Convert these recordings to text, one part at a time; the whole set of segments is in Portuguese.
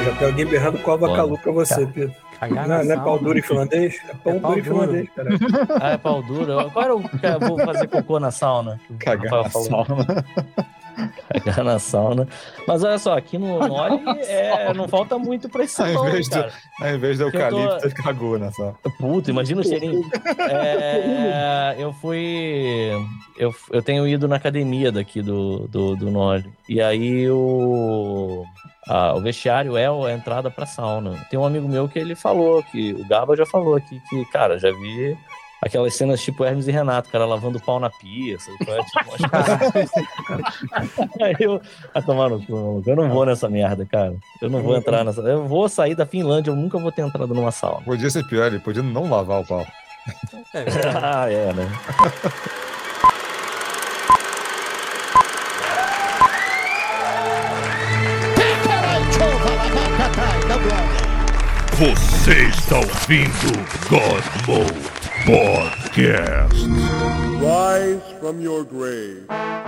já tem alguém berrando cova calu pra você, Pedro. Não é pau duro em finlandês? É pão duro em finlandês, cara. Ah, é pau duro. Agora eu vou fazer cocô na sauna. Cagar na sauna. Cagar na sauna. Mas olha só, aqui no Nole não falta muito pra esse Ao nome, invés cara. Ao invés do eucalipto, você cagou na sauna. Puta, imagina o cheirinho. Eu tenho ido na academia daqui do Nole. E aí o vestiário é a entrada pra sauna. Tem um amigo meu que ele falou, que o Gaba já falou aqui, que, cara, já vi aquelas cenas tipo Hermes e Renato, cara, lavando o pau na pia, sabe? Aí tomar no cu, eu não vou nessa merda, cara. Eu não vou entrar nessa. Eu vou sair da Finlândia, eu nunca vou ter entrado numa sauna. Podia ser pior, ele podia não lavar o pau. Né? Você está ouvindo God Mode Podcast. Rise from your grave.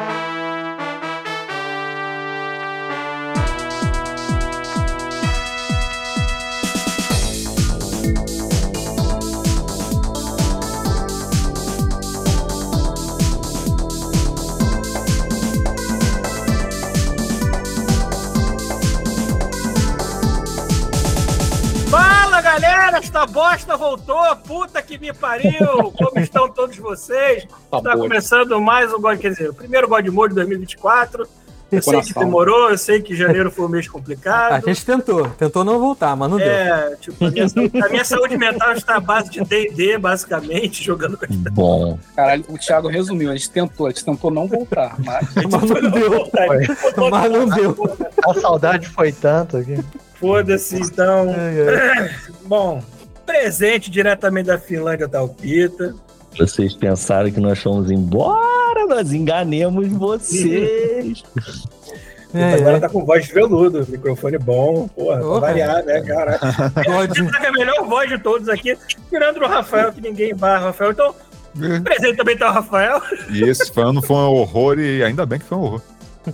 Galera, esta bosta voltou, puta que me pariu, como estão todos vocês? Está começando mais um God, quer dizer, o primeiro God Mode 2024, eu sei que demorou, eu sei que janeiro foi um mês complicado. A gente tentou não voltar, mas não deu. Tipo, a minha saúde mental está à base de D&D, basicamente, jogando com a gente. Bom. Caralho, o Thiago resumiu, a gente tentou não voltar, mas não deu. Mas não deu. A saudade foi tanto aqui. Foda-se, então. Bom, presente diretamente da Finlândia tá o Pita. Vocês pensaram que nós fomos embora, nós enganemos vocês. Agora tá com voz de veludo, microfone bom, porra, pra variar, né, cara? É a melhor voz de todos aqui, tirando o Rafael, que ninguém barra o Rafael. Então, presente também tá o Rafael. E esse ano foi um horror, e ainda bem que foi um horror.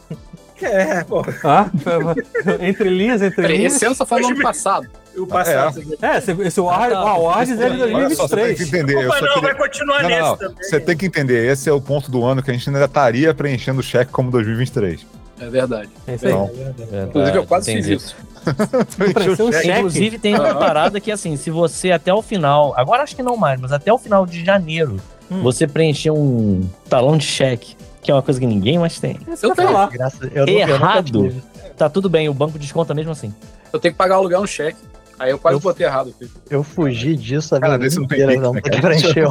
Pô. Entre linhas. Esse ano só foi no ano passado. O passado. Esse Wards é de 2023. Você tem que entender. Vai continuar nesse também. Você tem que entender, esse é o ponto do ano que a gente ainda estaria preenchendo o cheque como 2023. É verdade. É isso aí. Inclusive, eu quase fiz isso. Inclusive, tem uma parada que, assim, se você até o final, agora acho que não mais, mas até o final de janeiro, você preencher um talão de cheque, que é uma coisa que ninguém mais tem. Eu tenho lá. Errado. Tá tudo bem, o banco desconta mesmo assim. Eu tenho que pagar o aluguel no cheque. Aí eu quase botei errado aqui. Eu fugi disso a vida inteira, não tem que preencher.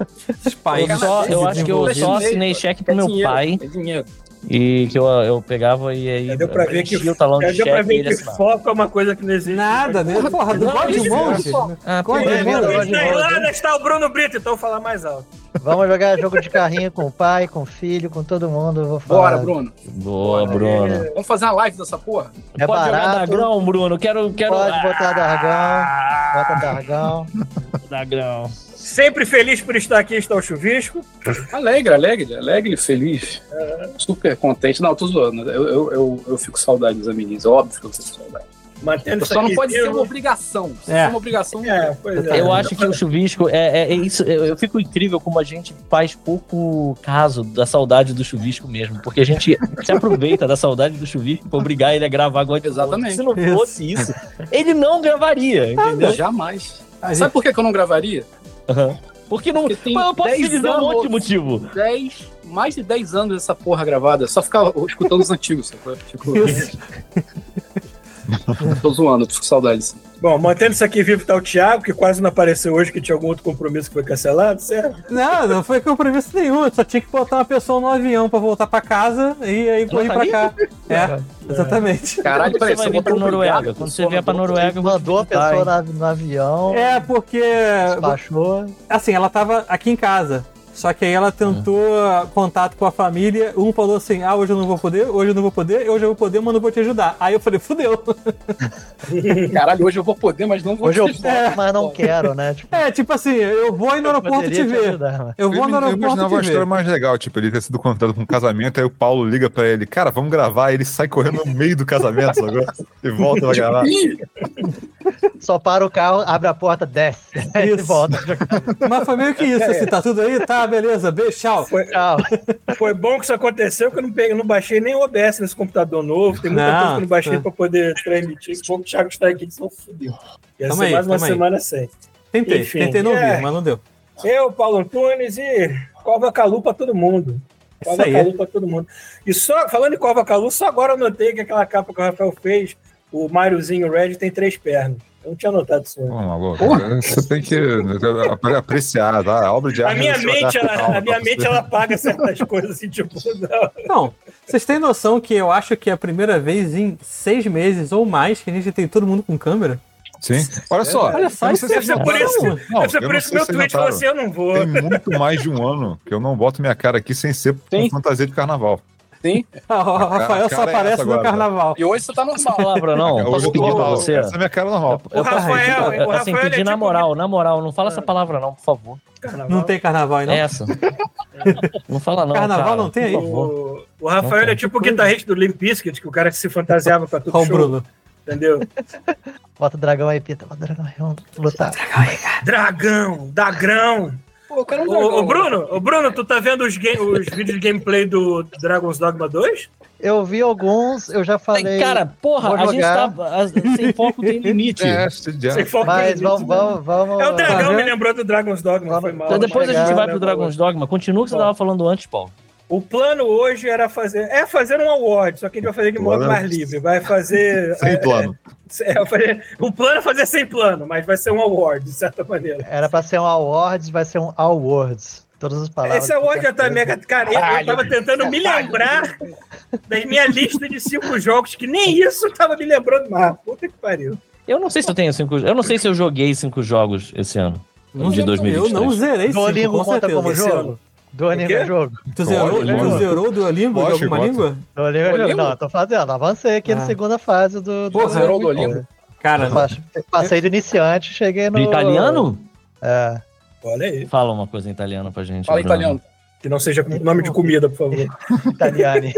Eu acho que eu só assinei cheque pro meu pai. É dinheiro. E que eu pegava e aí deu pra ver que o talão de cheque. Deu pra ver que foco é uma coisa que não existe. Nada, né? Porra, do God Mode. Lá está o Bruno Brito, então vou falar mais alto. Vamos jogar jogo de carrinho com o pai, com o filho, com todo mundo. Vou falar. Bora, Bruno. Boa, Bruno. Vamos fazer uma live dessa porra? É Pode barato. jogar Dragão, Bruno. Quero... Pode botar Dragão. Bota Dragão. Dragão. Sempre feliz por estar aqui, está o Chuvisco. Alegre, feliz. Super contente. Não, tô zoando. Eu fico com saudade dos amiguinhos. Óbvio que eu fico com saudade. Só não pode ser uma obrigação. Se for uma obrigação, eu acho que o Chuvisco é isso. Eu fico incrível como a gente faz pouco caso da saudade do Chuvisco mesmo. Porque a gente se aproveita da saudade do Chuvisco pra obrigar ele a gravar agora. Exatamente. Se não fosse isso, ele não gravaria, entendeu? Jamais. Sabe por que eu não gravaria? Porque não. Eu posso te dizer um monte de motivo. Mais de 10 anos essa porra gravada. Só ficar escutando os antigos. Tô zoando, tô com saudades. Bom, mantendo isso aqui vivo tá o Thiago, que quase não apareceu hoje, que tinha algum outro compromisso que foi cancelado, certo? Não foi compromisso nenhum. Eu só tinha que botar uma pessoa no avião pra voltar pra casa e aí correr pra cá. Exatamente. Caralho, peraí, você vai vir pra Noruega. Quando você vier pra Noruega, mandou a pessoa no avião. Porque... Despachou. Assim, ela tava aqui em casa. Só que aí ela tentou contato com a família, um falou assim, hoje eu não vou poder, hoje eu vou poder, mas não vou te ajudar. Aí eu falei, fudeu. Caralho, hoje eu vou poder, mas não vou te ajudar. Hoje eu posso, mas não quero, né? Tipo assim, eu vou ir no aeroporto te ver. Ajudar, eu vou no aeroporto te ver. Eu imaginava uma história mais legal, tipo, ele ter sido contratado com um casamento, aí o Paulo liga pra ele, cara, vamos gravar, aí ele sai correndo no meio do casamento, agora e volta pra gravar. Só para o carro, abre a porta, desce. Aí ele volta. Mas foi meio que isso, assim, tá tudo aí? Tá, beleza, beijo, tchau. Foi bom que isso aconteceu, que eu não baixei nem o OBS nesse computador novo, tem muita coisa que eu não baixei pra poder transmitir, que o Thiago está aqui, só fudeu. Ia ser mais uma semana sem. Tentei não ouvir, mas não deu. Eu, Paulo Antunes e Cova Calu pra todo mundo. Cova Calu pra todo mundo. E só, falando em Cova Calu, só agora eu notei que aquela capa que o Rafael fez, o Máriozinho Red tem 3 pernas. Eu não tinha notado isso. Você tem que apreciar, tá? A obra de arte. A minha mente ela apaga certas coisas assim, tipo. Não, vocês têm noção que eu acho que é a primeira vez em 6 meses ou mais que a gente tem todo mundo com câmera? Sim. Olha só. Olha só, deve ser por isso que meu tweet falou assim, eu não vou. Tem muito mais de um ano que eu não boto minha cara aqui sem ser com fantasia de carnaval. Sim. O Rafael só aparece no carnaval. E hoje você tá normal. Palavra não. Hoje eu tô normal. Essa é minha cara normal. O Rafael assim, pedir na moral, não fala essa palavra não, por favor. Carnaval. Não tem carnaval aí, não? É essa. Não fala não, carnaval cara, não tem aí? O Rafael é tipo o guitarrista do Limp Bizkit, que o cara que se fantasiava pra tudo show. Olha o Bruno. Entendeu? Bota o dragão aí, Pita. Bota o dragão aí, vamos lutar. Dragão aí, cara. Dragão. Pô, eu quero um dragão. Ô, Bruno, tu tá vendo os vídeos de gameplay do Dragon's Dogma 2? Eu vi alguns, eu já falei. Cara, porra, a gente tá. Sem foco tem limite. Sem foco mas tem limite. Vamos. É o dragão, me lembrou do Dragon's Dogma. Foi mal. Então depois a gente vai pro Dragon's Dogma. Continua o que você tava falando antes, Paulo. O plano hoje era fazer um award, só que a gente vai fazer de modo mais livre. Vai fazer. Sem plano. O plano é fazer sem plano, mas vai ser um award, de certa maneira. Era pra ser um awards, vai ser um awards. Todas as palavras. Esse award já tá mega. Cara, eu tava tentando me lembrar da minha lista de 5 jogos, que nem isso tava me lembrando mais. Puta que pariu. Eu não sei se eu tenho 5. Eu não sei se eu joguei 5 jogos esse ano. De 2023. Eu não zerei 5, com certeza. Como jogo? Duolingo é jogo. Tu zerou o Duolingo de alguma língua? Duolingo? Não, tô fazendo. Avancei aqui na segunda fase do zerou o Duolingo? Cara, passei do iniciante, cheguei no... De italiano? É. Olha aí. Fala uma coisa em italiano pra gente. Fala italiano. Que não seja nome de comida, por favor. Italiani.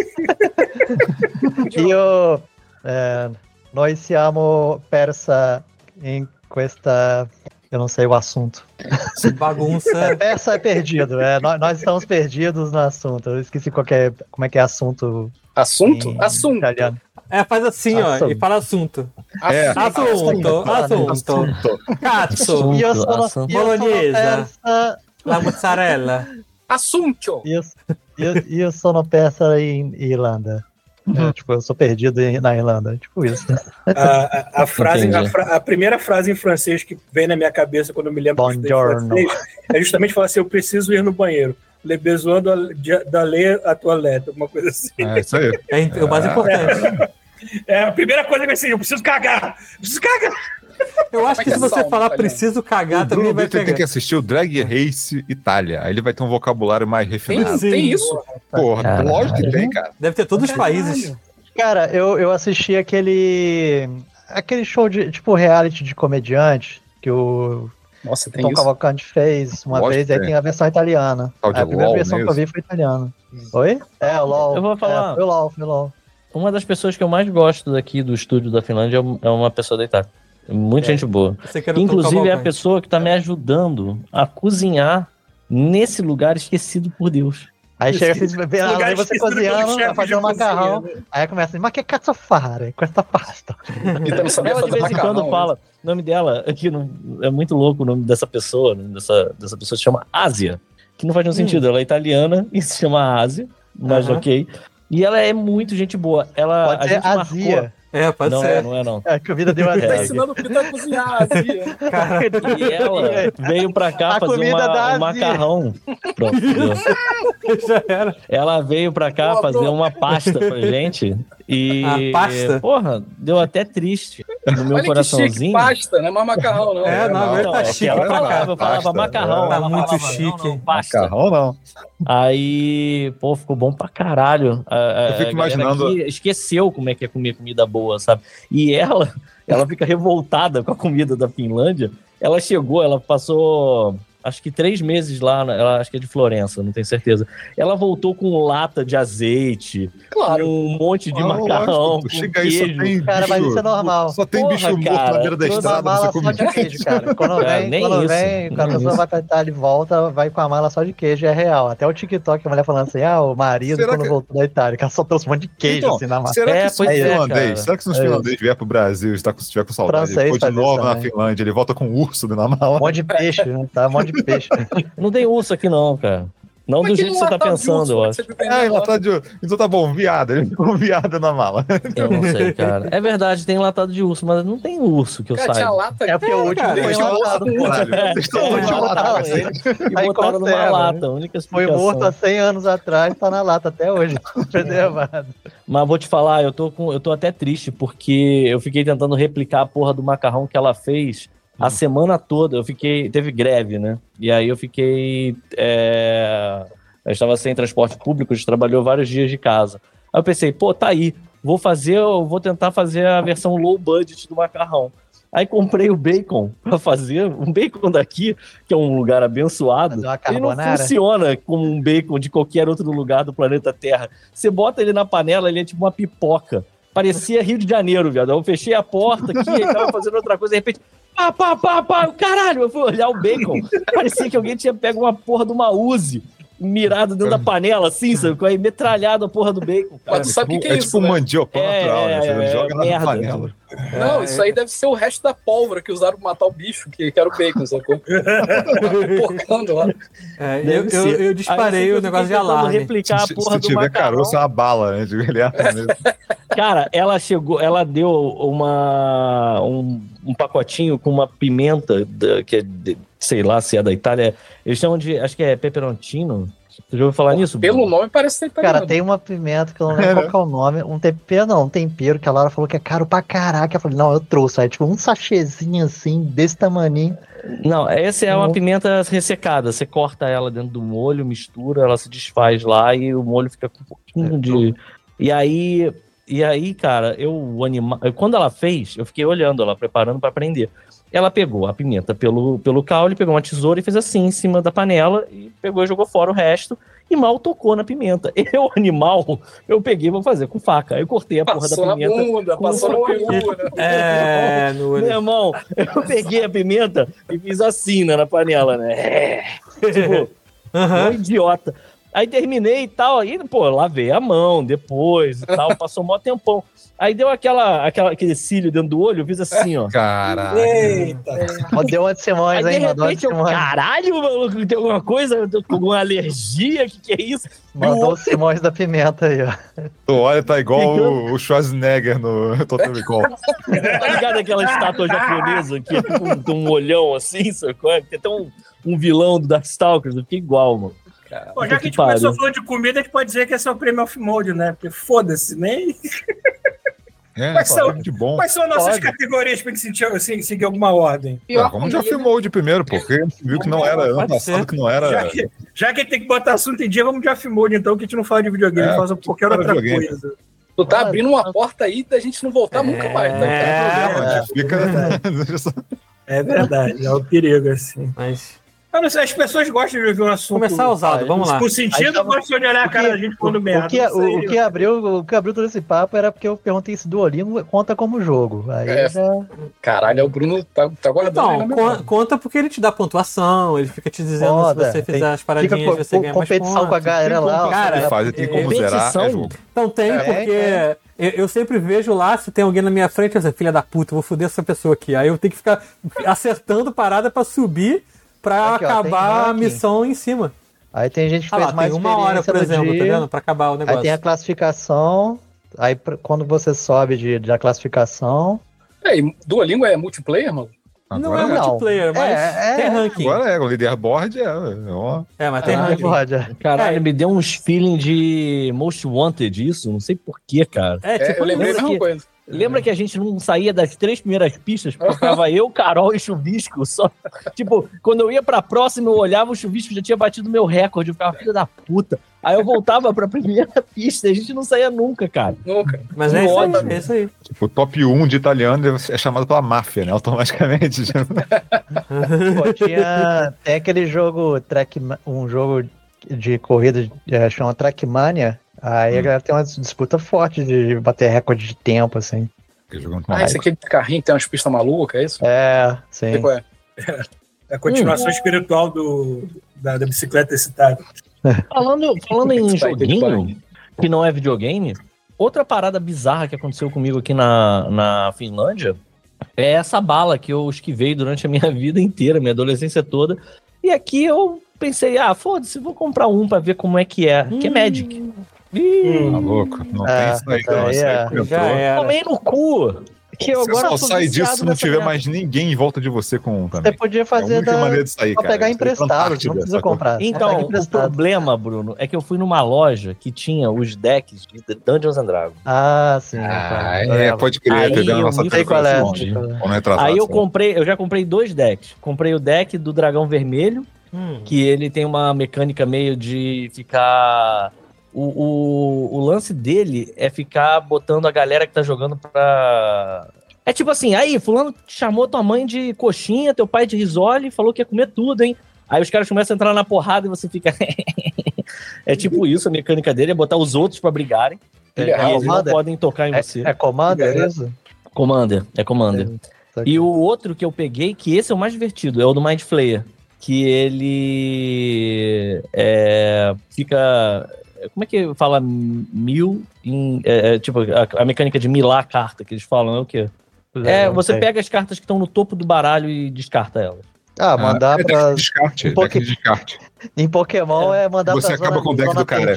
Io noi siamo persa in questa... Eu não sei o assunto. Bagunça. Persa é perdido. Nós estamos perdidos no assunto. Eu esqueci como é que é assunto. Assunto? Assunto. Italiano. Faz assim, assunto. Ó, e fala assunto. Assunto. Cazzo. Bolognese. La mozzarella. Assunto. Io sono persa in Irlanda. Tipo, eu sou perdido na Irlanda. Tipo isso. A primeira frase em francês que vem na minha cabeça quando eu me lembro de francês é justamente falar assim, eu preciso ir no banheiro. Le besoin d'aller à toilette, alguma coisa assim. É isso aí. É o mais importante. A primeira coisa que eu sei, eu preciso cagar. Eu acho que se você falar preciso cagar, também vai pegar. Tem que assistir o Drag Race Itália. Aí ele vai ter um vocabulário mais refinado. Tem isso? Porra, lógico que tem, cara. Deve ter todos os países. Cara, eu assisti aquele show de, tipo, reality de comediante que o Tom Cavalcante fez uma vez, aí tem a versão italiana. A primeira versão que eu vi foi italiana. Oi? O LOL. Eu vou falar. Foi o LOL. Uma das pessoas que eu mais gosto daqui do estúdio da Finlândia é uma pessoa da Itália. Muita gente boa. Inclusive é a pessoa que tá me ajudando a cozinhar nesse lugar esquecido por Deus. Aí chega assim, vê você cozinhando, vai fazer um macarrão, aí começa assim, mas que cazzo fare com essa pasta? Então não sabia fazer macarrão. Quando fala, o nome dela, aqui é muito louco o nome dessa pessoa, dessa pessoa se chama Ásia, que não faz nenhum sentido, ela é italiana e se chama Ásia, mas ok. E ela é muito gente boa. Pode ser Azia. Pode ser. Não é não. A comida deu uma tá ensinando o Pita a cozinhar, Azia. E ela veio pra cá fazer um macarrão. Pronto, Já era. Ela veio pra cá fazer uma pasta pra gente. E. Pasta? Porra, deu até triste no meu coraçãozinho. Chique, pasta, não é mais macarrão, não. Não, ele tá chique pra cá. Eu falava macarrão. Tá muito chique. Não, pasta. Macarrão não. Aí, pô, ficou bom pra caralho. Eu fico imaginando. Esqueceu como é que é comer comida boa, sabe? E ela fica revoltada com a comida da Finlândia. Ela chegou, ela passou acho que 3 meses lá, ela acho que é de Florença, não tenho certeza. Ela voltou com lata de azeite, com um monte de macarrão, com chega queijo. Aí, só tem cara, mas isso é normal. Só tem bicho morto na beira da estrada. Mala só de queijo, cara. Quando vem, a pessoa vai pra Itália e volta, vai com a mala só de queijo, é real. Até o TikTok, a mulher falando assim, o marido quando voltou da Itália, que ela só trouxe um monte de queijo então, assim na mala. Será que se os finlandeses vier pro Brasil, estiver com saudade, ele for de novo na Finlândia, ele volta com um urso na mala? Um monte de peixe, né? Tá, um monte de peixe. Não tem urso aqui não, cara. Não do jeito que você tá pensando, eu acho. Enlatado de urso. Então tá bom, viado. Ele ficou viado na mala. Eu não sei, cara. É verdade, tem enlatado de urso, mas não tem urso que eu saiba. É porque o último foi enlatado. E botaram numa lata. A única explicação. Foi morto há 100 anos atrás, tá na lata até hoje. Preservado. Mas vou te falar, eu tô até triste, porque eu fiquei tentando replicar a porra do macarrão que ela fez a semana toda. Teve greve, né? E aí eu fiquei... Eu estava sem transporte público, a gente trabalhou vários dias de casa. Aí eu pensei, pô, tá aí, vou tentar fazer a versão low budget do macarrão. Aí comprei o bacon pra fazer, um bacon daqui, que é um lugar abençoado, ele não funciona como um bacon de qualquer outro lugar do planeta Terra. Você bota ele na panela, ele é tipo uma pipoca. Parecia Rio de Janeiro, viado. Eu fechei a porta aqui, ele tava fazendo outra coisa, de repente... Caralho, eu fui olhar o bacon. Parecia que alguém tinha pego uma porra de uma Uzi mirado dentro da panela, assim, sabe? Aí metralhado a porra do bacon. Mas tu sabe o que é isso? É tipo mandioca natural, né? Você joga na panela. Não, isso aí deve ser o resto da pólvora que usaram pra matar o bicho, que era o bacon, sacou? Porcando lá. Eu disparei o negócio de alarme. Replicar a porra se tiver caroço, é uma bala, né? Cara, ela chegou, ela deu um pacotinho com uma pimenta, que é, sei lá se é da Itália, eles chamam de, acho que é peperoncino. Você já ouviu falar nisso? Pelo nome parece ser italiano. Cara, tem uma pimenta que eu não lembro qual é o nome, um tempero que a Laura falou que é caro pra caraca. Eu falei, não, eu trouxe. Aí, tipo, um sachêzinho assim, desse tamaninho. Não, essa é uma pimenta ressecada. Você corta ela dentro do molho, mistura, ela se desfaz lá e o molho fica com um pouquinho de... E aí, cara, quando ela fez, eu fiquei olhando ela, preparando pra aprender. Ela pegou a pimenta pelo caule, pegou uma tesoura e fez assim em cima da panela e pegou e jogou fora o resto e mal tocou na pimenta. Eu peguei e vou fazer com faca. Aí eu cortei a porra da pimenta. Passou na bunda. Meu irmão, eu peguei a pimenta e fiz assim, né, na panela, né? Tipo, um idiota. Aí terminei e tal, aí, pô, lavei a mão depois e tal, passou um maior tempão. Aí deu aquele cílio dentro do olho, eu fiz assim, ó. Caralho. Eita. Deu uma de Simões, hein, mano? De repente eu, caralho, maluco, tem alguma coisa? Eu tô com alguma alergia? Que é isso? Mandou o Simões da pimenta aí, ó. Tu olha, tá igual o Schwarzenegger no Total Recall. Tá ligado aquela estátua japonesa que tem um olhão assim, sacou? Tem até um vilão do Darkstalkers, eu fiquei igual, mano. Pô, já que a gente começou falando de comida, a gente pode dizer que esse é o prêmio off-mode, né? Porque foda-se, nem... Quais são as nossas categorias pra gente seguir alguma ordem? Vamos de off-mode primeiro, porque a gente viu que não era ano passado, que não era... Já que tem que botar assunto em dia, vamos de off-mode, então, que a gente não fala de videogame, faz qualquer outra coisa. Tu tá abrindo uma porta aí da gente não voltar nunca mais. É verdade, é um perigo, assim. Mas... Eu não sei, as pessoas gostam de ouvir um assunto. Começar usado, vamos lá. Por sentido, eu gosto de olhar a cara da gente falando merda. O que abriu todo esse papo era porque eu perguntei se Duolingo conta como jogo. Aí Caralho, o Bruno tá guardando. Então, conta porque ele te dá pontuação, ele fica te dizendo se você fizer as paradinhas, você ganha mais pontos. Competição com a galera lá. Cara, tem como zerar, é jogo. Então porque... Eu sempre vejo lá, se tem alguém na minha frente, eu sei, filha da puta, vou foder essa pessoa aqui. Aí eu tenho que ficar acertando parada pra subir, pra acabar a missão em cima. Aí tem gente que fez mais tem 1 hora, por exemplo, tá vendo? Pra acabar o negócio. Aí tem a classificação, aí quando você sobe da classificação... Duolingo é multiplayer, mano? Não é multiplayer, mas tem ranking. Agora o leaderboard mas tem ranking. Caralho, me deu uns feeling de Most Wanted isso, não sei porquê, cara. Eu lembrei da mesma coisa. Lembra que a gente não saía das 3 primeiras pistas? Porque ficava eu, Carol e Chuvisco. Só, tipo, quando eu ia pra próxima, eu olhava, o Chuvisco já tinha batido meu recorde. Eu ficava, filho da puta. Aí eu voltava pra primeira pista e a gente não saía nunca, cara. Nunca. Mas é isso aí. Tipo, o top 1 de italiano é chamado pela máfia, né? Automaticamente. Pô, tem aquele jogo, um jogo de corrida, chama Trackmania. Aí a galera tem uma disputa forte de bater recorde de tempo, assim. Esse aqui é de carrinho, tem umas pistas malucas, é isso? Sim. É a continuação espiritual da bicicleta excitada. Falando em joguinho, que não é videogame, outra parada bizarra que aconteceu comigo aqui na Finlândia é essa bala que eu esquivei durante a minha vida inteira, minha adolescência toda. E aqui eu pensei, foda-se, vou comprar um pra ver como é que é. Que é Magic. Tá louco? Não tem isso aí, não. Tomei no cu. Que eu agora só sai disso se não tiver mais ninguém em volta de você com um também. Você podia fazer maneira de sair, pra pegar emprestado, não precisa comprar. Então, o problema, Bruno, é que eu fui numa loja que tinha os decks de Dungeons & Dragons. Sim. Pode crer, pegando a nossa Aí eu já comprei 2 decks. Comprei o deck do Dragão Vermelho, que ele tem uma mecânica meio de ficar... O lance dele é ficar botando a galera que tá jogando pra... É tipo assim, aí, fulano chamou tua mãe de coxinha, teu pai de risole, falou que ia comer tudo, hein? Aí os caras começam a entrar na porrada e você fica... É tipo isso, a mecânica dele é botar os outros pra brigarem. Eles não podem tocar em você. É Commander, é isso? Commander. E o outro que eu peguei, que esse é o mais divertido, é o do Mind Flayer. Que ele fica... Como é que fala tipo, a mecânica de milar a carta que eles falam é o quê? Você pega as cartas que estão no topo do baralho e descarta elas. Mandar pra... Descarte. Em Pokémon mandar você pra acaba com o deck do cara.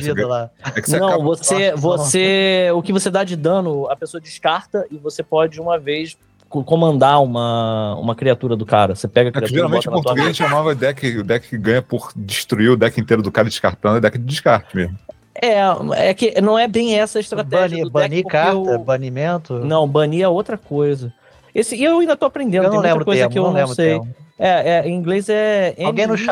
O que você dá de dano, a pessoa descarta e você pode uma vez comandar uma criatura do cara. Você pega a criatura geralmente em português a gente chamava o deck que ganha por destruir o deck inteiro do cara descartando, é deck de descarte mesmo. É que não é bem essa a estratégia. Banir carta, banimento? Não, banir é outra coisa. E eu ainda tô aprendendo, tem muita coisa que eu não sei. Em inglês é... Alguém no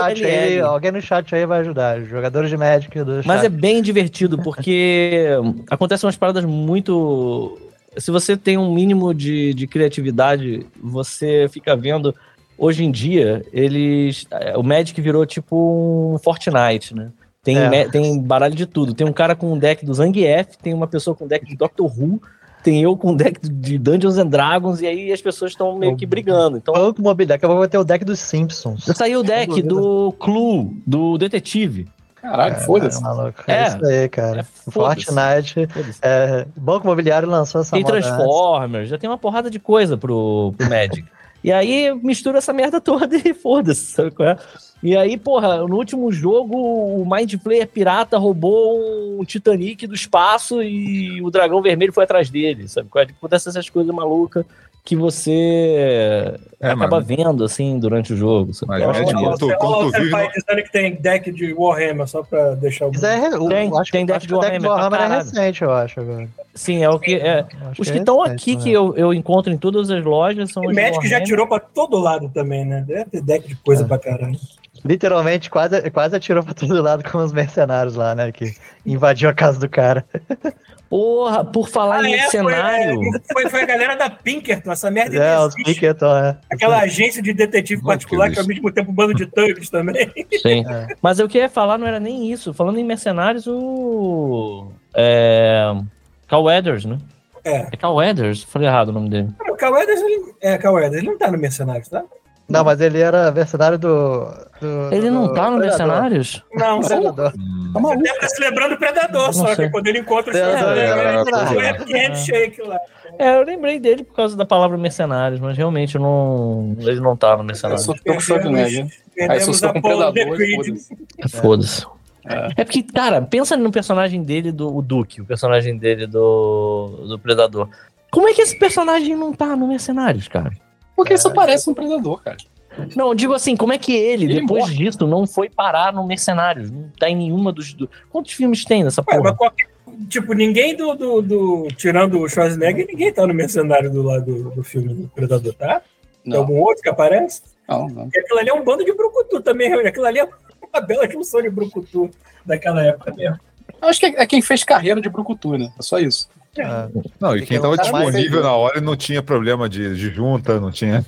chat aí vai ajudar. Jogadores de Magic do chat. Mas é bem divertido, porque acontecem umas paradas muito... Se você tem um mínimo de criatividade, você fica vendo... Hoje em dia, o Magic virou tipo um Fortnite, né? Tem baralho de tudo. Tem um cara com um deck do Zangief, tem uma pessoa com um deck de Doctor Who, tem eu com um deck de Dungeons and Dragons, e aí as pessoas estão meio que brigando. Então, Banco Mobiliário, eu vou ter o deck dos Simpsons. Saiu o deck do Clue, do Detetive. Caraca, foda-se. É isso aí, cara. Fortnite. Banco Imobiliário lançou essa moda. Tem Transformers, já tem uma porrada de coisa pro Magic. E aí mistura essa merda toda e foda-se, sabe qual é? E aí, porra, no último jogo, o Mind Flayer pirata roubou um Titanic do espaço e o Dragão Vermelho foi atrás dele, sabe qual é? Acontecem essas coisas malucas que você acaba vendo, assim, durante o jogo. Sabe? Mas você vai dizendo que tem deck de Warhammer, só pra deixar o... Tem deck de Warhammer. Warhammer é recente, eu acho, agora. Sim, é o que... Os que estão aqui, que eu encontro em todas as lojas, são os Magic Warhammer. Já tirou pra todo lado também, né? Deve ter deck de coisa pra caralho. Literalmente, quase atirou pra todo lado com os mercenários lá, né? Que invadiu a casa do cara. Porra, por falar em mercenário... Foi a galera da Pinkerton, essa merda os Pinkerton, Aquela agência de detetive particular que ao mesmo tempo um bando de thugs também. Sim, mas eu queria falar, não era nem isso. Falando em mercenários, o... Carl Weathers, né? É Carl Weathers? Falei errado o nome dele. O Carl Weathers, ele não tá no Mercenários, tá? Não, mas ele era mercenário do ele não tá no Mercenários? Não, Predador. Você deve estar se lembrando do Predador, só que quando ele encontra o handshake lá. Eu lembrei dele por causa da palavra mercenários, mas realmente ele não tá no Mercenários. Eu só tô com choque nele. Aí se eu estou com Predador, foda-se. É porque, cara, pensa no personagem dele, o Duke, o personagem dele do Predador. Como é que esse personagem não tá no Mercenários, cara? Porque isso parece um predador, cara. Não, eu digo assim, como é que ele depois disso, não foi parar no Mercenários? Não tá em nenhuma dos... Quantos filmes tem nessa porra? Tipo, ninguém tirando o Schwarzenegger, ninguém tá no Mercenário do lado do filme do Predador, tá? Não. Tem algum outro que aparece? Não. Porque aquilo ali é um bando de brucutu também. Aquilo ali é uma bela junção de brucutu daquela época mesmo. Acho que é quem fez carreira de brucutu, né? É só isso. Não, e quem tava disponível na hora não tinha problema de junta, não tinha...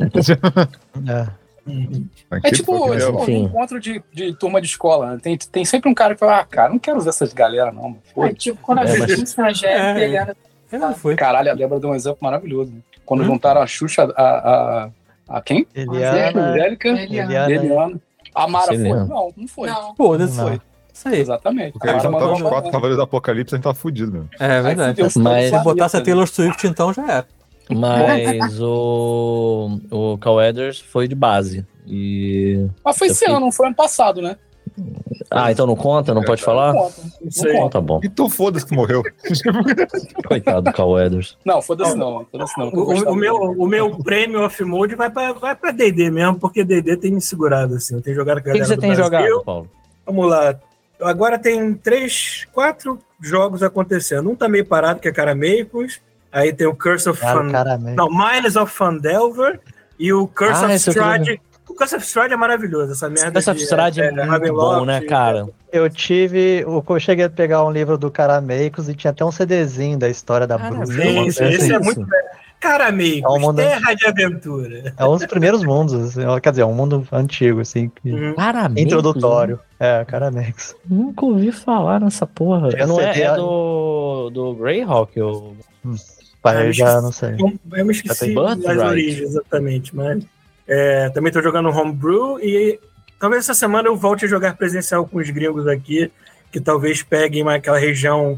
É tipo um encontro de turma de escola, né? Tem sempre um cara que fala, cara, não quero ver essas galera, não. Tipo, quando a Xuxa Angélica... Caralho, a Débora deu um exemplo maravilhoso. Né? Quando juntaram a Xuxa, a quem? Eliana. A Mara foi? Não foi. Pô, não foi. Isso aí. Exatamente. Porque eles juntaram os 4 Cavaleiros do Apocalipse, a gente tava fudido mesmo. É verdade. Mas se botasse a Taylor Swift, então já era. Mas o Carl Weathers foi de base. Mas foi esse ano, não foi ano passado, né? Então não conta? Não pode falar? Não conta. Tá bom. E tu foda-se que morreu. Coitado do Carl Weathers. Não, foda-se não. O meu prêmio off-mode vai pra D&D mesmo, porque D&D tem me segurado, assim. Eu tenho jogado com a galera do Brasil. O que você tem jogado, Paulo? Vamos lá. Agora tem 4 jogos acontecendo. Um tá meio parado, que é Carameicos. Aí tem o Curse of Mines of Fandelver e o Curse of Strahd. O Curse of Strahd é maravilhoso, essa merda. Curse of Strahd é muito bom, né, cara? Eu cheguei a pegar um livro do Carameicos e tinha até um CDzinho da história da bruxa. Esse é muito velho. Carameicos, Terra de Aventura. É um dos primeiros mundos, quer dizer, é um mundo antigo, assim. Introdutório. Carameicos. Nunca ouvi falar nessa porra. Não é do Greyhawk? Eu já não sei. Eu me esqueci das origens, exatamente, mas também estou jogando Homebrew e talvez essa semana eu volte a jogar presencial com os gringos aqui, que talvez peguem aquela região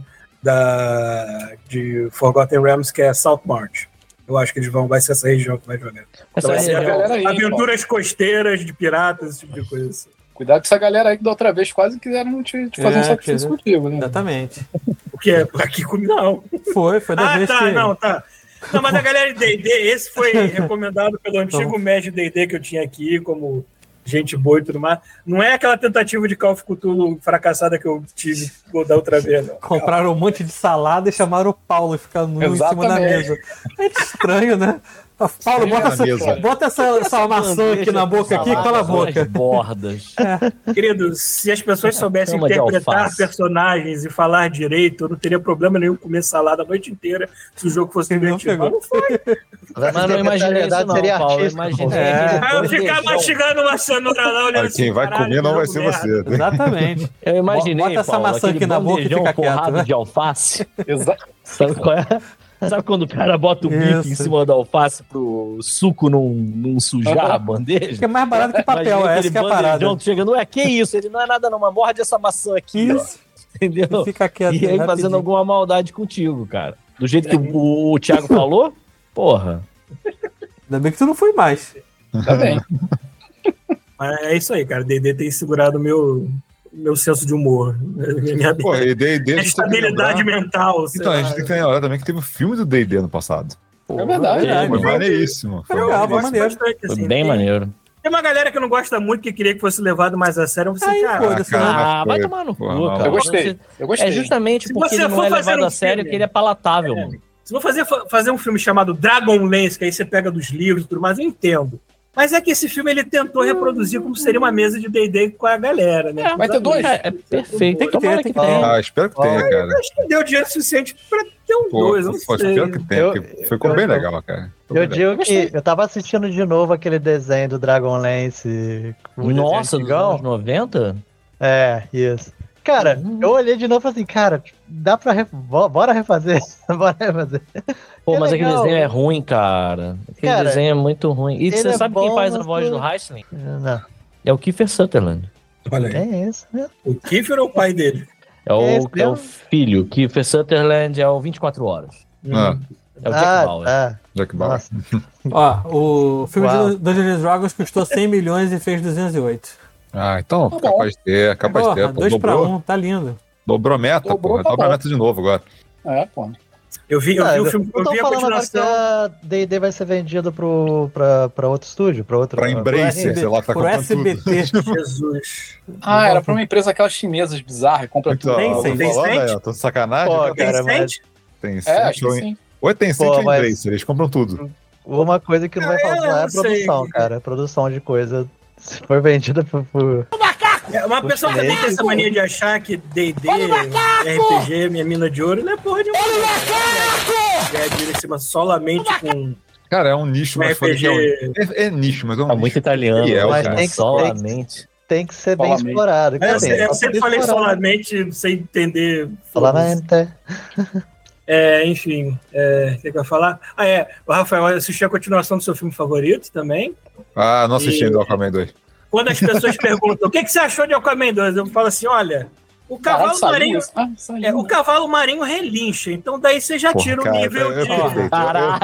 de Forgotten Realms, que é South March. Eu acho que vai ser essa região que vai jogar. Então, vai ser aventuras costeiras de piratas, esse tipo de coisa assim. Cuidado com essa galera aí que da outra vez quase quiseram te fazer um sacrifício contigo, né? Exatamente. O que é? Aqui comigo não. Foi da vez que... Não, mas a galera de D&D, esse foi recomendado pelo antigo mestre de D&D que eu tinha aqui, como gente boa e tudo mais. Não é aquela tentativa de Call of Cthulhu fracassada que eu tive da outra vez, não. Compraram um monte de salada e chamaram o Paulo e ficaram em cima da mesa. É estranho, né? Paulo, bota essa maçã aqui na boca, aqui, cala a boca. Bordas. Querido, se as pessoas soubessem interpretar personagens e falar direito, eu não teria problema nenhum comer salada a noite inteira se o jogo fosse divertido. Mas não foi. Mas não imaginei isso não, Paulo. Eu ficar mastigando uma cenoura lá, olhando quem vai comer não vai ser você. Exatamente. Eu imaginei, bota essa maçã aqui na boca e fica quieto, né? De alface. Exato. Sabe qual é? Sabe quando o cara bota o bife em cima da alface pro suco não sujar a bandeja? Que é mais barato que papel, essa que é a parada. Chegando, que isso? Ele não é nada não, mas morde essa maçã aqui, isso. Entendeu? E fica quieto. E aí fazendo alguma maldade contigo, cara. Do jeito que o Thiago falou, porra. Ainda bem que tu não foi mais. Tá bem. Mas é isso aí, cara. D&D tem segurado meu senso de humor. Minha estabilidade mental. Então, a gente tem que lembrar também que teve o filme do D&D ano passado. É verdade. Foi maneiríssimo. Foi maneiro. Foi bem maneiro. Tem uma galera que não gosta muito, que queria que fosse levado mais a sério. Você, vai tomar no cu, cara. Eu gostei. É justamente porque ele não é levado a sério que ele é palatável. Se for fazer um filme chamado Dragonlance, que aí você pega dos livros e tudo mais, eu entendo. Mas é que esse filme ele tentou reproduzir como seria uma mesa de D&D com a galera, né? Vai ter 2? É perfeito. Tem que ter. Espero que tenha, cara. Eu acho que deu dinheiro suficiente pra ter 2. Espero que tenha, porque ficou bem legal, cara. Digo que eu tava assistindo de novo aquele desenho do Dragonlance. Nossa, dos anos 90? Isso. Cara, eu olhei de novo e falei assim, cara, dá pra... Bora refazer. Pô, mas aquele desenho é ruim, cara. Aquele desenho é muito ruim. E você sabe quem faz a voz do Heisling? Não. É o Kiefer Sutherland. Olha aí. É esse, né? O Kiefer ou o pai dele? É o filho. Kiefer Sutherland é o 24 Horas. É o Jack Bauer. Jack Bauer. O filme de Dungeons & Dragons custou 100 milhões e fez 208. Então, capaz de ter. 2 para 1, tá lindo. Dobrou meta, porra. Dobra meta de novo agora. Pô. Eu vi o filme, eu vi a continuação. A D&D vai ser vendido pra outro estúdio, pra Embracer, sei lá, que tá comprando SBT. Jesus. Era pra uma empresa aquelas chinesas bizarras, compra tudo. Tencent? Tô de sacanagem. Pô, cara, mas... Tencent. Acho que sim. Ou é Tencent ou Embracer, eles compram tudo. Uma coisa que não vai faltar é a produção, cara. Produção de coisa. Se for vendida por... Uma pessoa também tem essa mania de achar que D&D, RPG, minha mina de ouro, não é porra de um ganhar em cima solamente com... Cara, é um nicho, mas RPG... é nicho, mas é um nicho. Muito italiano, mas solamente. Tem que ser bem explorado. Eu sempre falei solamente, sem entender... Solamente. Enfim, o que eu ia falar? O Rafael assistiu a continuação do seu filme favorito também. Não assisti do Aquaman 2. Quando as pessoas perguntam o que você achou de Aquaman 2, eu falo assim, olha, o cavalo marinho... o cavalo marinho relincha, então daí você já tira o nível de... Caralho!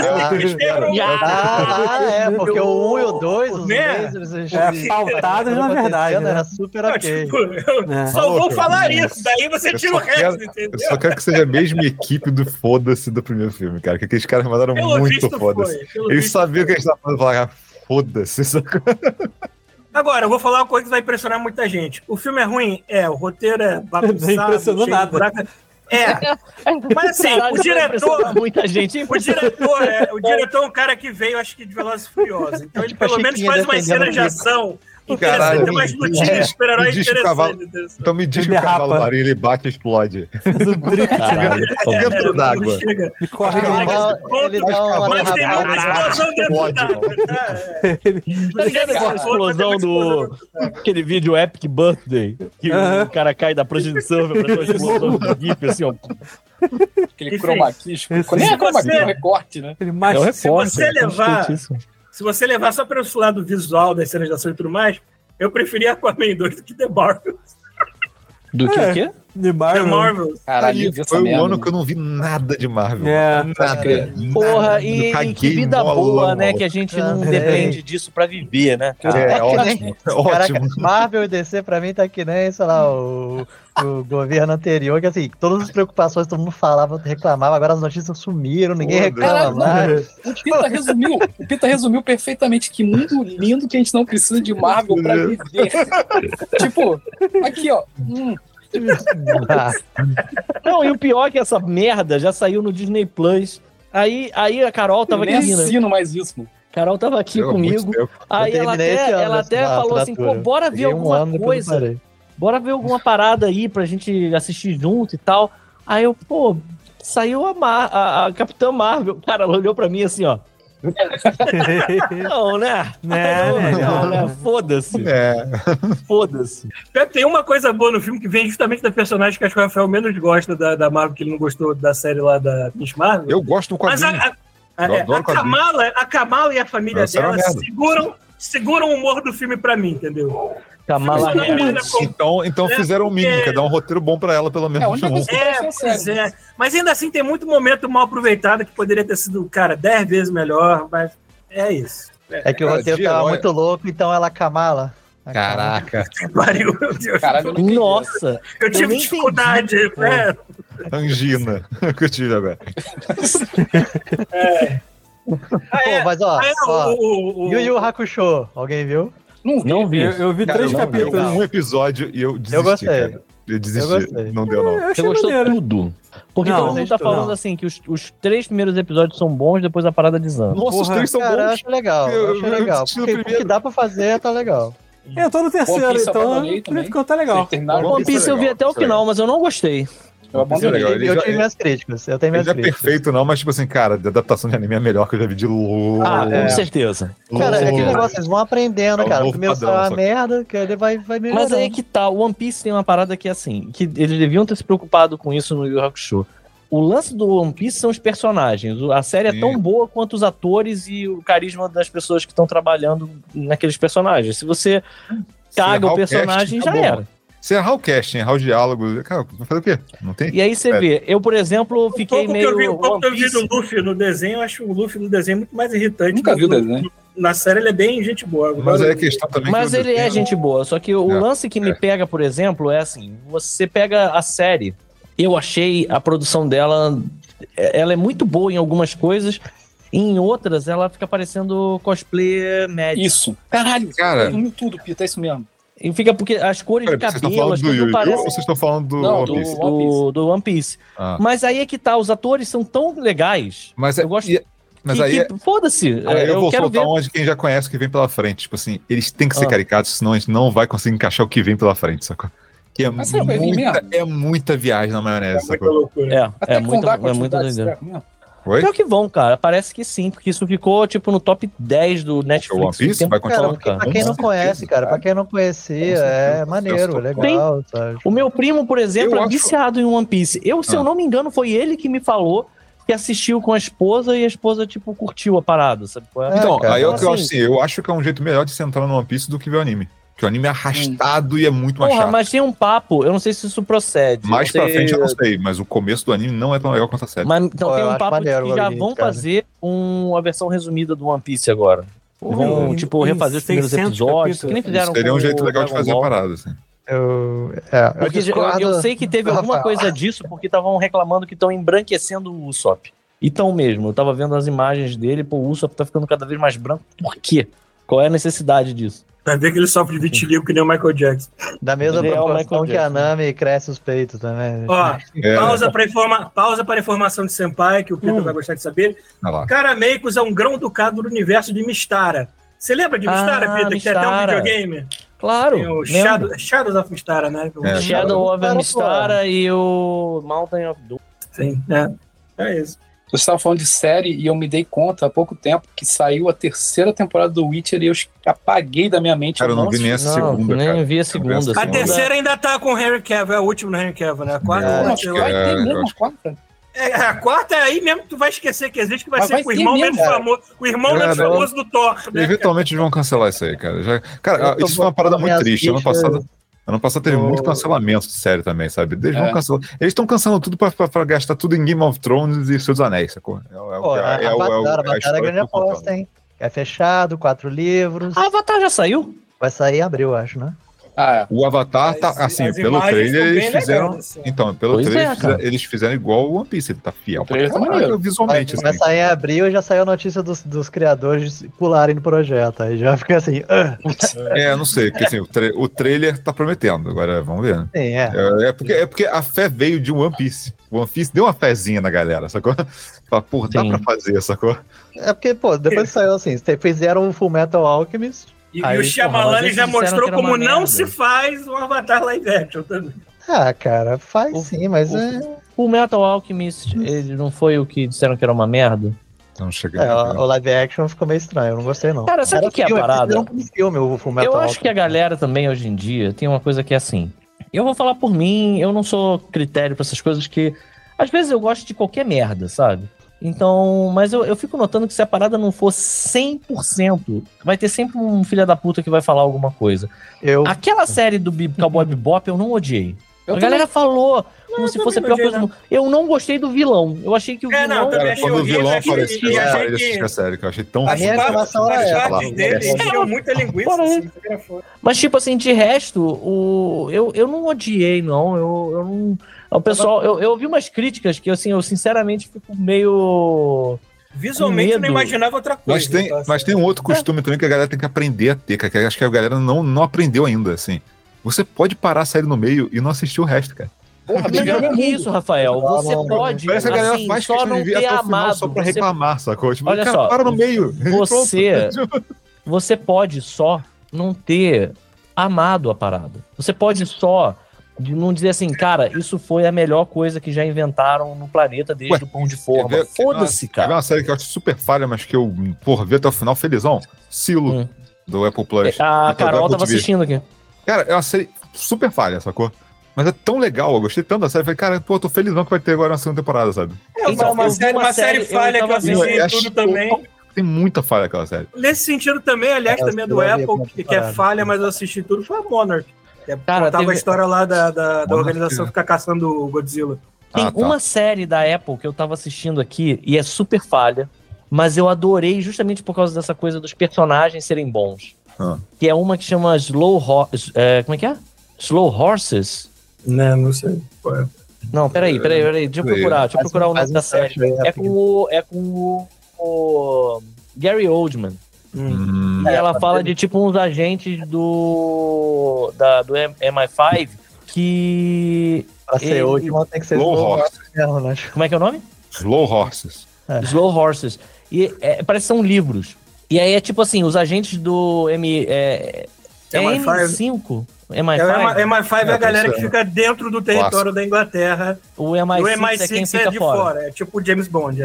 Porque o 1 e o 2, os lasers... Faltados, na verdade. Era super ok. Só vou falar isso, daí você tira o resto, entendeu? Eu só quero que seja a mesma equipe do foda-se do primeiro filme, cara, que aqueles caras mandaram muito foda-se. Eles sabiam que a gente tava falando, falaram, foda-se. Agora, eu vou falar uma coisa que vai impressionar muita gente. O filme é ruim? O roteiro é bagunçado. Não impressionou nada. Mas assim, o diretor... Muita gente. O diretor é um cara que veio, acho que de Velozes e Furiosos. Então ele pelo menos faz umas cenas de ação interessante, tem umas lutinhas de super-herói interessantes. Então me diz que o cavalo marinho ele bate e explode. Dentro d'água. Ele dá uma explosão dentro d'água. Tá ligado essa explosão do... Aquele vídeo Epic Birthday? Que o cara cai da projeção pra uma explosão do GIF, assim, ó. Aquele chroma key. Nem é chroma key, é um recorte, né? É um recorte. Se você levar só para o lado visual das cenas de ação e tudo mais, eu preferia Aquaman 2 do que The Marvels. Do que o quê? The Marvels. Caralho, foi um ano que eu não vi nada de Marvel. Nada. Porra, e que vida boa, né? Que a gente não depende disso pra viver, né? Ótimo. Caraca, Marvel e DC pra mim tá que nem, sei lá, o governo anterior, que assim, todas as preocupações todo mundo falava, reclamava, agora as notícias sumiram, ninguém reclama mais. O Pita resumiu perfeitamente que mundo lindo que a gente não precisa de Marvel pra viver. Tipo, aqui ó. Não, e o pior é que essa merda já saiu no Disney Plus. Aí a Carol tava aqui, né? Eu nem assino mais isso, mano. Carol tava aqui comigo. Aí ela até falou assim, pô, bora ver alguma coisa. Bora ver alguma parada aí pra gente assistir junto e tal. Aí eu, pô, saiu a Capitã Marvel. Cara, ela olhou pra mim assim, ó. Não, né? Não, né? Foda-se. Foda-se. Tem uma coisa boa no filme que vem justamente da personagem que acho que o Rafael menos gosta da Marvel, que ele não gostou da série lá da Miss Marvel. Eu gosto do quadrinho. Mas a Kamala e a família dela seguram o humor do filme pra mim, entendeu? Kamala então fizeram um mínimo, dar um roteiro bom pra ela, pelo menos. Mas ainda assim tem muito momento mal aproveitado que poderia ter sido, cara, 10 vezes melhor, mas é isso. É que o roteiro tava muito louco, então ela Kamala. Caraca. Pariu, meu Deus. Caralho, nossa. Eu tive dificuldade. Angina. Que eu tive agora. Mas Yu Yu Hakusho, alguém viu? Não vi. Eu vi 3 capítulos. Um episódio e eu desisti. Eu gostei. Cara. Eu desisti. Não deu, não. Você gostou tudo? Porque todo mundo tá falando assim, que os 3 primeiros episódios são bons, depois a parada desanda. Nossa, os 3 são bons. Eu acho legal. Porque o que dá pra fazer tá legal. Eu tô no terceiro, então tá legal. One Piece eu vi até o final, mas eu não gostei. Eu tive minhas críticas. Eu tenho minhas críticas. Não é perfeito, não, mas tipo assim, cara, a adaptação de anime é a melhor que eu já vi de longe. Com certeza. Cara, é aquele negócio, eles vão aprendendo, cara. Primeiro sai uma merda, que ele vai melhorando. Mas aí que tá, o One Piece tem uma parada que é assim, que eles deviam ter se preocupado com isso no Yu Yu Hakusho. O lance do One Piece são os personagens. A série é tão boa quanto os atores e o carisma das pessoas que estão trabalhando naqueles personagens. Se você caga o personagem, já era. Você errar o casting, errar o diálogo, cara, vai fazer o quê? Não tem? E aí você vê, eu, por exemplo, fiquei meio... O pouco que eu vi do Luffy no desenho, eu acho o Luffy no desenho muito mais irritante. Nunca vi o desenho. Na série ele é bem gente boa. Mas é a questão também. Mas ele é gente boa, só que o lance que me pega, por exemplo, é assim, você pega a série, eu achei a produção dela ela é muito boa em algumas coisas, e em outras ela fica parecendo cosplay médico. Isso. Caralho, cara. Tudo, Pita, é isso mesmo. E fica porque as cores de cabelo, do parecem... ou vocês estão falando do One Piece? Do One Piece. Mas aí é que tá, os atores são tão legais. Mas eu gosto. Mas aí foda-se. Eu vou soltar onde quem já conhece o que vem pela frente. Tipo assim, eles têm que ser caricatos, senão a gente não vai conseguir encaixar o que vem pela frente, sacou? Que é muita viagem na maionese, sacou? É muita doideira. Oi? Pior que vão, cara. Parece que sim, porque isso ficou, tipo, no top 10 do Netflix. O One Piece vai continuar, cara. Pra quem não conhece, cara, pra quem não conhecia, é maneiro, legal. Sabe? O meu primo, por exemplo, é viciado em One Piece. Se eu não me engano, foi ele que me falou que assistiu com a esposa e a esposa, tipo, curtiu a parada, sabe? Então, aí eu acho que é um jeito melhor de se entrar no One Piece do que ver o anime. Porque o anime é arrastado e é muito mais chato. Mas tem um papo, eu não sei se isso procede. Mais pra frente eu não sei, mas o começo do anime não é tão legal quanto a série. Mas então tem um papo de que já vão fazer uma versão resumida do One Piece agora. Vão, tipo, refazer os primeiros episódios. Que nem fizeram. Seria um jeito legal de fazer a parada, assim. Eu sei que teve alguma coisa disso, porque estavam reclamando que estão embranquecendo o Usopp. Então mesmo, eu tava vendo as imagens dele, o Usopp tá ficando cada vez mais branco. Por quê? Qual é a necessidade disso? Vai ver que ele sofre de vitiligo que nem o Michael Jackson. Da mesma proporção que a Nami cresce os peitos também. Ó, pausa para informação de Senpai, que o Peter vai gostar de saber. Karameikos é um grão-ducado do universo de Mistara. Você lembra de Mistara, Peter? Que tem até um videogame? Claro. Tem o Shadows of Mistara, né? Shadow of Mistara e o Mountain of Doom. Sim, é isso. Você estava falando de série e eu me dei conta há pouco tempo que saiu a 3ª temporada do Witcher e eu apaguei da minha mente. Cara, eu não vi nem a segunda. Nem vi a segunda. A terceira ainda tá com o Henry Cavill, é o último no Henry Cavill, né? A quarta vai ter mesmo a quarta? A quarta é aí mesmo que tu vai esquecer que existe, que vai ser com o irmão menos famoso. O irmão menos famoso do Thor. Né, eventualmente eles vão cancelar isso aí, cara. Cara, isso foi uma parada muito triste. Ano passado teve muito cancelamento de série também, sabe? Eles vão cancelar. Eles estão cancelando tudo pra gastar tudo em Game of Thrones e Senhor dos Anéis, sacou? Avatar é grande aposta, hein? É fechado, 4 livros. A Avatar já saiu? Vai sair em abril, acho, né? O Avatar tá, assim, pelo trailer eles fizeram... Legais, assim. Então, pelo trailer eles fizeram igual o One Piece, ele tá fiel pra caralho, visualmente. Vai sair em abril e já saiu a notícia dos criadores pularem no projeto, aí já fica assim... não sei, porque assim, o trailer tá prometendo, agora vamos ver, né? Sim, É porque a fé veio de One Piece. O One Piece deu uma fezinha na galera, sacou? Fala, porra, dá pra fazer, sacou? É porque, depois saiu assim, fizeram o Full Metal Alchemist. E o Shyamalan já mostrou como não se faz um Avatar live action também. Cara, faz sim, mas o Metal Alchemist, ele não foi o que disseram que era uma merda? Não cheguei. O live action ficou meio estranho, eu não gostei não. Cara, sabe o que é a parada? Eu acho que a galera também, hoje em dia, tem uma coisa que é assim. Eu vou falar por mim, eu não sou critério pra essas coisas que... Às vezes eu gosto de qualquer merda, sabe? Então, mas eu fico notando que se a parada não for 100%, vai ter sempre um filho da puta que vai falar alguma coisa. Aquela série do Cowboy Bebop eu não odiei. A galera falou como se fosse a pior coisa do mundo. Eu não gostei do vilão. Eu achei que o vilão... Quando o vilão apareceu, ele assistiu a série, que eu achei tão... As partes dele enchiam muita linguiça. Mas, tipo assim, de resto, eu não odiei, não. Eu não... O pessoal, eu ouvi umas críticas que, assim, eu sinceramente fico meio... Visualmente eu não imaginava outra coisa. Mas tem um outro costume também que a galera tem que aprender a ter, que acho que a galera não aprendeu ainda, assim. Você pode parar a série no meio e não assistir o resto, cara. Porra, não é isso, Rafael. Você pode, parece que a galera faz só não ter amado. Só pra reclamar, sacou? Tipo, olha só, para no meio. Você pode só não ter amado a parada. Você pode só não dizer assim, cara, isso foi a melhor coisa que já inventaram no planeta desde o Pão de Forma. Foda-se, cara. É uma série que eu acho super falha, mas que eu, vi até o final felizão. Silo, do Apple Plus. A Carol tava assistindo aqui. Cara, é uma série super falha, sacou? Mas é tão legal, eu gostei tanto da série. Falei, cara, tô felizão que vai ter agora na segunda temporada, sabe? Uma série falha que eu assisti tudo também. Tem muita falha aquela série. Nesse sentido também, aliás, também é do Apple, que é falha, mas eu assisti tudo, foi a Monarch. Contava a história lá da organização ficar caçando o Godzilla. Tem uma série da Apple que eu tava assistindo aqui, e é super falha, mas eu adorei justamente por causa dessa coisa dos personagens serem bons. Que é uma que chama Slow Horses. Não sei. Não, peraí. Deixa eu procurar o nome da série. É com o Gary Oldman. E ela fala de tipo uns agentes do MI5 que... Pra ser Oldman tem que ser Slow Horses. Como é que é o nome? Slow Horses. Slow Horses. E parece que são livros. E aí é tipo assim, os agentes do MI5. MI5. MI5 é a galera que fica dentro do território da Inglaterra. O MI6 é quem fica de fora. É tipo o James Bond,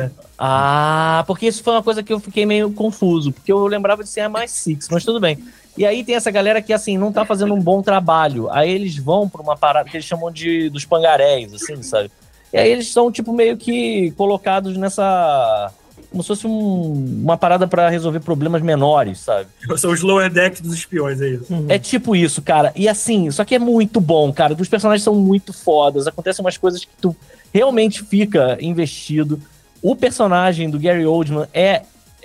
porque isso foi uma coisa que eu fiquei meio confuso, porque eu lembrava de ser MI6, mas tudo bem. E aí tem essa galera que, assim, não tá fazendo um bom trabalho. Aí eles vão pra uma parada que eles chamam dos pangarés, assim, sabe? E aí eles são, tipo, meio que colocados nessa... como se fosse uma parada pra resolver problemas menores, sabe? São os lower decks dos espiões, é isso. É tipo isso, cara. E assim, só que é muito bom, cara. Os personagens são muito fodas. Acontecem umas coisas que tu realmente fica investido. O personagem do Gary Oldman é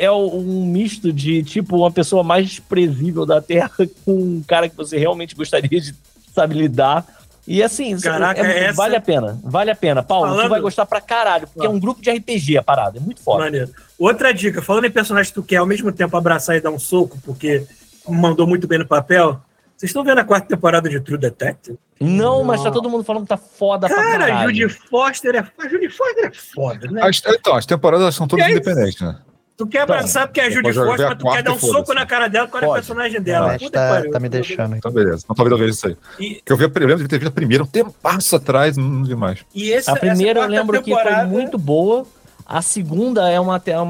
um misto de, tipo, uma pessoa mais desprezível da Terra com um cara que você realmente gostaria de, sabe, lidar. E assim, caraca, vale a pena. Paulo, tu vai gostar pra caralho, porque é um grupo de RPG a parada, é muito foda. Maneiro. Outra dica, falando em personagem que tu quer ao mesmo tempo abraçar e dar um soco, porque mandou muito bem no papel, vocês estão vendo a 4ª temporada de True Detective? Não, mas tá todo mundo falando que tá foda pra caralho. Cara, a Judy Foster é foda, né? Então, as temporadas são todas independentes, né? Tu quer abraçar porque é a Judy Foster, mas tu quer dar um soco na cara dela, qual é o personagem dela? Tá me deixando. Então, beleza. Então, talvez eu veja isso aí. Eu lembro de ter visto a primeira um tempo atrás, não vi mais. A primeira eu lembro que foi muito boa. A segunda é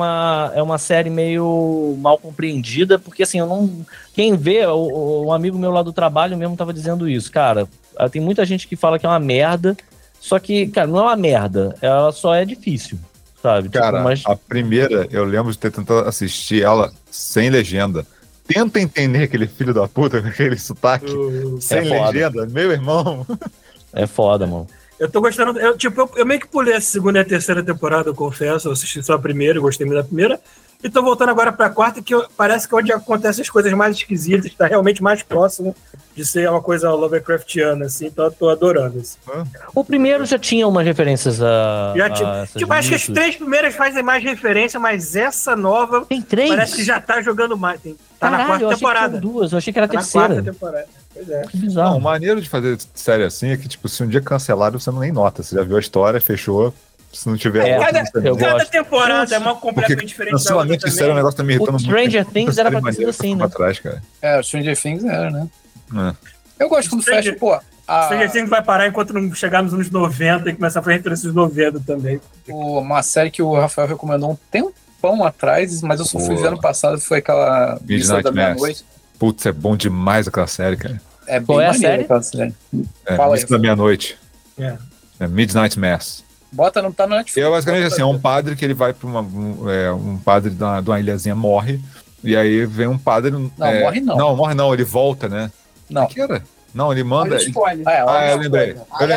uma série meio mal compreendida, porque assim, quem vê, um amigo meu lá do trabalho mesmo tava dizendo isso, cara, tem muita gente que fala que é uma merda, só que, cara, não é uma merda, ela só é difícil. Sabe? Cara, a primeira, eu lembro de ter tentado assistir ela sem legenda. Tenta entender aquele filho da puta com aquele sotaque sem legenda, meu irmão. É foda, mano. Eu tô gostando. Eu meio que pulei a 2ª e a 3ª temporada, eu confesso. Eu assisti só a primeira, eu gostei muito da primeira. E tô voltando agora pra 4ª, que parece que é onde acontecem as coisas mais esquisitas, tá realmente mais próximo de ser uma coisa Lovecraftiana, assim, então eu tô adorando isso. O primeiro já tinha umas referências a tipo, acho que as 3 primeiras fazem mais referência, mas essa nova tem 3? Parece que já tá jogando mais. Tá na 4ª temporada. Eu achei que era a terceira. Na 4ª temporada. Pois é. Que bizarro. Não, o maneiro de fazer série assim é que, tipo, se um dia cancelar, você nem nota. Você já viu a história, fechou. Se não tiver... Cada temporada é uma completamente diferente da outra também. Sério, o negócio tá me irritando muito. O Stranger Things era pra ser assim, né? Atrás, cara. O Stranger Things era, né? Eu gosto quando fecha, pô... Stranger Things vai parar enquanto não chegar nos anos 90 e começar a fazer referências dos 90 também. Uma série que o Rafael recomendou um tempão atrás, mas eu só fui ver ano passado, foi aquela Missa da Meia-Noite. Putz, é bom demais aquela série, cara. É bem maneiro aquela série. Missa da Meia-Noite. Midnight Mass. Não tá no Netflix. É basicamente assim, é um padre que ele vai pra um padre de uma ilhazinha morre, e aí vem um padre... morre não. Não, morre não, ele volta, né? Não. O que era? Não, ele manda... Eu lembrei.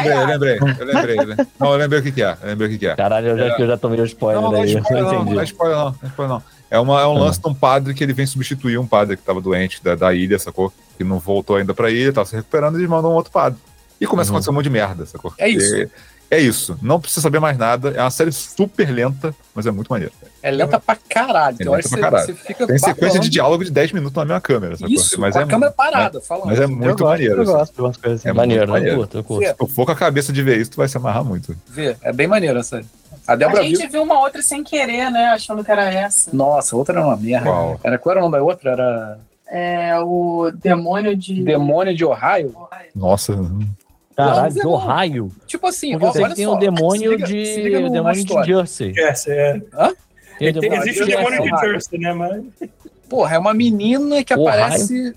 Não, eu lembrei o que é. Caralho, eu já tomei o spoiler daí. Não é spoiler não. É um lance de um padre que ele vem substituir um padre que tava doente da ilha, sacou? Que não voltou ainda pra ilha, tava se recuperando, e eles mandam um outro padre. E começa a acontecer um monte de merda, sacou? É isso. É isso. Não precisa saber mais nada. É uma série super lenta, mas é muito maneira. É lenta pra caralho. Você fica tem sequência de diálogo de 10 minutos na mesma câmera. Sacou? Isso, mas a câmera parada, falando. Mas é muito maneiro. Eu gosto de umas coisas assim. É maneiro, eu curto. Se tu for com a cabeça de ver isso, tu vai se amarrar muito. É bem maneiro essa série. A gente viu uma outra sem querer, né? Achando que era essa. Nossa, a outra era uma merda. Qual era o nome da outra? Era... o Demônio de Ohio. Nossa... Caralho, de Ohio. Tipo assim, olha tem o demônio de Jersey. Hã? Existe o demônio de Jersey, né? Mas... Porra, é uma menina que aparece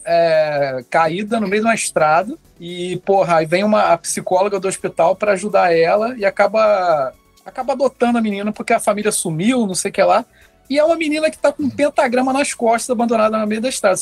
caída no meio de uma estrada e, porra, aí vem a psicóloga do hospital pra ajudar ela e acaba adotando a menina porque a família sumiu, não sei o que lá. E é uma menina que tá com um pentagrama nas costas, abandonada no meio da estrada.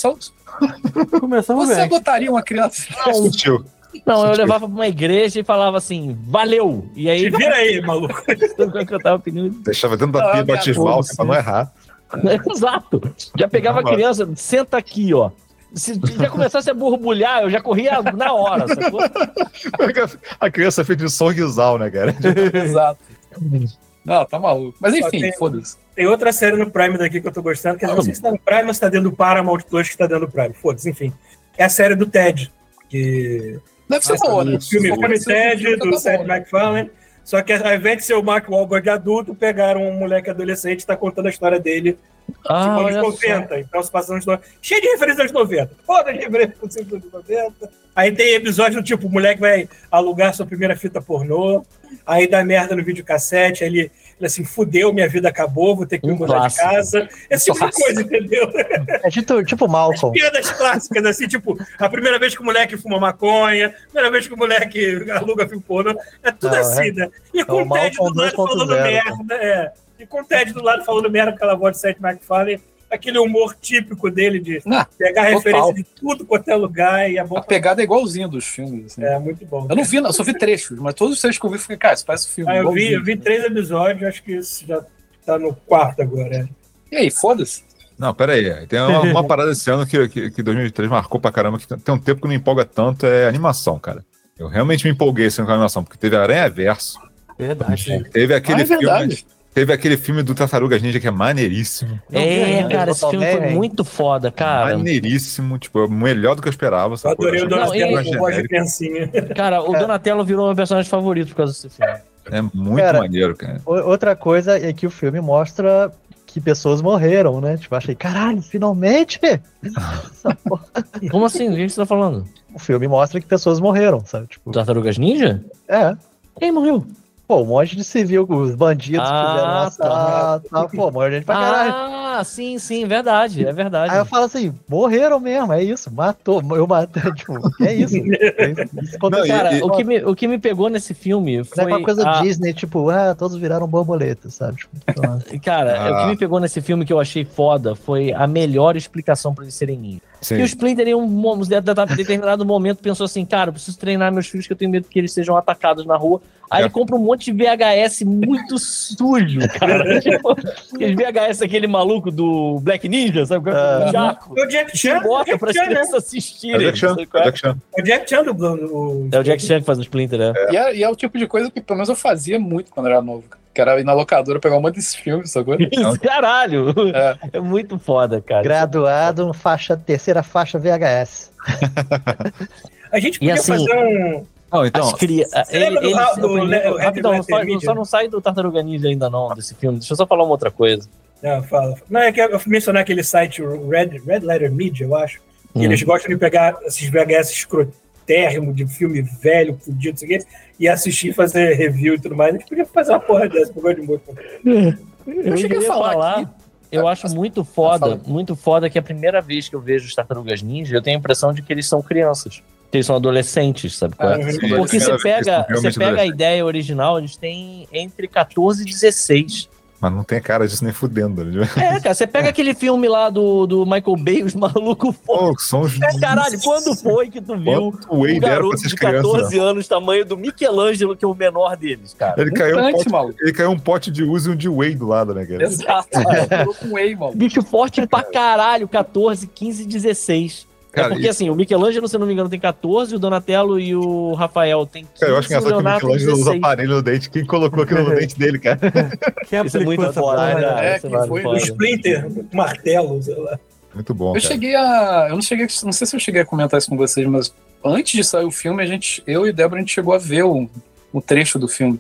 Você adotaria uma criança? Não, eu levava pra uma igreja e falava assim, valeu! E aí... Te vira aí, maluco! Eu tava pedindo... Deixava dentro da pia batismal, pra não errar. Exato! Já pegava a criança, senta aqui, ó. Se já começasse a borbulhar, eu já corria na hora, sacou? A criança fez de sorrisal, né, cara? Exato. Não, tá maluco. Mas enfim, foda-se. Tem outra série no Prime daqui que eu tô gostando, que eu não sei se tá no Prime ou se tá dentro do Paramount Plus que tá dentro do Prime. Foda-se, enfim. É a série do Ted. Que... Deve ser boa, né? O filme Ted, do Seth MacFarlane. Só que ao invés de ser o Mark Wahlberg adulto, pegaram um moleque adolescente e tá contando a história dele. Tipo, anos 90. Então se passa anos 90. Cheio de referências anos 90. Foda de referências anos 90. Aí tem episódio do tipo, o moleque vai alugar sua primeira fita pornô, aí dá merda no videocassete, aí ele assim, fudeu, minha vida acabou, vou ter que ir mudar de casa. Esse tipo de coisa, entendeu? É tipo Malcolm. As piadas clássicas, assim, tipo, a primeira vez que o moleque fuma maconha, a primeira vez que o moleque aluga filme pornô, é tudo assim, né? E com o Ted do lado falando merda, E com o Ted do lado falando merda com aquela voz de Seth MacFarlane, aquele humor típico dele de pegar referência de tudo quanto é lugar e a pegada é igualzinha dos filmes. Assim. É, muito bom. Eu não vi, eu só vi trechos, mas todos os trechos que eu vi, fiquei, cara, isso parece um filme. Eu vi 3 episódios, acho que isso já tá no 4º agora. E aí, foda-se? Não, pera aí. Tem uma parada esse ano que 2003 marcou pra caramba, que tem um tempo que não empolga tanto, é animação, cara. Eu realmente me empolguei esse ano com a animação, porque teve Aranhaverso. Verdade. Teve aquele filme... Teve aquele filme do Tartarugas Ninja que é maneiríssimo. Cara, esse filme foi muito foda, cara. Maneiríssimo, tipo, melhor do que eu esperava. Eu adorei o Donatello com voz de criancinha. Cara, o Donatello virou meu personagem favorito por causa desse filme. É muito maneiro, cara. Outra coisa é que o filme mostra que pessoas morreram, né? Tipo, achei, caralho, finalmente! Como assim? O que você tá falando? O filme mostra que pessoas morreram, sabe? Tipo... Tartarugas Ninja? É. Quem morreu? Pô, um monte de civil, os bandidos que fizeram assalto, pô, morreu gente pra caralho. Sim, verdade, é verdade. Aí eu falo assim, morreram mesmo, é isso, eu matei, tipo, é isso. Cara, o que me pegou nesse filme foi... É uma coisa Disney, tipo, todos viraram borboletas, sabe? Tipo, cara, o que me pegou nesse filme que eu achei foda foi a melhor explicação pra eles serem ninjas. E o Splinter em um determinado momento pensou assim, cara, eu preciso treinar meus filhos que eu tenho medo que eles sejam atacados na rua. Aí ele compra um monte de VHS muito sujo, cara. Tipo, aquele VHS, aquele maluco do Black Ninja, sabe? O Jaco. É o Jack Chan. Bota para as crianças assistirem. É o Jack Chan. É o Jack Chan É o Jack Chan que faz o Splinter, né? E é o tipo de coisa que pelo menos eu fazia muito quando era novo, cara. Que era ir na locadora pegar um monte desses filmes, sacou? Caralho! É muito foda, cara. Graduado, terceira faixa VHS. A gente podia fazer um... Não, então, rapidão, só não sai do Tartaruga Ninja ainda não, desse filme. Deixa eu só falar uma outra coisa. Não, fala. Não, é que eu mencionei aquele site, o Red Letter Media, eu acho, que eles gostam de pegar esses VHS escrotérrimo de filme velho, fudido, isso aqui, e assistir, fazer review e tudo mais. A gente podia fazer uma porra dessa, por gosto de música. Eu cheguei a falar aqui. Eu acho muito foda que a primeira vez que eu vejo os Tartarugas Ninja, eu tenho a impressão de que eles são crianças. Que eles são adolescentes, sabe qual é? Porque você pega a ideia original, eles têm entre 14 e 16. Mas não tem cara disso nem fudendo. Né? Cara, você pega aquele filme lá do Michael Bay, os malucos caralho, quando foi que tu viu um garoto de 14 anos, tamanho do Michelangelo, que é o menor deles, cara? Ele caiu um pote de uso e um de whey do lado, né, cara? Exato, falou com whey, mano. Bicho forte pra caralho, 14, 15, 16. Cara, porque assim, o Michelangelo, se eu não me engano, tem 14, o Donatello e o Rafael tem 15. Cara, eu acho que o Michelangelo usa aparelho no dente. Quem colocou aquilo no dente dele, cara? Isso é muito foda, né? O Splinter, o martelo, sei lá. Muito bom, não sei se eu cheguei a comentar isso com vocês, mas antes de sair o filme, eu e Débora, a gente chegou a ver um trecho do filme.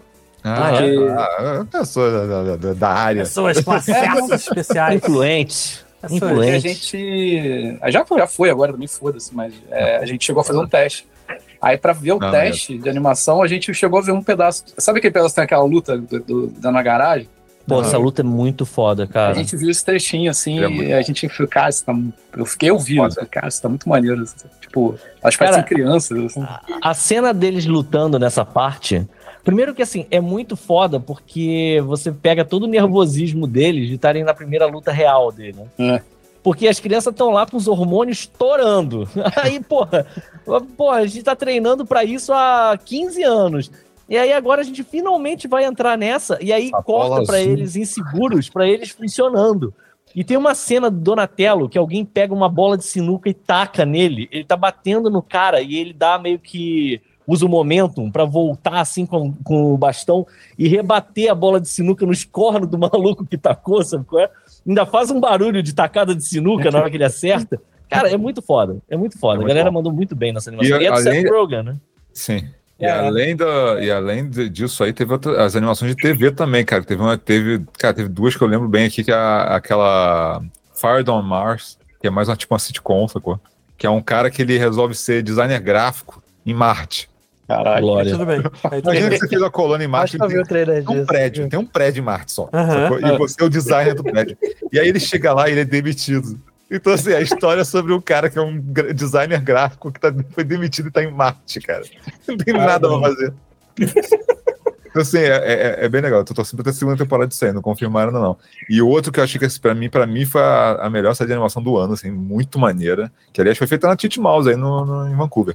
Pessoas da área. Pessoas com acessos especiais. Influentes. A gente. Já foi agora também, foda-se, mas a gente chegou a fazer um teste. Aí, pra ver o teste de animação, a gente chegou a ver um pedaço. Sabe aquele pedaço que tem aquela luta na garagem? Pô, essa luta é muito foda, cara. A gente viu esse trechinho assim, e a gente falou, cara, eu fiquei ouvindo, cara, isso tá muito maneiro. Tipo, acho que parecem crianças. Assim. A cena deles lutando nessa parte. Primeiro que, assim, é muito foda porque você pega todo o nervosismo deles de estarem na primeira luta real dele, né? Porque as crianças estão lá com os hormônios estourando. Aí, porra, a gente tá treinando pra isso há 15 anos. E aí agora a gente finalmente vai entrar nessa e aí corta pra eles inseguros, pra eles funcionando. E tem uma cena do Donatello que alguém pega uma bola de sinuca e taca nele. Ele tá batendo no cara e ele dá meio que... usa o momentum pra voltar assim com o bastão e rebater a bola de sinuca nos cornos do maluco que tacou, sabe qual é? Ainda faz um barulho de tacada de sinuca na hora que ele acerta. Cara, é muito foda. É muito foda. A galera mandou muito bem nessa animação. E é do Seth Rogen, né? Sim. E além disso aí, teve as animações de TV também, cara. Teve duas que eu lembro bem aqui, que é aquela Fired on Mars, que é mais uma sitcom, sacou? Que é um cara que ele resolve ser designer gráfico em Marte. Caralho, glória. Tudo bem. Imagina que você fez uma colônia em Marte, tem um prédio em Marte só. E você é o designer do prédio. E aí ele chega lá e ele é demitido. Então, assim, a história é sobre um cara que é um designer gráfico que foi demitido e tá em Marte, cara. Não tem nada pra fazer. Então, assim, é bem legal. Eu tô torcendo pra ter a segunda temporada disso aí, não confirmaram ainda não. E o outro que eu achei que, pra mim foi a melhor série de animação do ano, assim, muito maneira, que aliás foi feita na Titmouse aí em Vancouver.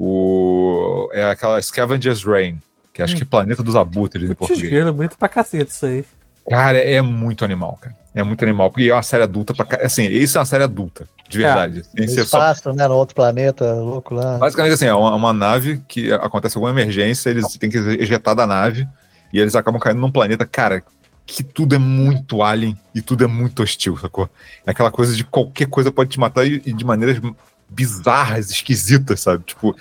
É aquela Scavenger's Reign, que acho que é Planeta dos Abutres em português. É muito pra cacete isso aí. Cara, é muito animal, cara. É muito animal, porque é uma série adulta assim, isso é uma série adulta, de verdade. No espaço, né, no outro planeta, louco lá. Basicamente, assim, é uma nave que acontece alguma emergência, eles têm que ejetar da nave, e eles acabam caindo num planeta, cara, que tudo é muito alien e tudo é muito hostil, sacou? É aquela coisa de qualquer coisa pode te matar e de maneiras bizarras, esquisitas, sabe? Tipo,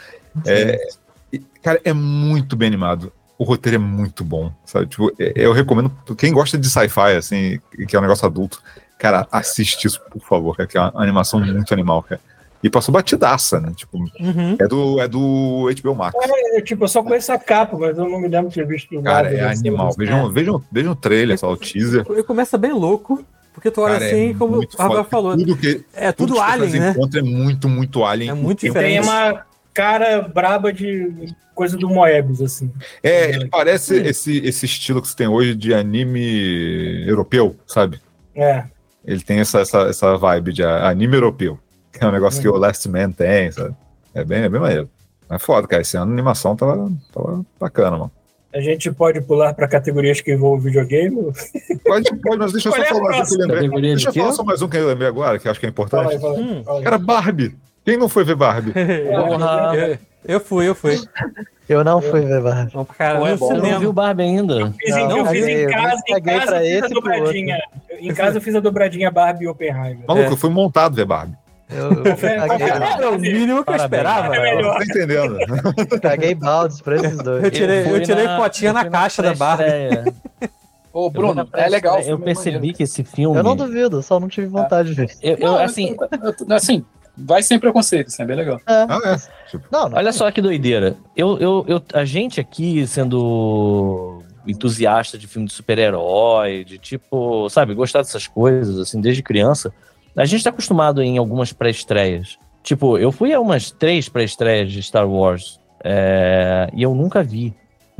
cara, é muito bem animado. O roteiro é muito bom, sabe? Tipo, eu recomendo, quem gosta de sci-fi, assim, que é um negócio adulto, cara, assiste isso, por favor, cara, que é uma animação muito animal, cara. E passou batidaça, né? Tipo, é do HBO Max. Eu só conheço a capa, mas eu não me lembro de ter visto nada. Cara, é animal. Vejam o trailer, só o teaser. Ele começa bem louco, porque tu olha assim, como o Rafa falou. Tudo alien, né? É muito, muito alien. É muito diferente. Tem uma cara braba de coisa do Moebius, assim. Ele parece esse estilo que você tem hoje de anime europeu, sabe? Ele tem essa vibe de anime europeu. Que é um negócio que o Last Man tem, sabe? É bem maneiro. Mas foda, cara. Esse ano a animação tava bacana, mano. A gente pode pular para categorias que envolvem videogame? Pode, mas deixa eu só falar mais um que eu lembrei. Deixa eu falar só mais um que eu lembrei agora, que eu acho que é importante. Fala aí. Cara, Barbie. Quem não foi ver Barbie? Eu fui. Eu não fui ver Barbie. Eu não vi o Barbie ainda. Eu fiz em casa, eu fiz a dobradinha. Em casa eu fiz a dobradinha Barbie e Oppenheimer. Maluco, eu fui montado ver Barbie. Era o mínimo que eu esperava. Não tô entendendo. Caguei baldes pra esses dois. Eu tirei fotinha na caixa da Barbie. Ô, Bruno, é legal. Eu percebi que esse filme... Eu não duvido, só não tive vontade de ver. Assim, vai sem preconceito, isso é bem legal. Não, olha só que doideira. A gente aqui, sendo entusiasta de filme de super-herói, de tipo, sabe, gostar dessas coisas, assim, desde criança, a gente tá acostumado em algumas pré-estreias. Tipo, eu fui a umas 3 pré-estreias de Star Wars e eu nunca vi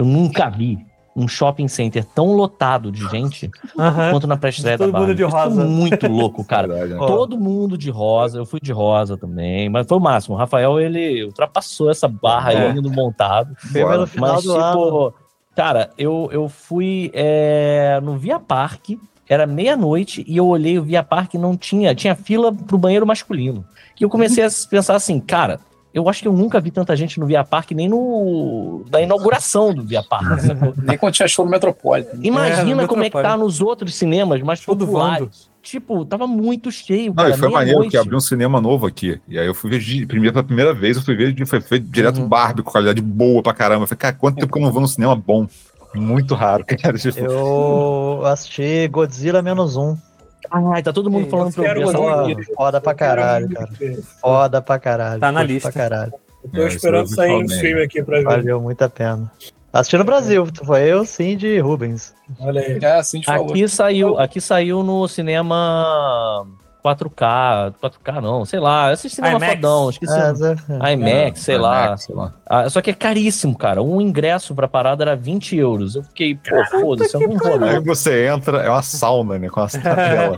um shopping center tão lotado de gente quanto na pré-estreia da Barbie. Todo mundo de rosa. Muito louco, cara. Todo mundo de rosa. Eu fui de rosa também, mas foi o máximo. O Rafael, ele ultrapassou essa barra aí indo montado. No final mas, do ano. Cara, eu fui no Via Parque. Era meia-noite e eu olhei o Via Parque e não tinha fila pro banheiro masculino. E eu comecei a pensar assim, cara, eu acho que eu nunca vi tanta gente no Via Parque, nem na inauguração do Via Parque. Nem quando tinha show no Metropolitan. Imagina como é que tá nos outros cinemas, mas populares. Tipo, tava muito cheio. Não, e foi maneiro que abriu um cinema novo aqui. E aí eu fui ver pela primeira vez, foi feito direto Barbie, com qualidade boa pra caramba. Eu falei, cara, quanto tempo que eu não vou no cinema bom? Muito raro, cara. Eu assisti Godzilla -1. Ai, tá todo mundo falando pra eu ver. Foda pra caralho, cara. Foda pra caralho. Tá na lista. Pra caralho. Eu tô esperando sair um filme aqui pra ver. Valeu muito a pena. Assisti no Brasil, foi eu, Cindy Rubens. Olha aí. Cindy falou. Aqui saiu no cinema 4K não, sei lá, esse cinema fodão, esqueci. IMAX, sei lá. Só que é caríssimo, cara. Um ingresso pra parada era 20 euros. Eu fiquei, foda-se, eu não vou não. Aí você entra, é uma sauna, né, com a tela.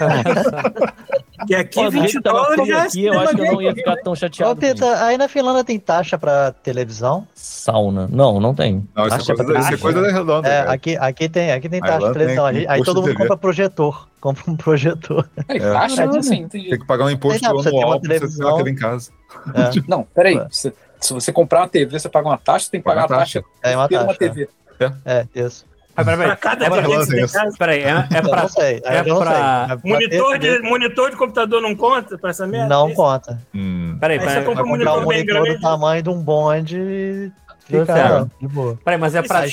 E aqui $20 já aqui, eu acho que eu não ia ficar tão chateado. Aí na Finlândia tem taxa pra televisão? Sauna. Não tem. Não, isso é coisa da redonda. Aqui tem taxa pra televisão. Aí todo mundo compra projetor. compra um projetor. Taxa? Assim, tem que pagar um imposto anual pra você ter aquilo em casa. Não, peraí. Se você comprar uma TV, você paga uma taxa, você tem que pagar uma taxa por ter uma TV. Isso. Pra cada TV que você tem casa. Peraí, não sei. Monitor de computador não conta pra essa merda? Não conta. Peraí, você compra um monitor bem grande do tamanho de um bonde. Fica de boa. Peraí, mas é pra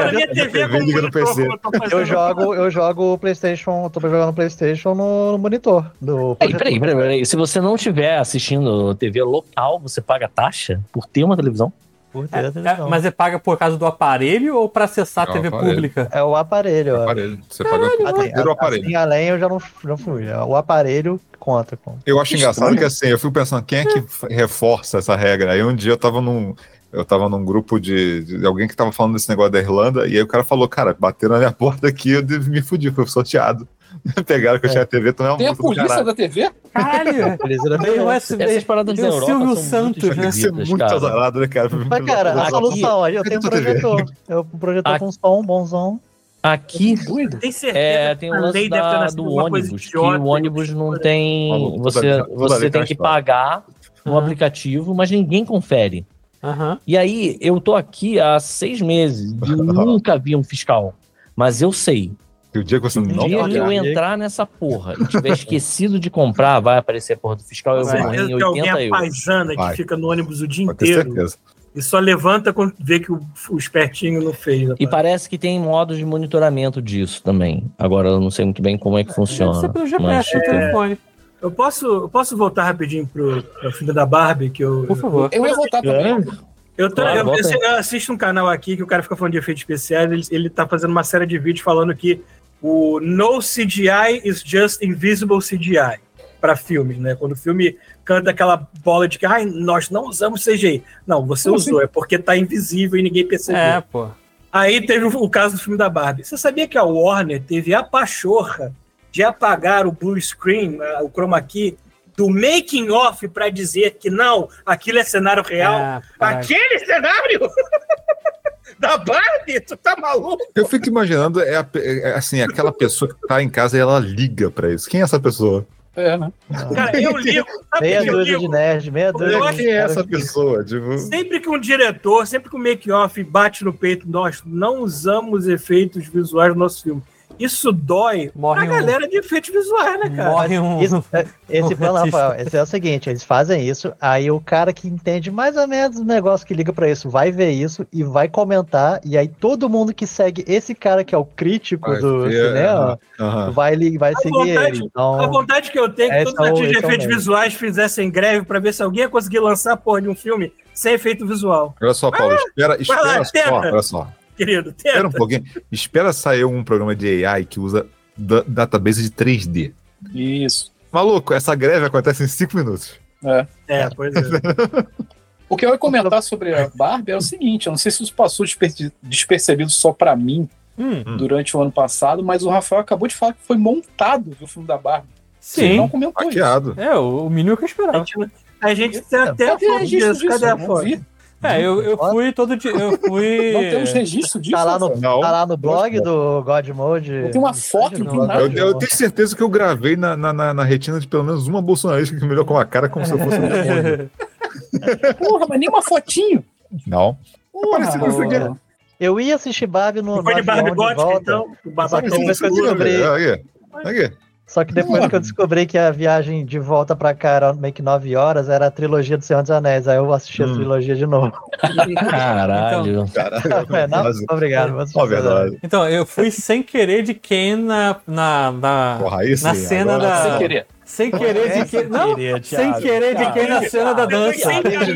ter... Eu jogo o PlayStation, tô jogando PlayStation no monitor. Peraí. Se você não estiver assistindo TV local, você paga taxa por ter uma televisão? Mas você paga por causa do aparelho ou pra acessar a TV pública? É o aparelho. Você paga por o aparelho. Assim, além eu já não fui. O aparelho conta. Eu acho engraçado que assim, eu fico pensando, quem é que reforça essa regra? Aí um dia eu tava num grupo de alguém que tava falando desse negócio da Irlanda, e aí o cara falou, cara, bateram na minha porta aqui, eu me fudi, fui sorteado. Pegaram que eu tinha a TV, tomei uma multa. Tem a polícia da TV? Caralho! Essas paradas da Europa Silvio Santos, né? Tem que ser muito azarado, né, cara? Mas, cara, a solução, eu tenho um projetor. Um projetor com som, bonzão. Aqui tem certeza tem o lance do ônibus, que o ônibus não tem... Você tem que pagar no aplicativo, mas ninguém confere. E aí, eu tô aqui há 6 meses e eu nunca vi um fiscal, mas eu sei. O dia que você não que eu entrar nessa porra e tiver esquecido de comprar, vai aparecer a porra do fiscal, eu vou morrer em 80 euros. Tem alguém paisana que fica no ônibus o dia inteiro e só levanta quando vê que o espertinho não fez. E parece que tem modos de monitoramento disso também. Agora eu não sei muito bem como é que funciona. Eu posso voltar rapidinho pro filme da Barbie? Por favor. Eu ia voltar também. Eu assisto um canal aqui que o cara fica falando de efeitos especiais, ele tá fazendo uma série de vídeos falando que o no CGI is just invisible CGI para filmes, né? Quando o filme canta aquela bola de que nós não usamos CGI. Não, você usou, é porque tá invisível e ninguém percebeu. Pô. Aí teve o caso do filme da Barbie. Você sabia que a Warner teve a pachorra de apagar o blue screen, o chroma key, do making off para dizer que não, aquilo é cenário real? Aquele cenário da Barbie? Tu tá maluco? Eu fico imaginando, assim, aquela pessoa que tá em casa e ela liga pra isso. Quem é essa pessoa? Né? Cara, eu ligo. Meia dúzia de nerd, Quem é essa pessoa? Tipo... Sempre que um diretor, sempre que o make-off bate no peito, nós não usamos efeitos visuais no nosso filme. Isso dói pra galera de efeitos visuais, né, cara? Esse plano, Rafael, esse é o seguinte, eles fazem isso, aí o cara que entende mais ou menos o negócio que liga pra isso vai ver isso e vai comentar, e aí todo mundo que segue esse cara que é o crítico do cinema vai seguir ele. Então, a vontade que eu tenho é que todos os artistas de efeitos visuais fizessem greve pra ver se alguém ia conseguir lançar a porra de um filme sem efeito visual. Olha só, Paulo, espera só, olha só. Querido, espera um pouquinho. Espera sair um programa de AI que usa database de 3D. Isso. Maluco, essa greve acontece em 5 minutos. Pois é. O que eu ia comentar sobre a Barbie é o seguinte, eu não sei se isso passou despercebido só pra mim durante o ano passado, mas o Rafael acabou de falar que foi montado o filme da Barbie. Sim. Ele não comentou Maquiado. isso. O mínimo que eu esperava. A gente tem até a foto disso. Cadê a foto? Eu fui todo dia. Não temos registro disso. Tá lá no blog do God Mode. Tem uma foto do nada. Eu tenho certeza que eu gravei na retina de pelo menos uma bolsonarista que me olhou com a cara como se eu fosse Porra, mas nem uma fotinho. Não. Eu ia assistir Barbie no Foi de Barbie gótica, então? Só que depois que eu descobri... Só que depois que eu descobri que a viagem de volta pra cá era meio que 9 horas, era a trilogia do Senhor dos Anéis. Aí eu assisti a trilogia de novo. Caralho. Obrigado. Então, eu fui sem querer de Ken na cena da... Sem querer. Sem querer de quem. Não, sem querer de quem na cena da dança.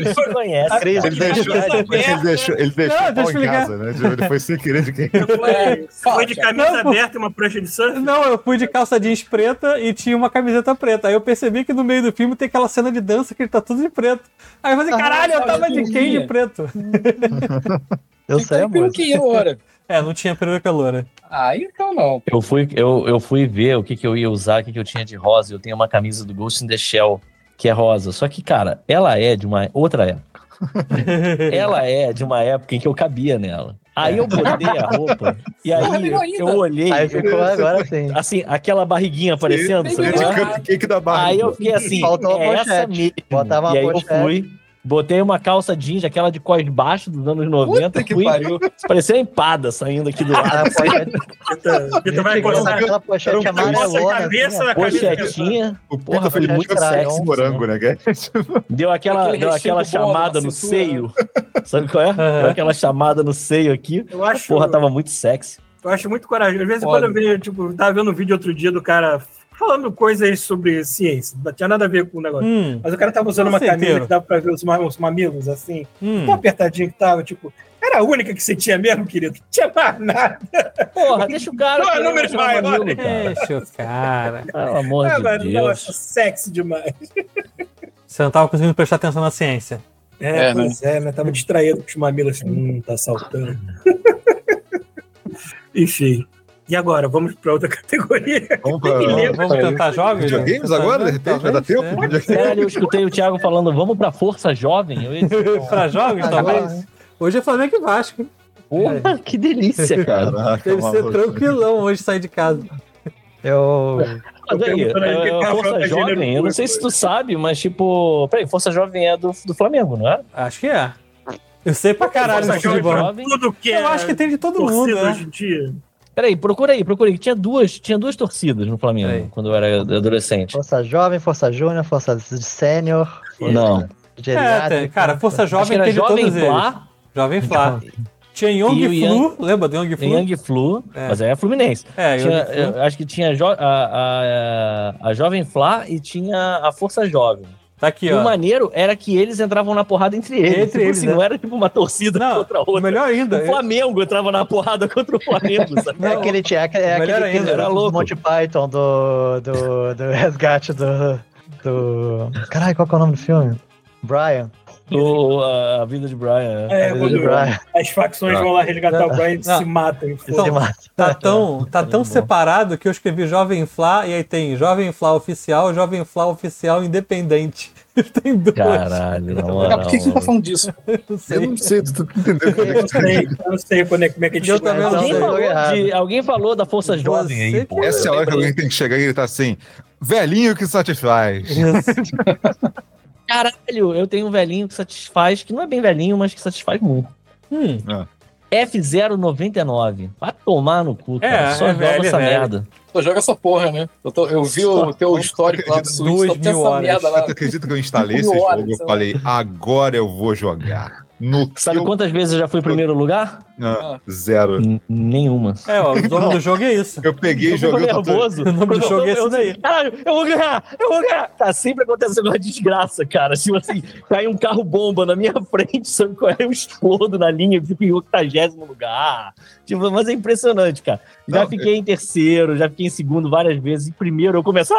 Ele deixou pau em casa, né? Ele foi sem querer de quem. Foi de camisa aberta e uma prancha de surf? Não, eu fui de calça jeans preta e tinha uma camiseta preta. Aí eu percebi que no meio do filme tem aquela cena de dança que ele tá tudo de preto. Aí eu falei, caralho, eu tava de quem de preto? Eu sei, amor. Não tinha peruca loura. Então não. Eu fui ver o que eu ia usar, o que eu tinha de rosa. Eu tenho uma camisa do Ghost in the Shell, que é rosa. Só que, cara, ela é de uma outra época. Ela é de uma época em que eu cabia nela. Aí eu botei a roupa e aí eu olhei. Aí ficou agora sim. Assim, aquela barriguinha aparecendo. Aí eu fiquei assim, faltou a essa mesmo. Botava uma e aí pochete. eu fui, botei uma calça jeans, aquela de cós baixo dos anos 90. Que pariu. Parecia uma empada saindo aqui do lado. Tu vai encostar aquela pochete amarelona. Pochetinha. Porra, foi muito sexy. Morango, né? Deu aquela chamada no seio. Sabe qual é? Deu aquela chamada no seio aqui. Porra, tava muito sexy. Eu acho muito corajoso. Às vezes quando eu vejo, tipo, tava vendo um vídeo outro dia do cara falando coisas sobre ciência. Não tinha nada a ver com o negócio. Mas o cara tava usando uma camisa que dava pra ver os mamilos, assim. Tão apertadinho que tava, tipo... Era a única que você tinha mesmo, querido? Não tinha mais nada. Porra, deixa o cara... números maiores. Deixa o cara. Pelo amor de Deus. Nossa, sexy demais. Você não tava conseguindo prestar atenção na ciência. Mas tava distraído com os mamilos assim, tá saltando. Enfim. E agora, vamos para outra categoria. Vamos tentar jovens? Videogames agora, de repente? Vai dar tempo? Sério, eu escutei o Thiago falando, vamos pra Força Jovem. Pra jovens, talvez? Hoje é Flamengo e Vasco. Porra, que delícia, cara. Caraca, deve ser tranquilão hoje sair de casa. Mas aí, Força Jovem, eu não sei se tu sabe, mas tipo... Peraí, Força Jovem é do Flamengo, não é? Acho que é. Eu sei pra caralho de futebol. Tudo que eu acho que tem de todo mundo, né? Hoje em dia. Peraí, procura aí. Tinha duas torcidas no Flamengo, quando eu era adolescente. Força Jovem, Força Júnior, Força Sênior. Não. Cara, Força Jovem tem de todos eles. Jovem Flá. Tinha Young Flu, lembra do Young Flu? Young Flu, mas aí é Fluminense. Acho que tinha a Jovem Flá e tinha a Força Jovem. Tá aqui, ó. O maneiro era que eles entravam na porrada entre eles. Assim, não era tipo uma torcida contra outra. Melhor ainda. O Flamengo entrava na porrada contra o Flamengo, sabe? É aquele era louco. Monty Python do resgate do... Caralho, qual que é o nome do filme? Brian. A vida de Brian. As facções vão lá resgatar o Brian e se matam. Tá tão separado que eu escrevi Jovem Flá e aí tem Jovem Flá Oficial, Jovem Flá Oficial Independente. Tem dois. Caralho, não. Por que você tá falando disso? Eu não sei, tu entendeu? Eu não sei como é que a gente Alguém falou da Força Jovem aí. Essa é a hora que alguém tem que chegar e gritar assim: velhinho que satisfaz. Caralho, eu tenho um velhinho que satisfaz, que não é bem velhinho, mas que satisfaz muito. F099. Vai tomar no cu, cara. Só joga essa merda. Só joga essa porra, né? Eu vi o teu histórico lá do Switch, só tem essa merda lá. Tu acredita que eu instalei esse jogo e eu falei, agora eu vou jogar. Sabe quantas vezes eu já fui em primeiro lugar? Zero. Nenhuma. O nome do jogo é isso. Eu peguei e joguei. Nervoso. O nome do jogo é esse daí. Caralho, eu vou ganhar. Tá, sempre acontece uma desgraça, cara. Tipo assim, cai um carro bomba na minha frente, sabe qual é? Eu explodo na linha, fico em 80º lugar. Tipo, mas é impressionante, cara. Já fiquei em terceiro, já fiquei em segundo várias vezes. Em primeiro eu começo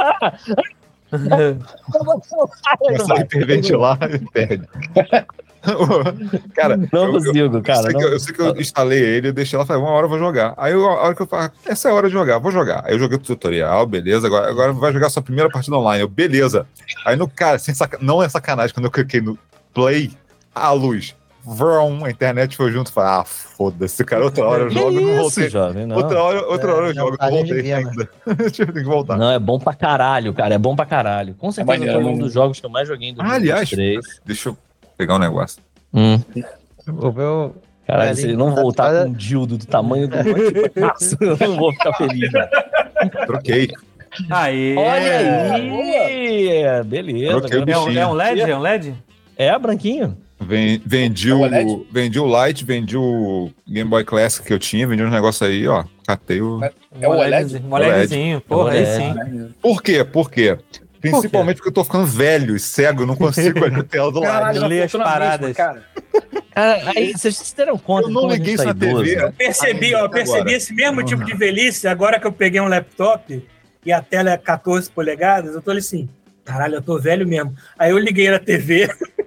começar a hiperventilar e perde. Cara, não consigo, cara. Eu sei que eu instalei ele, eu deixei lá e falei, uma hora eu vou jogar. Aí a hora que eu falei, essa é a hora de jogar, vou jogar. Aí eu joguei o tutorial, beleza, agora vai jogar sua primeira partida online. Eu, beleza. Aí no cara, não é sacanagem, quando eu cliquei no play, a luz. A internet foi junto e falei, foda-se, cara, outra hora eu jogo e não voltei. Jovem, não. Outra hora eu jogo, não voltei ainda. Tive que voltar. Não, é bom pra caralho, cara, é bom pra caralho. Com certeza foi um dos jogos que eu mais joguei em 2023. Aliás, deixa eu pegar um negócio. Caralho, se ele não voltar com um dildo do tamanho do antepasso, eu não vou ficar feliz. Né? Troquei. Aí. Olha aí! Beleza. É um LED? É um LED? É, branquinho. Vendi o Lite, vendi o Game Boy Classic que eu tinha, vendi uns negócios aí, ó. Catei o... É o OLED? Um OLEDzinho, porra, aí sim. Por quê? Principalmente porque eu tô ficando velho e cego, não consigo olhar a tela do lado. Ler as paradas. Cara, aí vocês se deram conta. Eu não liguei isso na TV. Eu percebi esse mesmo tipo de velhice agora que eu peguei um laptop e a tela é 14 polegadas, eu tô ali assim, caralho, eu tô velho mesmo. Aí eu liguei na TV.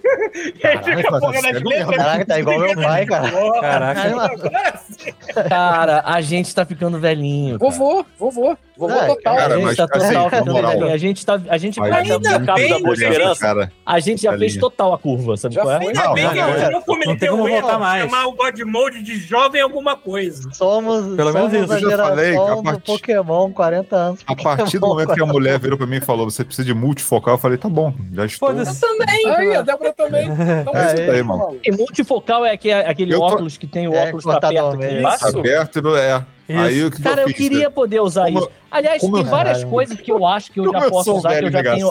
Caraca, tá igual meu pai, cara. Caraca. Cara, a gente tá ficando velhinho. Vovô. Vovô total. Cara, mas, tá total, assim, moral, a gente tá. A gente ainda no cabo da boa esperança. A gente já fez total a curva, sabe qual é? Ainda bem que a gente não cometeu o erro mais. chamar o God Mode de jovem alguma coisa. Somos pelo menos isso. A geração do Pokémon, 40 anos. A partir do momento que a mulher virou pra mim e falou, você precisa de multifocal, eu falei, tá bom, já estou. Eu também. Aí, a Débora também. Aí, mano. E multifocal é aquele óculos que tem o óculos pra perto aqui embaixo? Aberto, Aí, cara, eu queria poder usar isso. Aliás, tem várias coisas que eu acho que eu já posso usar, que eu já tenho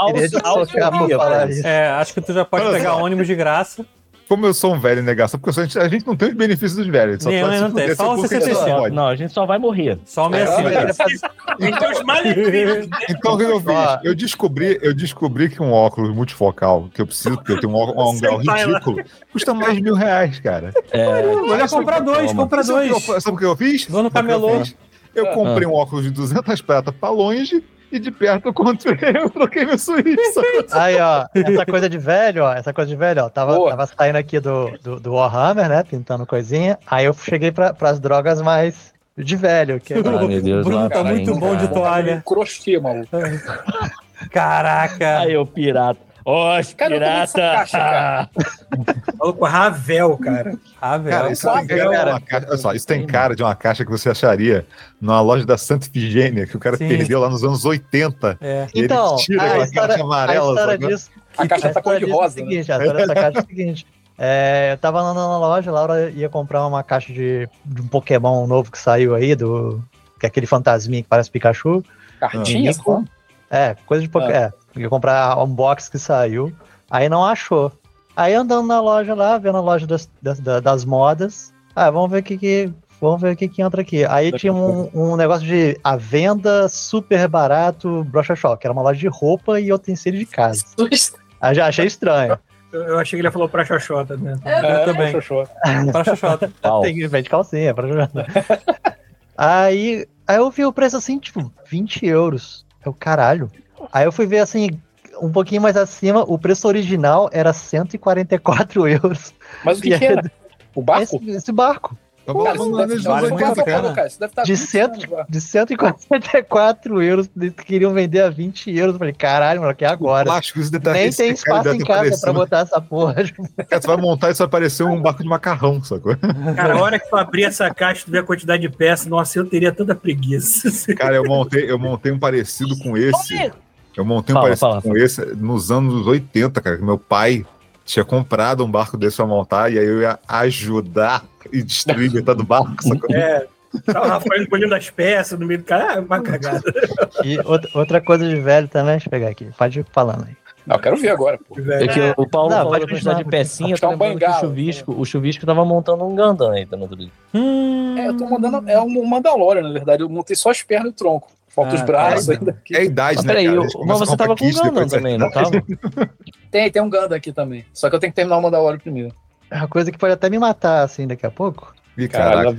acho que tu já pode pegar ônibus de graça. Como eu sou um velho em negação, porque a gente não tem os benefícios dos velhos. Só não tem, só o 65. Não, a gente só vai morrer. Só o 65. Então os malefícios. Então o que eu fiz? Eu descobri que um óculos multifocal, que eu preciso, porque eu tenho um grau ridículo, custa mais de R$1.000, cara. Olha, compra dois. Sabe o que eu fiz? Vou no camelô. Eu comprei um óculos de 200 pratas pra longe, e de perto eu troquei meu Switch. Aí, ó, essa coisa de velho, tava saindo aqui do Warhammer, né, pintando coisinha, aí eu cheguei pras drogas mais de velho. Que meu Deus, Bruno tá muito bom de toalha. Crochê, maluco. Caraca. Aí, o pirata. Pirata! Maluco, Ravel, cara. Cara, isso tem cara de uma caixa que você acharia numa loja da Santa Ifigênia, que o cara perdeu lá nos anos 80. E então, ele tira a caixa amarela. A caixa tá cor de rosa. A história dessa caixa é o seguinte. Eu tava lá na loja, a Laura ia comprar uma caixa de um Pokémon novo que saiu aí, que é aquele fantasminha que parece Pikachu. Cartinha? Coisa de Pokémon. Ia comprar um box que saiu, aí não achou. Aí andando na loja lá, vendo a loja das modas, vamos ver o que entra aqui. Aí tinha um negócio de a venda super barato, Brocha Shop, que era uma loja de roupa e utensílio de casa. Aí já achei estranho. Eu achei que ele falou pra Xoxota, né? Eu também. Pra Xoxota. Tem vende calcinha, pra Xoxota. Aí eu vi o preço assim, tipo, 20 euros. Eu, caralho. Aí eu fui ver assim, um pouquinho mais acima, o preço original era 144 euros. Mas o que era? O barco? Esse barco. De 144 euros, queriam vender a 20 euros. Eu falei, caralho, mano, que é agora? Nem tem espaço em casa pra botar essa porra. Você vai montar e isso vai parecer um barco de macarrão, sacou? Cara, a hora que tu abrir essa caixa e ver a quantidade de peças, nossa, eu teria tanta preguiça. Cara, eu montei um parecido com esse. Com esse nos anos 80, cara, que meu pai tinha comprado um barco desse pra montar, e aí eu ia ajudar e destruir metade do barco. Tá o Rafael engolindo as peças no meio do cara, uma cagada. E outra coisa de velho também, deixa eu pegar aqui, pode ir falando aí. Não, eu quero ver agora, pô. É que o Paulo falou da quantidade de pecinha, eu tô lembrando que o Chuvisco tava montando um Gundam aí no outro dia. Eu tô mandando, um Mandalorian, na verdade, eu montei só as pernas e o tronco. Falta os braços ainda. É a idade, né, cara? Mas você tava com um Gundam também, não tava? Tem um Gundam aqui também. Só que eu tenho que terminar o Mandalorian primeiro. É uma coisa que pode até me matar, assim, daqui a pouco. Caralho,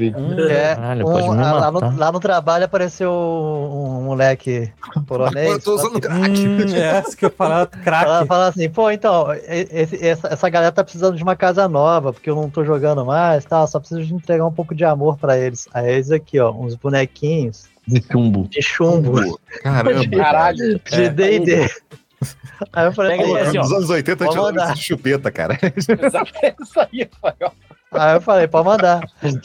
lá no trabalho apareceu um moleque polonês. Eu tô usando crack. Isso que eu falava, crack. Ela fala assim, pô, então, essa galera tá precisando de uma casa nova, porque eu não tô jogando mais, tá? Só preciso de entregar um pouco de amor pra eles. Aí eles aqui, ó, uns bonequinhos. De chumbo. Caramba. Caralho. De D&D. Aí eu falei, nos anos 80 tinha de chupeta, cara. Isso aí, Rafael. Aí eu falei, pode mandar.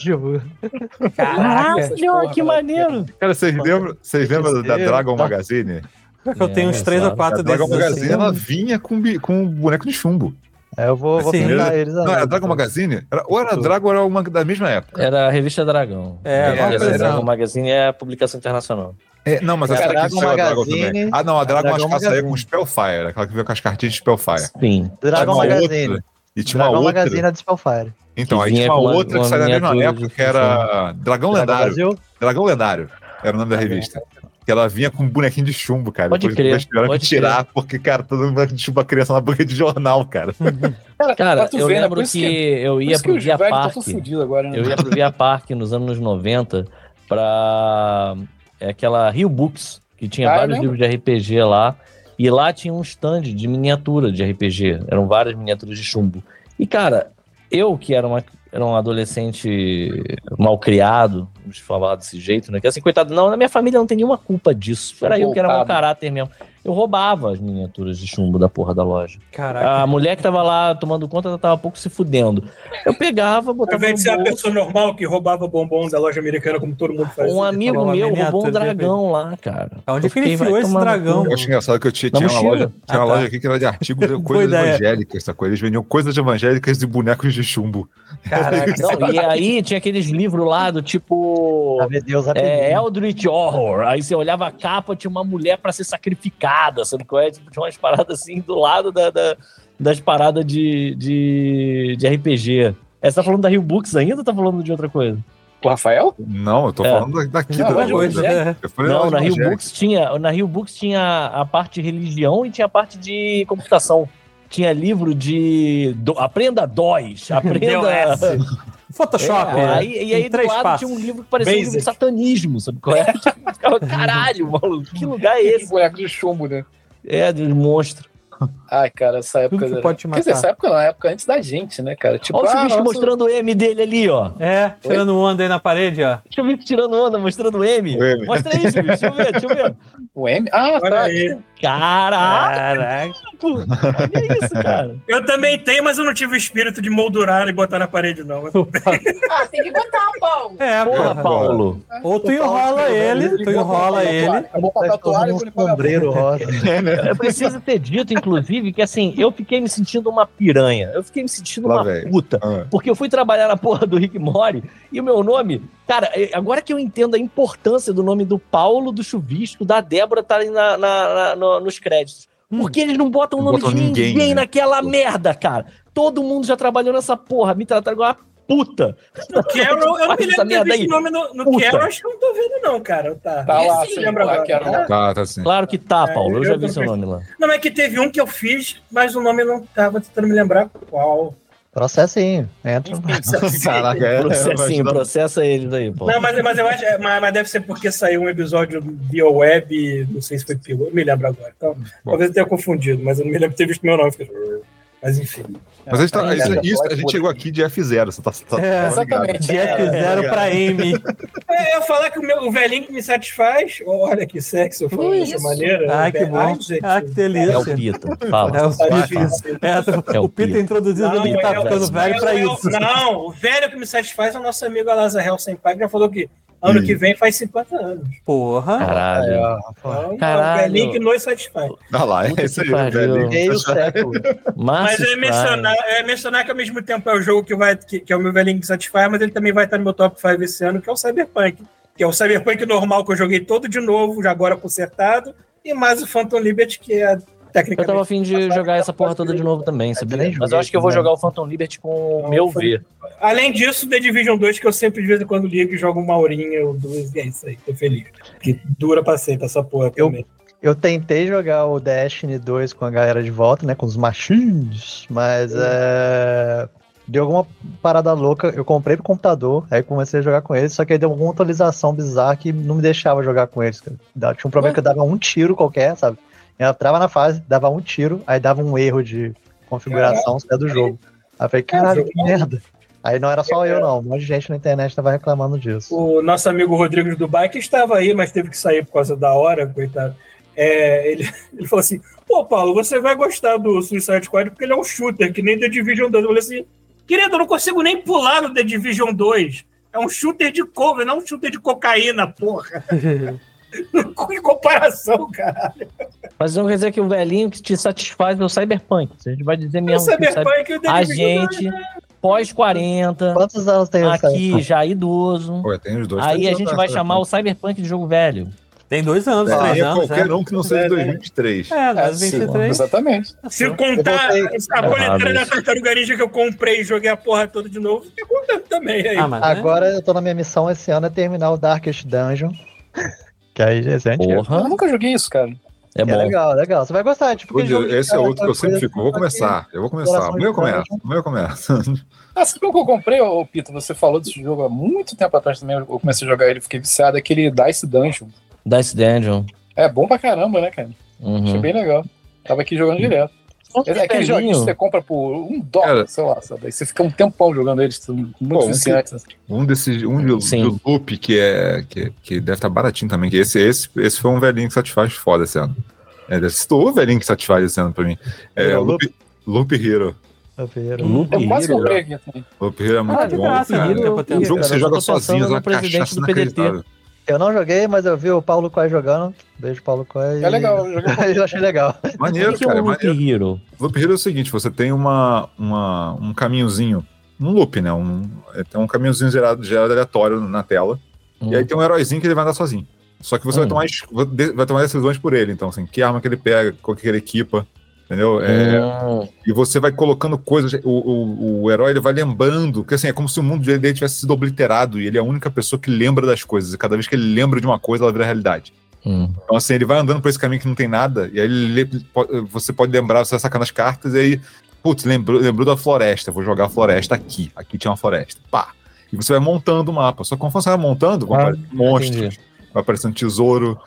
Caralho, que maneiro. Cara, vocês lembram da Dragon Magazine? Eu tenho uns 3 ou 4 desses. A Dragon Magazine, ela vinha com um boneco de chumbo. Eu vou pintar eles. Não, era a Dragon Magazine? Ou era a Dragon ou era uma da mesma época? Era a revista Dragão. A Dragon Magazine é a publicação internacional. Não, mas essa aqui saiu a Dragon também. Ah, não, a Dragon acho que saía com Spellfire, aquela que veio com as cartinhas de Spellfire. Sim. Dragon Magazine. E tinha uma outra. Magazine de Spellfire. Então, aí tinha uma outra que saiu na mesma época, que era Dragão Lendário. Dragão Lendário era o nome da revista. Que ela vinha com um bonequinho de chumbo, cara. Pode crer. Pode tirar, porque, cara, todo mundo de chumbo a criança na banca de jornal, cara. Cara, eu lembro que eu ia pro Via Parque. Eu ia pro Via Parque nos anos 90 pra aquela Rio Books, que tinha vários livros de RPG lá. E lá tinha um stand de miniatura de RPG. Eram várias miniaturas de chumbo. E, cara, eu que era era um adolescente mal criado, vamos falar desse jeito, né? Que assim, coitado, não, na minha família não tem nenhuma culpa disso. Era eu que era mau caráter mesmo. Eu roubava as miniaturas de chumbo da porra da loja. Caraca. A mulher que tava lá tomando conta, ela tava pouco se fudendo. Eu pegava, botava. Ao invés de ser a pessoa normal que roubava bombom da loja americana, como todo mundo fazia. Um amigo meu roubou um dragão lá, cara. Onde que ele enfiou esse dragão? Eu acho engraçado que eu tinha uma loja aqui que era de artigos de coisas evangélicas, sacou? Eles vendiam coisas evangélicas e bonecos de chumbo. Caraca. Não, e aí tinha aqueles livros lá do tipo Eldritch Horror. Aí você olhava a capa, tinha uma mulher pra ser sacrificada, sabe qual é? Tipo, tinha umas paradas assim do lado das paradas de RPG. Você tá falando da Rio Books ainda ou tá falando de outra coisa? O Rafael? Não, eu tô falando daqui. Não, na Rio Books tinha a parte de religião e tinha a parte de computação. Tinha livro de aprenda DOS, aprenda Photoshop. E aí do lado tinha um livro que parecia um livro de satanismo, sabe qual é? Ficava, caralho, mano, que lugar é esse? Boneco de chumbo, né? De monstro. Ai, cara, essa época... Tudo que pode te matar. Quer dizer, essa época não, a época antes da gente, né, cara? Tipo, olha o Chuvisco mostrando o M dele ali, ó. Tirando onda aí na parede, ó. Chuvisco tirando onda, mostrando o M. Mostra aí, Chuvisco, deixa eu ver. O M? Ah, olha aí. Caraca. Olha isso, cara. Eu também tenho, mas eu não tive o espírito de moldurar e botar na parede, não. Tem que botar, Paulo. Porra, Paulo. Ou tu enrola ele, Vou botar toalha e vou limpar sombreiro rosa. Eu preciso ter dito, inclusive, que assim, eu fiquei me sentindo uma piranha. Eu fiquei me sentindo uma puta. Porque eu fui trabalhar na porra do Rick Mori e o meu nome... Cara, agora que eu entendo a importância do nome do Paulo, do Chuvisco, da Débora estarem nos créditos. Por que eles não botam o nome de ninguém naquela merda, cara? Todo mundo já trabalhou nessa porra. Me trataram igual uma puta. No Carol, eu não me lembro de ter visto o nome no Carol, acho que eu não tô vendo, não, cara. Tá lá, sim, lembra agora. Tá sim. Claro que tá, Paulo. Eu já vi seu nome lá. Não, é que teve um que eu fiz, mas o nome eu não tava tentando me lembrar qual. Processinho. Entra. Processa eles aí, pô. Não, mas eu acho, mas deve ser porque saiu um episódio via web, não sei se foi piloto, eu me lembro agora. Então, talvez eu tenha confundido, mas eu não me lembro de ter visto meu nome. Mas enfim. Mas a gente chegou aqui de F0, você tá exatamente. De F0 pra M. Eu ia falar que o velhinho que me satisfaz, olha que sexy, eu falo dessa maneira. Ai, que bom. Que delícia. É o Pita, fala. O Pita introduziu dizendo que tá ficando velho pra isso. Não, o velho que me satisfaz é o nosso amigo Alazarel Senpai, que já falou que ano que vem faz 50 anos. Porra. Caralho. O velhinho que nos satisfaz. Olha lá, é isso aí. Meio século. Mas eu ia mencionar que ao mesmo tempo é o jogo que é o meu velhinho que satisfaz, mas ele também vai estar no meu top 5 esse ano, que é o Cyberpunk. Que é o Cyberpunk normal que eu joguei todo de novo, já agora consertado, e mais o Phantom Liberty, que é tecnicamente... Eu tava afim de jogar essa porra toda de novo também, sabia? Mas eu acho que eu vou jogar o Phantom Liberty com o meu V. Além disso, The Division 2, que eu sempre de vez em quando ligo e jogo uma horinha ou duas, e é isso aí, tô feliz. Que dura pra sempre essa porra também. Eu tentei jogar o Destiny 2 com a galera de volta, né, com os machines, mas deu alguma parada louca, eu comprei pro computador, aí comecei a jogar com eles, só que aí deu alguma atualização bizarra que não me deixava jogar com eles, cara. Tinha um problema que eu dava um tiro qualquer, sabe? Eu entrava na fase, dava um tiro, aí dava um erro de configuração do jogo. Aí eu falei, caralho, que merda. Aí não era só eu, não. Um monte de gente na internet tava reclamando disso. O nosso amigo Rodrigo do Dubai, que estava aí, mas teve que sair por causa da hora, coitado. Ele falou assim, pô, Paulo, você vai gostar do Suicide Squad porque ele é um shooter, que nem The Division 2. Eu falei assim, querido, eu não consigo nem pular no The Division 2. É um shooter de cover, não um shooter de cocaína, porra. Em comparação, caralho. Mas não quer dizer que o velhinho que te satisfaz é o Cyberpunk. A gente vai dizer mesmo que a gente, pós 40, quantos anos tem aqui já idoso. Pô, tem os dois, aí a gente vai chamar o Cyberpunk de jogo velho. Tem 2 anos, 3 anos. Qualquer um que não seja 2023. 2023. Exatamente. Se contar a coletânea da Tartaruga Ninja que eu comprei e joguei a porra toda de novo, fica contando também. Aí. Agora eu tô na minha missão esse ano é terminar o Darkest Dungeon. Que aí é porra. Eu nunca joguei isso, cara. É bom. Legal. Você vai gostar. Tipo, esse é outro que eu sempre fico. Eu vou começar. O meu começa. Sabe o que eu comprei, Pito? Você falou desse jogo há muito tempo atrás também. Eu comecei a jogar ele, fiquei viciado. Aquele Dice Dungeon. Dice Dungeon. É bom pra caramba, né, cara? Achei bem legal. Tava aqui jogando direto. É aquele joguinho que você compra por $1, sei lá, sabe? Aí você fica um tempão jogando eles, são muito viciantes. Assim. Um de loop que deve estar baratinho também, que esse foi um velhinho que satisfaz foda esse ano. Citou o velhinho que satisfaz esse ano pra mim. Loop Hero. Eu quase comprei aqui também. Loop Hero é muito bom. Um jogo que você joga sozinho, uma cachaça inacreditável. Eu não joguei, mas eu vi o Paulo Coy jogando. Beijo, Paulo Coy. É legal. Eu achei legal. Maneiro, cara. Loop Hero? Loop Hero é o seguinte, você tem um caminhozinho, um loop, né? Tem um caminhozinho gerado aleatório na tela. E aí tem um heróizinho que ele vai andar sozinho. Só que você vai tomar decisões por ele. Então, assim, que arma que ele pega, qual que ele equipa. Entendeu? E você vai colocando coisas. O herói ele vai lembrando, que assim, é como se o mundo dele tivesse sido obliterado e ele é a única pessoa que lembra das coisas. E cada vez que ele lembra de uma coisa, ela vira realidade. Então, assim, ele vai andando por esse caminho que não tem nada, e aí você pode lembrar, você vai sacando as cartas, e aí, putz, lembrou da floresta, vou jogar a floresta aqui. Aqui tinha uma floresta. Pá! E você vai montando o mapa. Só que conforme você vai montando, vão aparecendo monstros, vai aparecendo tesouro.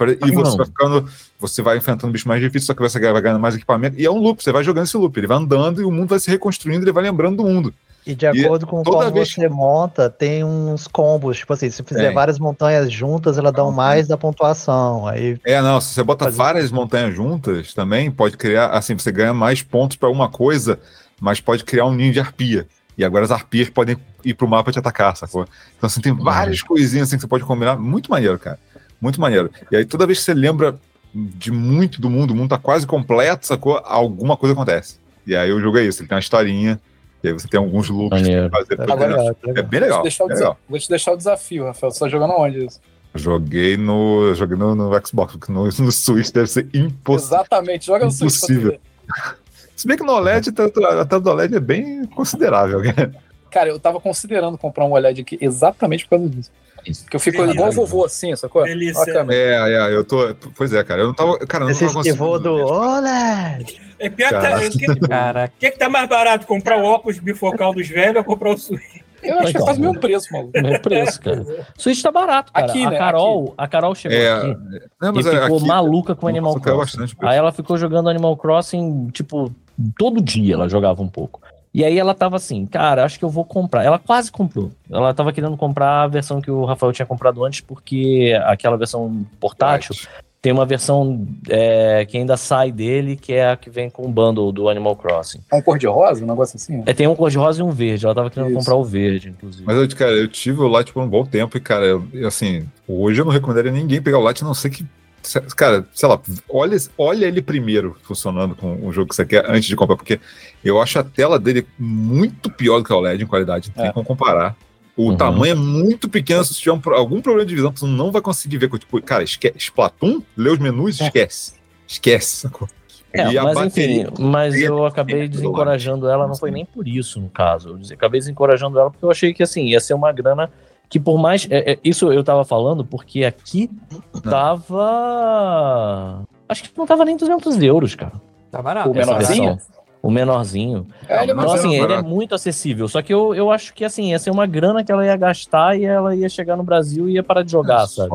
Você vai enfrentando bicho mais difícil, só que você vai ganhando mais equipamento. E é um loop, você vai jogando esse loop. Ele vai andando e o mundo vai se reconstruindo, ele vai lembrando do mundo. E de acordo com como você monta, tem uns combos. Tipo assim, se fizer várias montanhas juntas, elas dão mais da pontuação. Aí se você bota várias montanhas juntas, também pode criar, assim, você ganha mais pontos pra uma coisa, mas pode criar um ninho de arpia. E agora as arpias podem ir pro mapa te atacar, sacou? Então, assim, tem várias coisinhas assim que você pode combinar. Muito maneiro, cara. Muito maneiro. E aí, toda vez que você lembra de muito do mundo, o mundo tá quase completo, sacou? Alguma coisa acontece. E aí o jogo é isso, ele tem uma historinha, e aí você tem alguns loops que fazer. Agora, é bem legal. Vou te deixar o desafio, Rafael. Você tá jogando onde isso? Joguei no Xbox, porque no Switch deve ser impossível. Exatamente, joga no Switch. Impossível. Se bem que no OLED, a tela do OLED é bem considerável. Cara, eu tava considerando comprar um OLED aqui exatamente por causa disso. Porque eu fico igual o vovô assim, sacou? Delícia. Eu tô. Pois é, cara. Eu não tava. Cara, eu não tava conseguindo. Do OLED! É pior que tá mais barato, comprar o óculos bifocal dos velhos ou comprar o Switch? Eu acho que faz o mesmo preço, maluco. Mesmo preço, cara. Switch tá barato, cara. Aqui, né? A Carol chegou aqui e ficou maluca com Animal Crossing. Aí ela ficou jogando Animal Crossing, tipo, todo dia ela jogava um pouco. E aí ela tava assim, cara, acho que eu vou comprar. Ela quase comprou. Ela tava querendo comprar a versão que o Rafael tinha comprado antes, porque aquela versão portátil tem uma versão que ainda sai dele, que é a que vem com o bundle do Animal Crossing. É um cor-de-rosa, um negócio assim? Né? Tem um cor-de-rosa e um verde. Ela tava querendo comprar o verde, inclusive. Mas, cara, eu tive o Lite por um bom tempo e, cara, assim, hoje eu não recomendaria ninguém pegar o Lite, a não ser que, cara, sei lá, olha ele primeiro funcionando com o jogo que você quer antes de comprar, porque eu acho a tela dele muito pior do que a OLED em qualidade, não tem como comparar. O tamanho é muito pequeno, se tiver algum problema de visão, você não vai conseguir ver. Tipo, cara, Splatoon, lê os menus, esquece, sacou? Mas enfim, eu acabei desencorajando ela, não foi nem por isso, no caso. Eu acabei desencorajando ela porque eu achei que, assim, ia ser uma grana que por mais... isso eu tava falando porque aqui tava... Acho que não tava nem 200 euros, cara. Tá barato. O menorzinho? O menorzinho. Então, assim, ele é muito acessível. Só que eu acho que, assim, ia ser uma grana que ela ia gastar e ela ia chegar no Brasil e ia parar de jogar, sabe?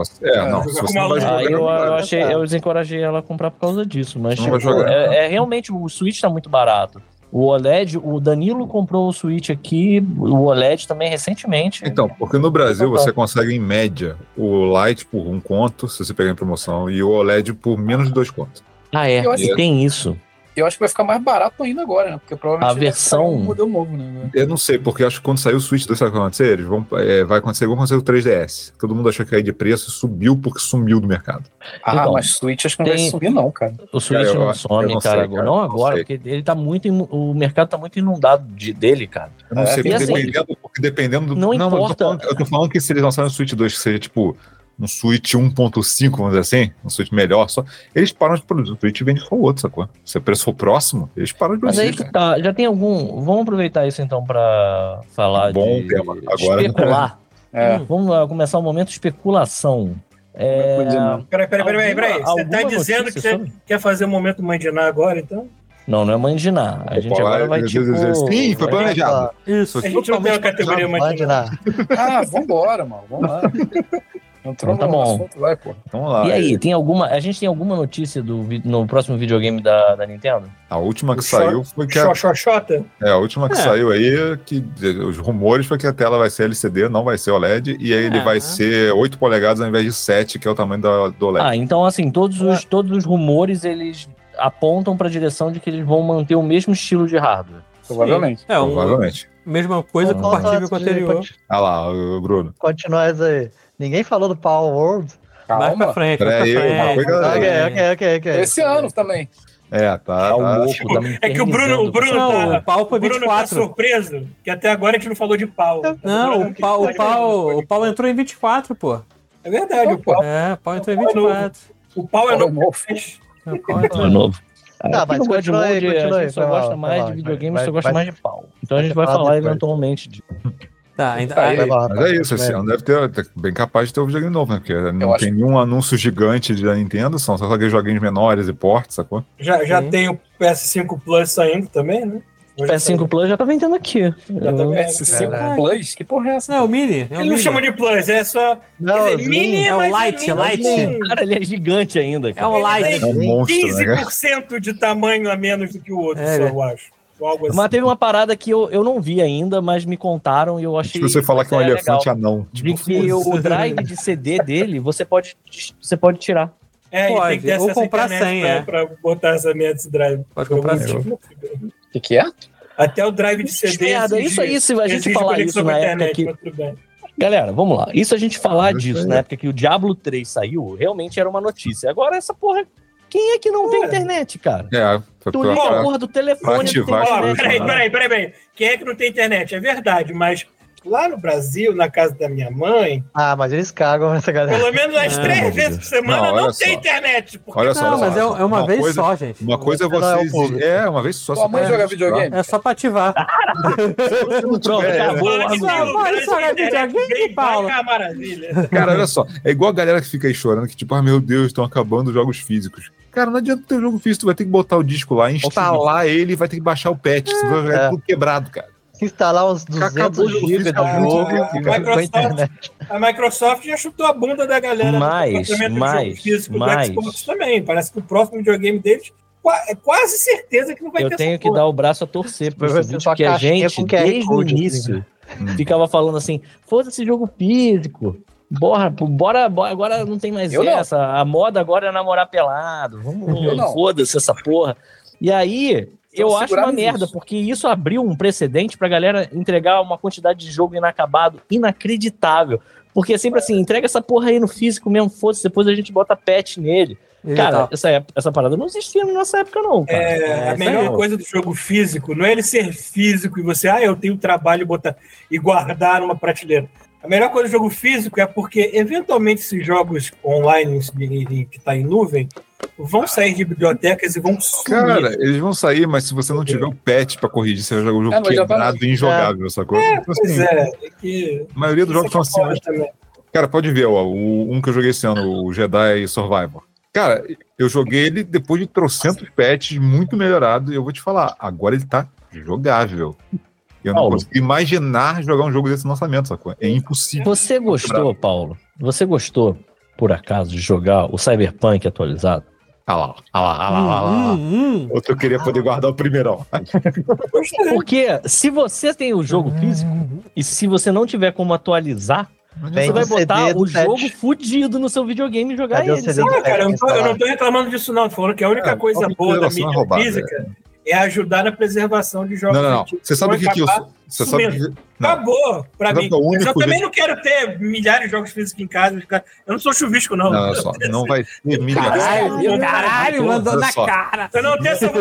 Eu desencorajei ela a comprar por causa disso. Mas, tipo, realmente, o Switch tá muito barato. O OLED, o Danilo comprou o Switch aqui, o OLED também recentemente. Então, porque no Brasil você consegue, em média, o Lite por £1, se você pegar em promoção, e o OLED por menos de £2. Tem isso. Eu acho que vai ficar mais barato ainda agora, né? Porque provavelmente a versão... um modelo novo, né? Eu não sei, porque eu acho que quando sair o Switch 2, sabe o que vai acontecer? Vai acontecer igual aconteceu com o 3DS. Todo mundo achou que ia de preço, subiu porque sumiu do mercado. Então, mas Switch acho que não vai subir não, cara. O Switch não some, cara. Não agora, porque ele tá muito... O mercado tá muito inundado dele, cara. Eu não sei, porque dependendo do... Não importa. Eu tô falando que se eles lançarem o Switch 2, que seja tipo... um Switch 1.5, vamos dizer assim, um Switch melhor, só eles param de produzir. O Switch vende com o outro, sacou? Se o preço for próximo, eles param de produzir. Mas aí que tá, já tem algum... Vamos aproveitar isso então pra falar bom tema. Agora, especular. Vamos começar o momento de especulação. Peraí. Você tá dizendo que você quer fazer um momento mandinar agora, então? Não é mandinar. A gente agora vai tipo... Sim, foi planejado. Isso. A gente não tem uma categoria mandinar. Vambora, mano. Vamos lá. Então tá bom. Assunto, vai, pô. Então, vamos lá. E aí, a gente tem alguma notícia no próximo videogame da Nintendo? A última que saiu foi que a última que saiu aí, que os rumores foi que a tela vai ser LCD, não vai ser OLED, e aí ele vai ser 8 polegadas ao invés de 7, que é o tamanho do OLED. Então assim, todos os rumores, eles apontam pra direção de que eles vão manter o mesmo estilo de hardware. Provavelmente. Provavelmente. Mesma coisa compatível com o anterior. Ah lá, o Bruno. Continuar isso aí. Ninguém falou do Power World. Mais pra frente, Ok. Esse ano também. Tá. É que o Bruno o pau foi 24. Tá surpreso, que até agora a gente não falou de pau. Não, o pau entrou em 24, pô. É verdade, o pau. O pau entrou em 24. O pau é novo. É novo. Mas no continua aí, a gente só gosta mais de videogame, só gosta mais de pau. Então a gente vai falar eventualmente de... Mas é isso, esse ano deve ter bem capaz de ter um videogame novo, né? Porque não tem nenhum anúncio gigante da Nintendo, são só aqueles joguinhos menores e ports, sacou? Já tem o PS5 Plus saindo também, né? O PS5 Plus já tá vendendo aqui. PS5 Plus? Que porra é essa? Não, é o Mini. Ele não chama de Plus, é só... Não, Mini é o Lite. Cara, ele é gigante ainda, cara. É o Lite. É um monstro, 15% de tamanho a menos do que o outro, eu acho. Assim. Mas teve uma parada que eu não vi ainda, mas me contaram e eu achei... Se você falar que é um elefante anão. De que o drive de CD dele, você pode tirar. Pode, tem que ter ou comprar senha. Pra botar essa merda desse drive. Pode comprar senha. O que é? Até o drive de CD. Isso aí, se a gente falar isso na época que... Galera, vamos lá. Isso a gente falar disso na época que o Diablo 3 saiu, realmente era uma notícia. Agora essa porra... Quem é que não tem internet, cara? Tu liga a porra do telefone. Peraí. Quem é que não tem internet? É verdade, mas lá no Brasil, na casa da minha mãe... mas eles cagam nessa galera. Pelo menos umas 3 vezes por semana não tem internet. Olha só. Mas é uma vez só, gente. Uma coisa é vocês... uma vez só. Sua mãe joga videogame? É só pra ativar. Pronto, acabou. Pode jogar videogame, Paulo. Maravilha. Cara, olha só. É igual a galera que fica aí chorando, que tipo, meu Deus, estão acabando os jogos físicos. Cara, não adianta ter um jogo físico, tu vai ter que botar o disco lá, instalar ele e vai ter que baixar o patch, senão vai jogar tudo quebrado, cara. Instalar uns 200 GB do jogo com internet. A Microsoft já chutou a bunda da galera mais do Xbox também. Parece que o próximo videogame deles é quase certeza que não vai ter. Eu tenho que dar o braço a torcer por isso, porque a gente, desde o início, ficava falando assim, foda-se jogo físico. Bora, agora não tem mais essa. Não. A moda agora é namorar pelado. Foda-se essa porra. E aí, eu acho uma merda, porque isso abriu um precedente pra galera entregar uma quantidade de jogo inacabado, inacreditável. Porque é sempre assim, entrega essa porra aí no físico mesmo, foda-se, depois a gente bota patch nele. Cara, essa parada não existia nessa época, não. Cara. A melhor coisa do jogo físico não é ele ser físico e você, eu tenho trabalho botar e guardar numa prateleira. A melhor coisa do jogo físico é porque, eventualmente, esses jogos online que tá em nuvem vão sair de bibliotecas e vão sumir. Cara, eles vão sair, mas se você não tiver o patch pra corrigir, você vai jogar o jogo quebrado e injogável, sacou? A maioria dos jogos são assim. Cara, pode ver, um que eu joguei esse ano, o Jedi Survivor. Cara, eu joguei ele depois de 300 patches, muito melhorado, e eu vou te falar, agora ele tá jogável. Eu não consigo imaginar jogar um jogo desse lançamento, sacou? É impossível. Você gostou, Paulo? Você gostou, por acaso, de jogar o Cyberpunk atualizado? Olha lá. Outro eu queria poder guardar o primeirão. Porque se você tem o jogo físico e se você não tiver como atualizar, você vai botar o jogo fudido no seu videogame e jogar ele. Cara, eu não tô reclamando disso, não. Tô falando que a única coisa boa da mídia física é ajudar na preservação de jogos. Não. Você sabe o que eu sou? Você sabe que... Acabou pra mim. Eu também não quero ter milhares de jogos físicos em casa. Eu não sou chuvisco, não. Não, só. Não vai ter milhares. Caralho, mandou na cara. Eu não tenho essa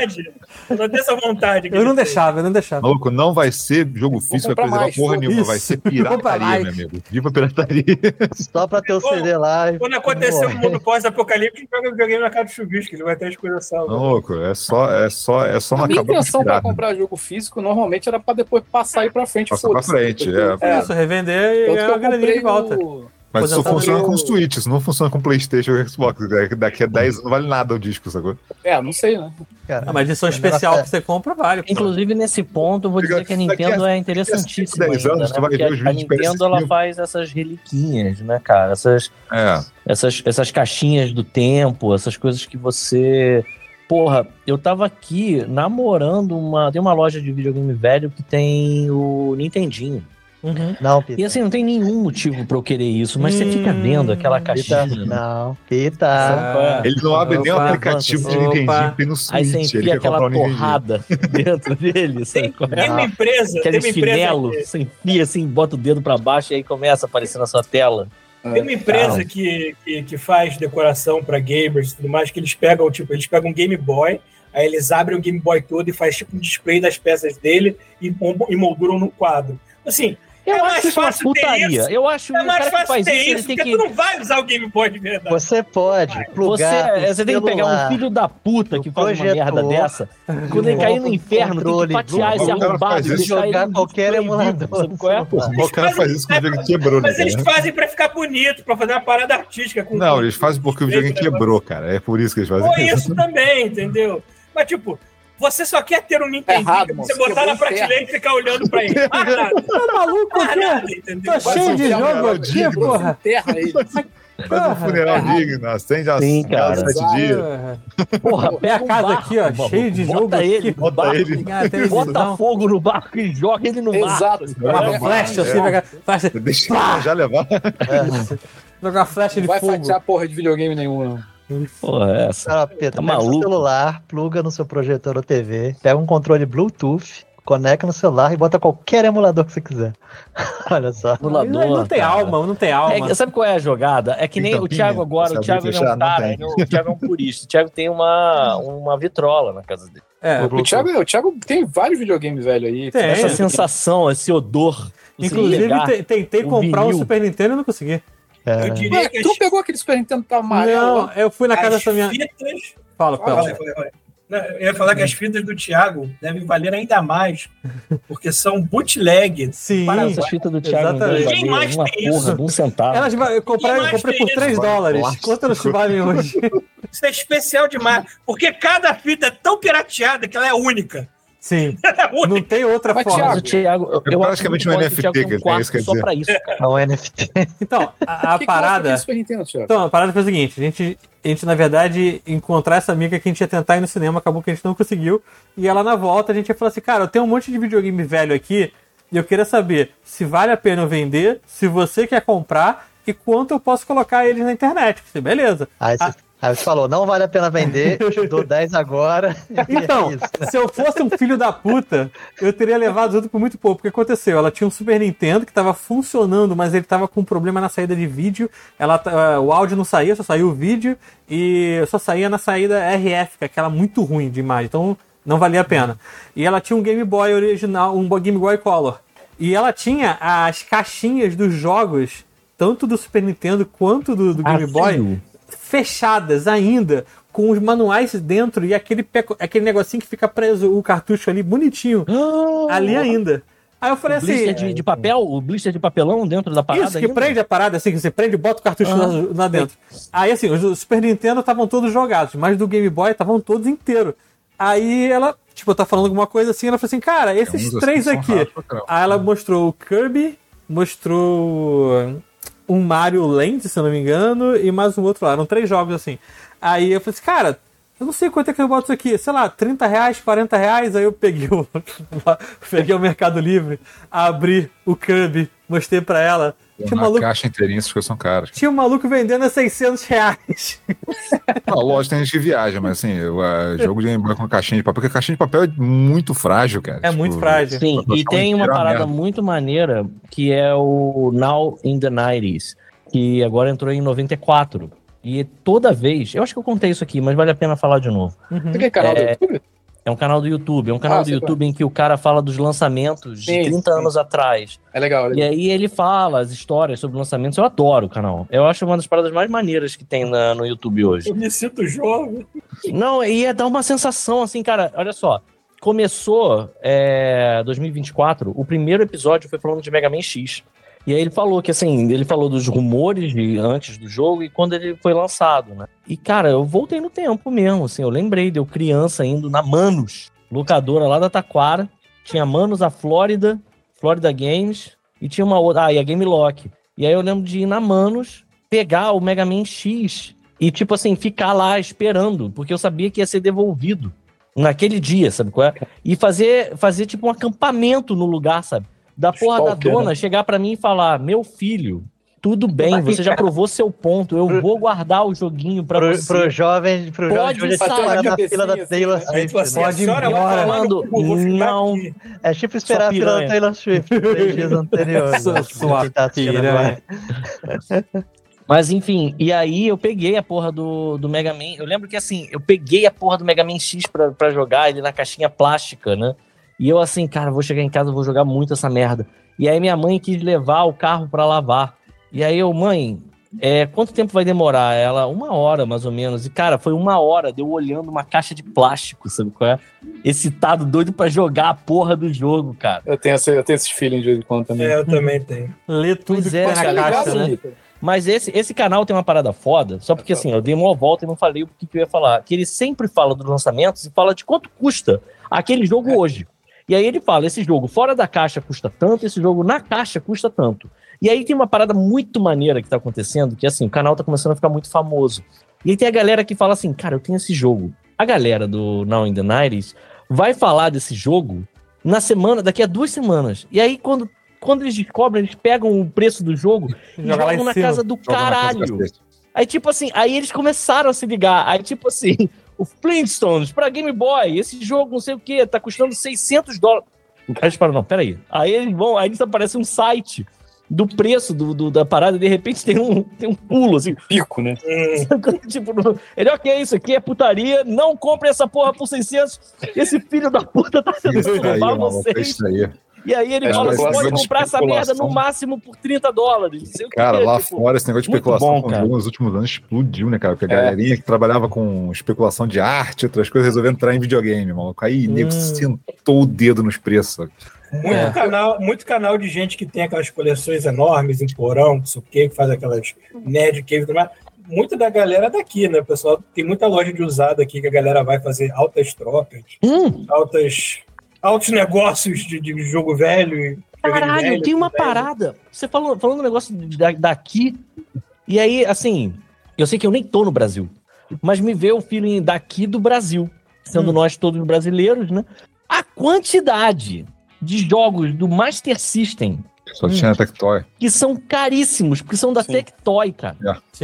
vontade. Eu não deixava. Maluco, não vai ser jogo físico, vai preservar porra nenhuma. Vai ser pirataria, meu amigo. Viva pirataria. Só pra ter o CD lá. Quando acontecer o mundo pós-apocalipse, joga videogame na cara do chuvisco. Ele vai ter a escolha salva. Louco, é só a minha intenção pra comprar jogo físico normalmente era pra depois passar aí pra frente. Passar pra frente, Isso, revender e ganhar a graninha de volta. Mas isso funciona com os Switch, não funciona com PlayStation ou Xbox. Daqui a 10 anos não vale nada o disco, sacou? Não sei, né? Mas edição especial que você compra vale. Inclusive, nesse ponto, eu vou dizer que a Nintendo é interessantíssima. 10 anos, ainda, né? Porque a Nintendo ela faz essas reliquinhas, né, cara? Essas caixinhas do tempo, essas coisas que você... Porra, eu tava aqui namorando tem uma loja de videogame velho que tem o Nintendinho. Uhum. Não, Pita. E assim, não tem nenhum motivo pra eu querer isso, mas você fica vendo aquela caixinha. Pita. Ele não abre nem o aplicativo de Nintendinho, tem no Switch. Aí você enfia aquela porrada dentro dele. Tem uma empresa... Aquele chinelo, você enfia assim, bota o dedo pra baixo e aí começa a aparecer na sua tela. Tem uma empresa que faz decoração pra gamers e tudo mais, que eles pegam um Game Boy, aí eles abrem o Game Boy todo e faz tipo um display das peças dele e molduram no quadro. Assim... Eu acho isso uma putaria. Eu acho é mais fácil ter isso, porque tu não vai usar o Game Boy de verdade. Você pode plugar você tem que pegar um filho da puta que faz uma merda dessa, quando ele cair no inferno, tem que fatiar esse arrombado e jogar qualquer emulador. O cara faz isso com o videogame quebrou, né? Mas eles fazem pra ficar bonito, pra fazer uma parada artística. Não, eles fazem porque o videogame quebrou, cara. É por isso que eles fazem isso. Ou isso também, entendeu? Mas tipo... Você só quer ter um Nintendo você botar na prateleira e ficar olhando pra ele. Tá maluco, tá cheio de jogo aqui, porra. Faz um funeral digno, acende as 7 dias. Porra, pega a casa aqui, ó, cheio de jogo. Bota ele, bota fogo no barco e joga ele no barco. Exato. Uma flecha assim, deixa já levar. Jogar flecha de fogo. Não vai fatiar porra de videogame nenhum, não. Porra, é essa? Cara, Pedro, pega o seu celular, pluga no seu projetor ou TV, pega um controle Bluetooth, conecta no celular e bota qualquer emulador que você quiser. Olha só. Emulador, não tem alma, não tem alma. Sabe qual é a jogada? É que nem o Thiago agora, o Thiago é um cara, o Thiago é um purista. O Thiago tem uma vitrola na casa dele. O Thiago tem vários videogames velho aí. Tem. Essa sensação, esse odor. Inclusive, tentei comprar um Super Nintendo e não consegui. Eu diria que tu pegou aquele Super Nintendo pra amarelo? Não, eu fui na casa dessa minha... Fala. Eu ia falar que as fitas do Thiago devem valer ainda mais, porque são bootleg. Sim, essas fitas do Thiago quem mais tem isso? Um centavo. Eu comprei por $3. Quanto elas valem hoje? Isso é especial demais, porque cada fita é tão pirateada que ela é única. Sim, não tem outra forma. Thiago, eu praticamente um NFT que é isso, quer dizer. Só pra isso, cara. É um NFT. Então, a parada... Então, a parada foi o seguinte, a gente, na verdade, encontrar essa amiga que a gente ia tentar ir no cinema, acabou que a gente não conseguiu, e ela na volta, a gente ia falar assim, cara, eu tenho um monte de videogame velho aqui, e eu queria saber se vale a pena eu vender, se você quer comprar, e quanto eu posso colocar eles na internet. Beleza. Aí você falou, não vale a pena vender, eu te dou 10 agora. Então, se eu fosse um filho da puta, eu teria levado tudo por muito pouco. O que aconteceu? Ela tinha um Super Nintendo que estava funcionando, mas ele estava com um problema na saída de vídeo. O áudio não saía, só saía o vídeo. E só saía na saída RF, que é aquela muito ruim de imagem. Então, não valia a pena. E ela tinha um Game Boy original, um Game Boy Color. E ela tinha as caixinhas dos jogos, tanto do Super Nintendo quanto do Game Boy, fechadas ainda, com os manuais dentro e aquele negocinho que fica preso, o cartucho ali, bonitinho, ali ainda. Aí eu falei assim... Blister de papel? O blister de papelão dentro da parada? Isso, que prende a parada, assim, que você prende e bota o cartucho lá dentro. Aí, assim, os Super Nintendo estavam todos jogados, mas do Game Boy estavam todos inteiros. Aí ela, tá falando alguma coisa assim, ela falou assim, cara, esses três aqui... Aí ela mostrou o Kirby, mostrou... um Mario Land, se eu não me engano, e mais um outro lá. Eram 3 jogos assim. Aí eu falei assim, cara, eu não sei quanto é que eu boto isso aqui. Sei lá, R$30, R$40. Aí eu peguei o Mercado Livre, abri o Kirby, mostrei pra ela. Tinha uma caixa inteirinha, essas coisas são caras. Tinha um maluco vendendo a R$600. Não, lógico, tem gente que viaja, mas assim, jogo de Game Boy com caixinha de papel, porque a caixinha de papel é muito frágil, cara. É muito frágil. Sim, e tem uma parada muito maneira, que é o Now in the 90s, que agora entrou em 94. E toda vez, eu acho que eu contei isso aqui, mas vale a pena falar de novo. Você tem canal do YouTube? É um canal do YouTube. É um canal do YouTube em que o cara fala dos lançamentos de 30 anos atrás. É legal. E aí ele fala as histórias sobre lançamentos. Eu adoro o canal. Eu acho uma das paradas mais maneiras que tem no YouTube hoje. Eu me sinto jovem. Não, e dá uma sensação assim, cara, olha só. Começou 2024, o primeiro episódio foi falando de Mega Man X. E aí ele falou que, assim, ele falou dos rumores antes do jogo e quando ele foi lançado, né? E, cara, eu voltei no tempo mesmo, assim, eu lembrei de eu criança indo na Manos, locadora lá da Taquara, tinha Manos, a Florida Games, e tinha uma outra, e a Game Lock. E aí eu lembro de ir na Manos, pegar o Mega Man X e, tipo assim, ficar lá esperando, porque eu sabia que ia ser devolvido naquele dia, sabe qual é? E fazer tipo um acampamento no lugar, sabe? Da porra da dona chegar pra mim e falar: meu filho, tudo bem, você já provou seu ponto, eu vou guardar o joguinho pra você. Pro jovem pode sair na fila da Taylor Swift. Pode ir embora. Não. É tipo esperar a fila da Taylor Swift 3 dias anteriores. Sua piranha. Mas enfim, e aí eu peguei a porra do Mega Man. Eu lembro que assim, eu peguei a porra do Mega Man X pra jogar ele na caixinha plástica, né? E eu assim, cara, vou chegar em casa, vou jogar muito essa merda. E aí minha mãe quis levar o carro pra lavar. E aí eu, mãe, quanto tempo vai demorar? Ela, 1 hora mais ou menos. E cara, foi 1 hora de eu olhando uma caixa de plástico, sabe qual é? Excitado, doido pra jogar a porra do jogo, cara. Eu tenho esses feelings de vez em quando também. Eu também tenho. Lê tudo que tem na caixa, né? Mas esse canal tem uma parada foda, só porque assim, eu dei uma volta e não falei o que eu ia falar. Que ele sempre fala dos lançamentos e fala de quanto custa aquele jogo hoje. E aí ele fala, esse jogo fora da caixa custa tanto, esse jogo na caixa custa tanto. E aí tem uma parada muito maneira que tá acontecendo, que assim, o canal tá começando a ficar muito famoso. E aí tem a galera que fala assim, cara, eu tenho esse jogo. A galera do Now in the 90s vai falar desse jogo daqui a 2 semanas. E aí quando eles descobrem, eles pegam o preço do jogo e jogam na casa do caralho. Aí tipo assim, aí eles começaram a se ligar. Aí tipo assim, o Flintstones pra Game Boy, esse jogo não sei o que, tá custando $600. O cara fala, não, peraí. Aí eles aparece um site do preço da parada e de repente tem um pulo, assim, pico, né? Tipo, ele, ok, isso aqui é putaria, não compre essa porra por 600, esse filho da puta tá tentando roubar vocês. E aí ele fala, você pode comprar essa merda no máximo por $30. Cara, lá fora esse negócio de especulação com o jogo nos últimos anos explodiu, né, cara? Porque a galerinha que trabalhava com especulação de arte, outras coisas, resolveu entrar em videogame, maluco. Aí nego sentou o dedo nos preços, sabe? Muito canal de gente que tem aquelas coleções enormes em porão, não sei o que faz aquelas nerd cave e tudo mais. Muita da galera daqui, né, pessoal? Tem muita loja de usado aqui que a galera vai fazer altas trocas, altos negócios de jogo velho. Caralho, velho, tem uma parada. Você falando um negócio daqui, e aí, assim, eu sei que eu nem tô no Brasil, mas me veio o feeling daqui do Brasil, sendo nós todos brasileiros, né? A quantidade de jogos do Master System só tinha Tectoy, que são caríssimos, porque são da Tectoy, cara.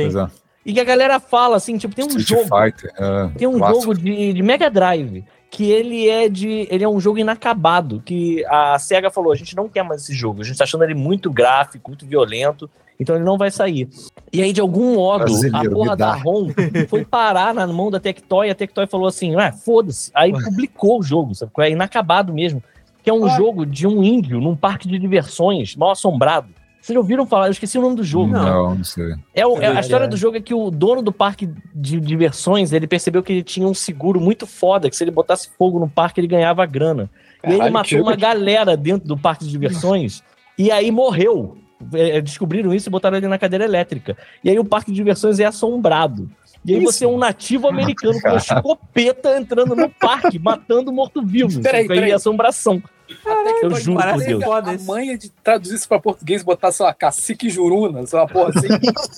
E que a galera fala assim, tipo, tem um Street jogo. Fighter, tem um jogo de Mega Drive que ele é um jogo inacabado, que a SEGA falou, a gente não quer mais esse jogo, a gente tá achando ele muito gráfico, muito violento, então ele não vai sair. E aí, de algum modo, a porra da ROM foi parar na mão da Tectoy, e a Tectoy falou assim, foda-se, aí publicou o jogo, sabe? É inacabado mesmo, que é um jogo de um índio num parque de diversões, mal assombrado. Vocês já ouviram falar? Eu esqueci o nome do jogo. Não sei. A história do jogo é que o dono do parque de diversões, ele percebeu que ele tinha um seguro muito foda, que se ele botasse fogo no parque, ele ganhava grana. E aí ele matou uma galera dentro do parque de diversões, e aí morreu. Descobriram isso e botaram ele na cadeira elétrica. E aí o parque de diversões é assombrado. E aí você é um nativo americano com uma escopeta entrando no parque, matando morto-vivo. Peraí. Assombração. Caraca, eu juro por Deus. A manha de traduzir isso pra português e botar, sei lá, cacique juruna, sei lá, porra assim.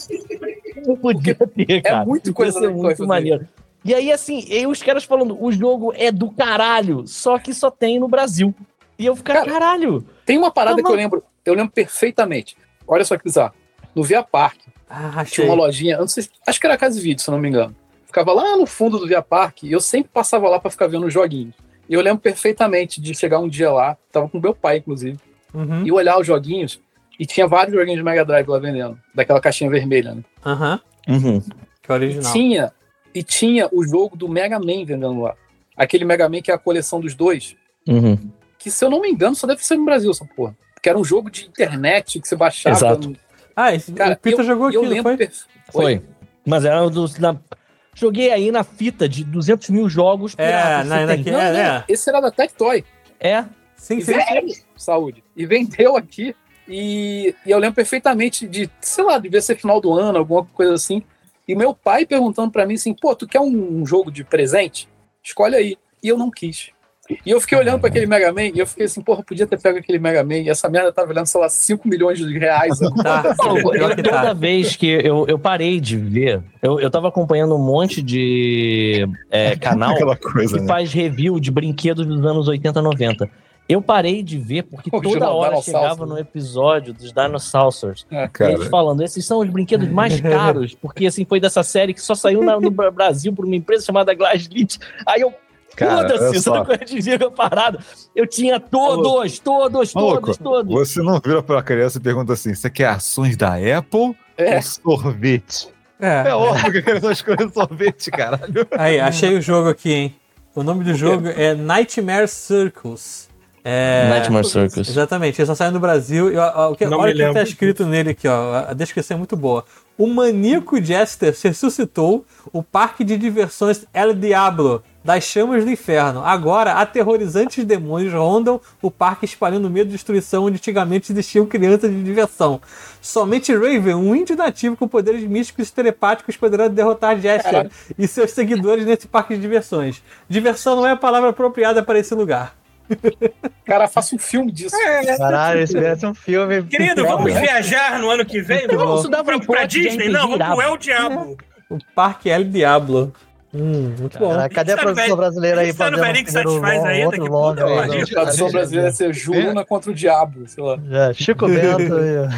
Não podia ter, cara. É muito coisa muito maneiro. E aí, assim, os caras falando, o jogo é do caralho, só que só tem no Brasil. E eu fico, caralho. Tem uma parada que eu lembro perfeitamente. Olha só que bizarro. No Via Parque, tinha uma lojinha, eu não sei, acho que era Casa de Vídeo, se eu não me engano. Ficava lá no fundo do Via Parque e eu sempre passava lá pra ficar vendo os joguinhos. E eu lembro perfeitamente de chegar um dia lá, tava com meu pai, inclusive, e olhar os joguinhos, e tinha vários joguinhos de Mega Drive lá vendendo, daquela caixinha vermelha, né? Que é original. Tinha o jogo do Mega Man vendendo lá. Aquele Mega Man que é a coleção dos dois. Que, se eu não me engano, só deve ser no Brasil, essa porra. Que era um jogo de internet que você baixava. Exato. O Peter jogou aqui, não foi? Foi. Mas era joguei aí na fita de 200 mil jogos. Esse era da Tectoy. Sim. Saúde. E vendeu aqui. E eu lembro perfeitamente de, sei lá, devia ser final do ano, alguma coisa assim. E meu pai perguntando pra mim assim, pô, tu quer um jogo de presente? Escolhe aí. E eu não quis. E eu fiquei olhando pra aquele Mega Man e eu fiquei assim, porra, podia ter pego aquele Mega Man e essa merda tava valendo, sei lá, 5 milhões de reais. Toda vez que eu parei de ver, eu tava acompanhando um monte de canal coisa, que faz review de brinquedos dos anos 80, 90. Eu parei de ver porque toda hora chegava no episódio dos Dinosaurs. Eles falando, esses são os brinquedos mais caros, porque assim, foi dessa série que só saiu no Brasil por uma empresa chamada Glasslit. Aí eu... Foda-se, sabe qual é a parada? Eu tinha todos. Você não vira pra criança e pergunta assim, você quer ações da Apple ou sorvete? É óbvio que a criança escolhe sorvete, caralho. Aí, achei o jogo aqui, hein? O nome do jogo é Nightmare Circus. Nightmare Circus. Exatamente, ele só saiu no Brasil. Olha o que tá escrito nele aqui, ó. A descrição é muito boa. O maníaco Jester ressuscitou o parque de diversões El Diablo das chamas do inferno. Agora, aterrorizantes demônios rondam o parque espalhando medo e destruição onde antigamente existiam crianças de diversão. Somente Raven, um índio nativo com poderes místicos e telepáticos, poderá derrotar Jester e seus seguidores nesse parque de diversões. Diversão não é a palavra apropriada para esse lugar. Cara, faça um filme disso. Caralho, isso merece um filme. Querido, vamos viajar no ano que vem? Vamos pra Disney? Não, vamos pro El Diablo. O Parque El Diablo. Muito bom. Cadê a produção brasileira aí? Tá no velhinho que satisfaz ainda? Que puta, a produção brasileira ia ser Juna contra o Diabo, sei lá. Chico Bento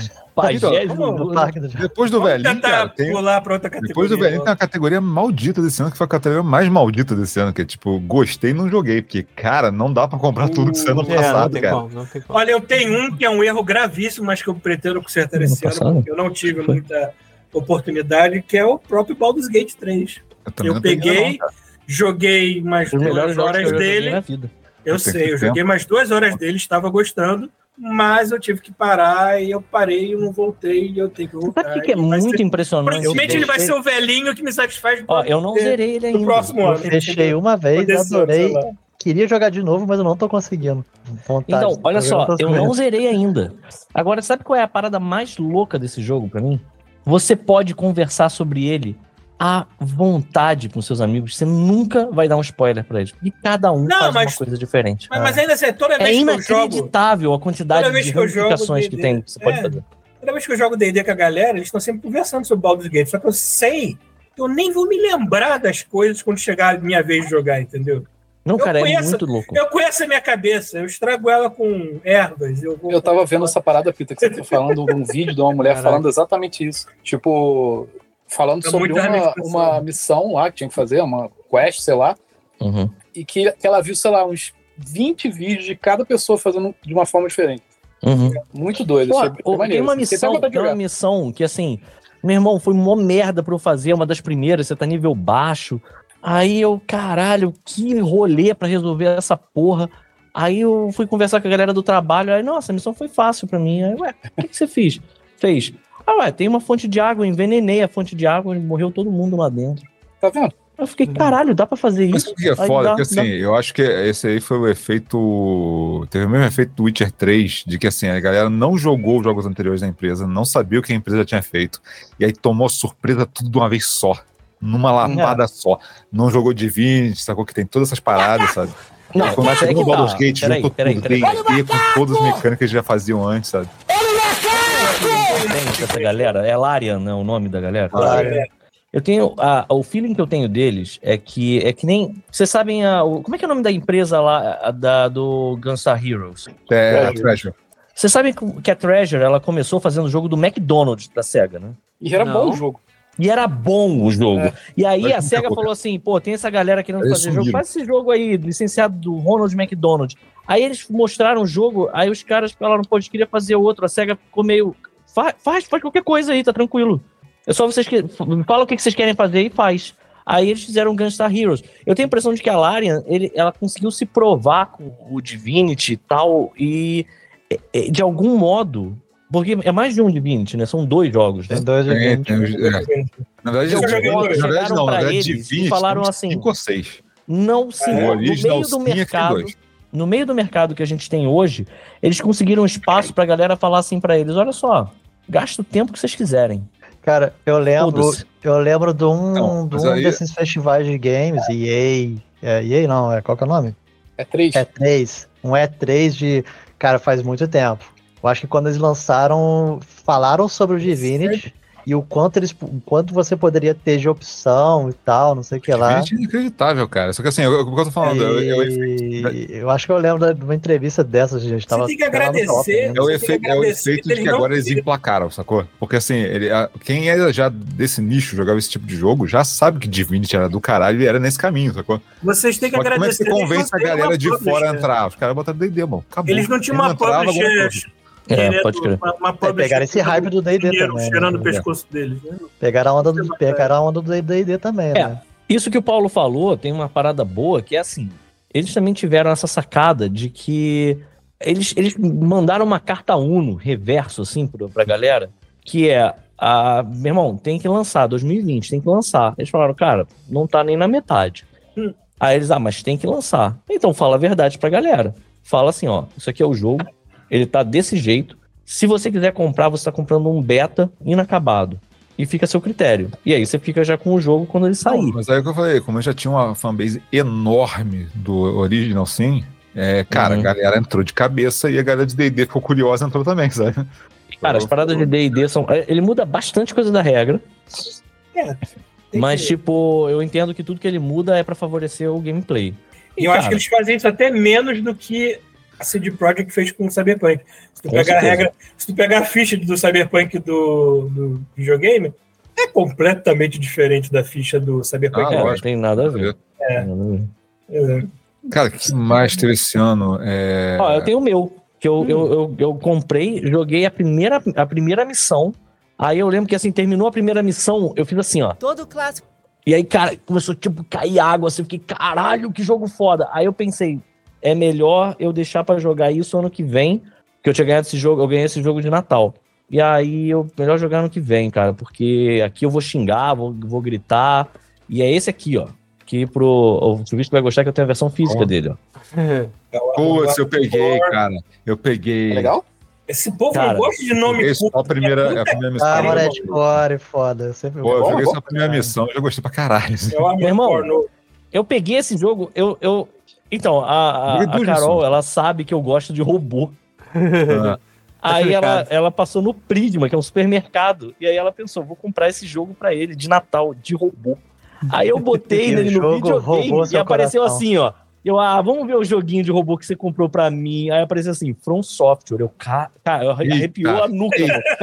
depois do velhinho, cara, depois do velhinho tem uma categoria maldita desse ano, que foi a categoria mais maldita desse ano, que é tipo, gostei e não joguei, porque, cara, não dá pra comprar tudo que você ano passado, cara. Não tem como. Olha, eu tenho um que é um erro gravíssimo, mas que eu pretendo consertar esse ano, porque eu não tive muita oportunidade, que é o próprio Baldur's Gate 3. Eu peguei, joguei mais 2 horas dele. Eu sei, eu joguei mais 2 horas dele, estava gostando, mas eu tive que parar e eu parei, eu não voltei e eu tenho que voltar. Sabe o que é muito impressionante? Provavelmente ele vai ser o velhinho que me satisfaz. Eu não zerei ele ainda. No próximo ano. Eu fechei uma vez, adorei. Queria jogar de novo, mas eu não tô conseguindo. Então, olha só, eu não zerei ainda. Agora, sabe qual é a parada mais louca desse jogo pra mim? Você pode conversar sobre ele à vontade com seus amigos, você nunca vai dar um spoiler pra eles. E cada um faz uma coisa diferente. Mas ainda assim, toda vez que eu jogo... É inacreditável a quantidade de ramificações que tem que você pode fazer. Toda vez que eu jogo D&D com a galera, eles estão sempre conversando sobre Baldur's Gate, só que eu sei que eu nem vou me lembrar das coisas quando chegar a minha vez de jogar, entendeu? Não, cara, é muito louco. Eu conheço a minha cabeça, eu estrago ela com ervas. Eu tava vendo essa parada, Pita, que você tá falando, um vídeo de uma mulher falando exatamente isso. Tipo... Falando sobre uma missão lá que tinha que fazer, uma quest, sei lá, e que ela viu, sei lá, uns 20 vídeos de cada pessoa fazendo de uma forma diferente. Muito doido. Tem uma missão que, assim, meu irmão, foi uma merda pra eu fazer, uma das primeiras, você tá nível baixo. Aí eu, caralho, que rolê pra resolver essa porra. Aí eu fui conversar com a galera do trabalho, aí, nossa, a missão foi fácil pra mim. Aí, o que você fez? Tem uma fonte de água, eu envenenei a fonte de água e morreu todo mundo lá dentro. Tá vendo? Eu fiquei, caralho, dá pra fazer isso? Mas o que é foda? Porque assim, eu acho que esse aí foi o efeito... Teve o mesmo efeito do Witcher 3, de que assim, a galera não jogou os jogos anteriores da empresa, não sabia o que a empresa tinha feito, e aí tomou surpresa tudo de uma vez só, numa lapada só. Não jogou Divinity, sacou que tem todas essas paradas, sabe? Não, mas é que o Baldur's Gate juntou tudo com todas as mecânicas que já faziam antes, sabe? Essa galera, é Larian, né, o nome da galera? Eu tenho, o feeling que eu tenho deles é que nem, vocês sabem, como é que é o nome da empresa lá, do Gunstar Heroes? A Treasure. Vocês sabem que a Treasure, ela começou fazendo o jogo do McDonald's da SEGA, né? E era bom o jogo. E era bom o jogo. E aí a SEGA falou assim, tem essa galera querendo fazer jogo, faz esse jogo aí, licenciado do Ronald McDonald. Aí eles mostraram o jogo, aí os caras falaram, eles queriam fazer outro, a SEGA ficou meio, faz qualquer coisa aí, tá tranquilo. É só vocês que fala o que vocês querem fazer e faz. Aí eles fizeram Gunstar Heroes. Eu tenho a impressão de que a Larian, ela conseguiu se provar com o Divinity e tal, e de algum modo... Porque é mais de um Divinity, né? São 2 jogos, né? Tem 2 Divinity. Na verdade, Divinity falaram assim, 5 ou 6. Não, sim, no meio do mercado... no meio do mercado que a gente tem hoje, eles conseguiram espaço pra galera falar assim pra eles, olha só, gasta o tempo que vocês quiserem. Cara, eu lembro de um desses festivais de games, EA não, qual que é o nome? E3. Um E3 de, cara, faz muito tempo. Eu acho que quando eles lançaram, falaram sobre o Divinity e o quanto você poderia ter de opção e tal, não sei o que lá. Divinity é inacreditável, cara. Só que assim, o que eu tô falando... Eu acho que eu lembro de uma entrevista dessas, gente. Você tem que agradecer. É o efeito de que agora eles emplacaram, sacou? Porque assim, quem era já desse nicho, jogava esse tipo de jogo, já sabe que Divinity era do caralho e era nesse caminho, sacou? Vocês têm que agradecer. Como é que você convence a galera de fora a entrar? Os caras botaram D&D, mano. Acabou. Eles não tinham uma publisher... pode crer. Pegaram esse hype do D&D também. Cheirando o pescoço deles. Né? Pegaram a onda do D&D também, né? Isso que o Paulo falou, tem uma parada boa, que é assim, eles também tiveram essa sacada de que eles mandaram uma carta Uno, reverso, assim, pra galera, que é, meu irmão, tem que lançar, 2020, tem que lançar. Eles falaram, cara, não tá nem na metade. Aí eles, mas tem que lançar. Então fala a verdade pra galera. Fala assim, ó, isso aqui é o jogo, ele tá desse jeito. Se você quiser comprar, você tá comprando um beta inacabado. E fica a seu critério. E aí você fica já com o jogo quando ele sair. Mas aí é o que eu falei, como eu já tinha uma fanbase enorme do Original Sim, cara, a galera entrou de cabeça e a galera de D&D ficou curiosa e entrou também, sabe? Cara, as paradas de D&D são... Ele muda bastante coisa da regra. Mas, tipo, eu entendo que tudo que ele muda é pra favorecer o gameplay. E eu acho que eles fazem isso até menos do que a CD Projekt fez com o Cyberpunk. Se tu pegar a ficha do Cyberpunk do videogame, é completamente diferente da ficha do Cyberpunk. Não tem nada a ver. Cara, o que mais teve esse ano? Eu tenho o meu, que eu comprei, joguei a primeira missão. Aí eu lembro que assim, terminou a primeira missão, eu fiz assim, ó. Todo clássico. E aí, cara, começou tipo cair água, assim, eu fiquei, caralho, que jogo foda. Aí eu pensei, é melhor eu deixar pra jogar isso ano que vem, que eu tinha ganhado esse jogo, eu ganhei esse jogo de Natal. E aí, melhor jogar ano que vem, cara, porque aqui eu vou xingar, vou gritar, e é esse aqui, ó, que o Silvio vai gostar, que eu tenho a versão física dele, ó. Putz, eu peguei, cara, É legal? Esse povo não gosta de nome curto. A primeira missão. Hardcore, foda. Eu joguei essa primeira missão, eu já gostei pra caralho. Meu irmão, eu peguei esse jogo, Então, a Carol, ela sabe que eu gosto de robô. Aí ela passou no Prisma, que é um supermercado, e aí ela pensou, vou comprar esse jogo pra ele, de Natal, de robô. Aí eu botei nele no videogame e apareceu assim, ó. Vamos ver o joguinho de robô que você comprou pra mim. Aí apareceu assim, From Software. Eu arrepiou a nuca.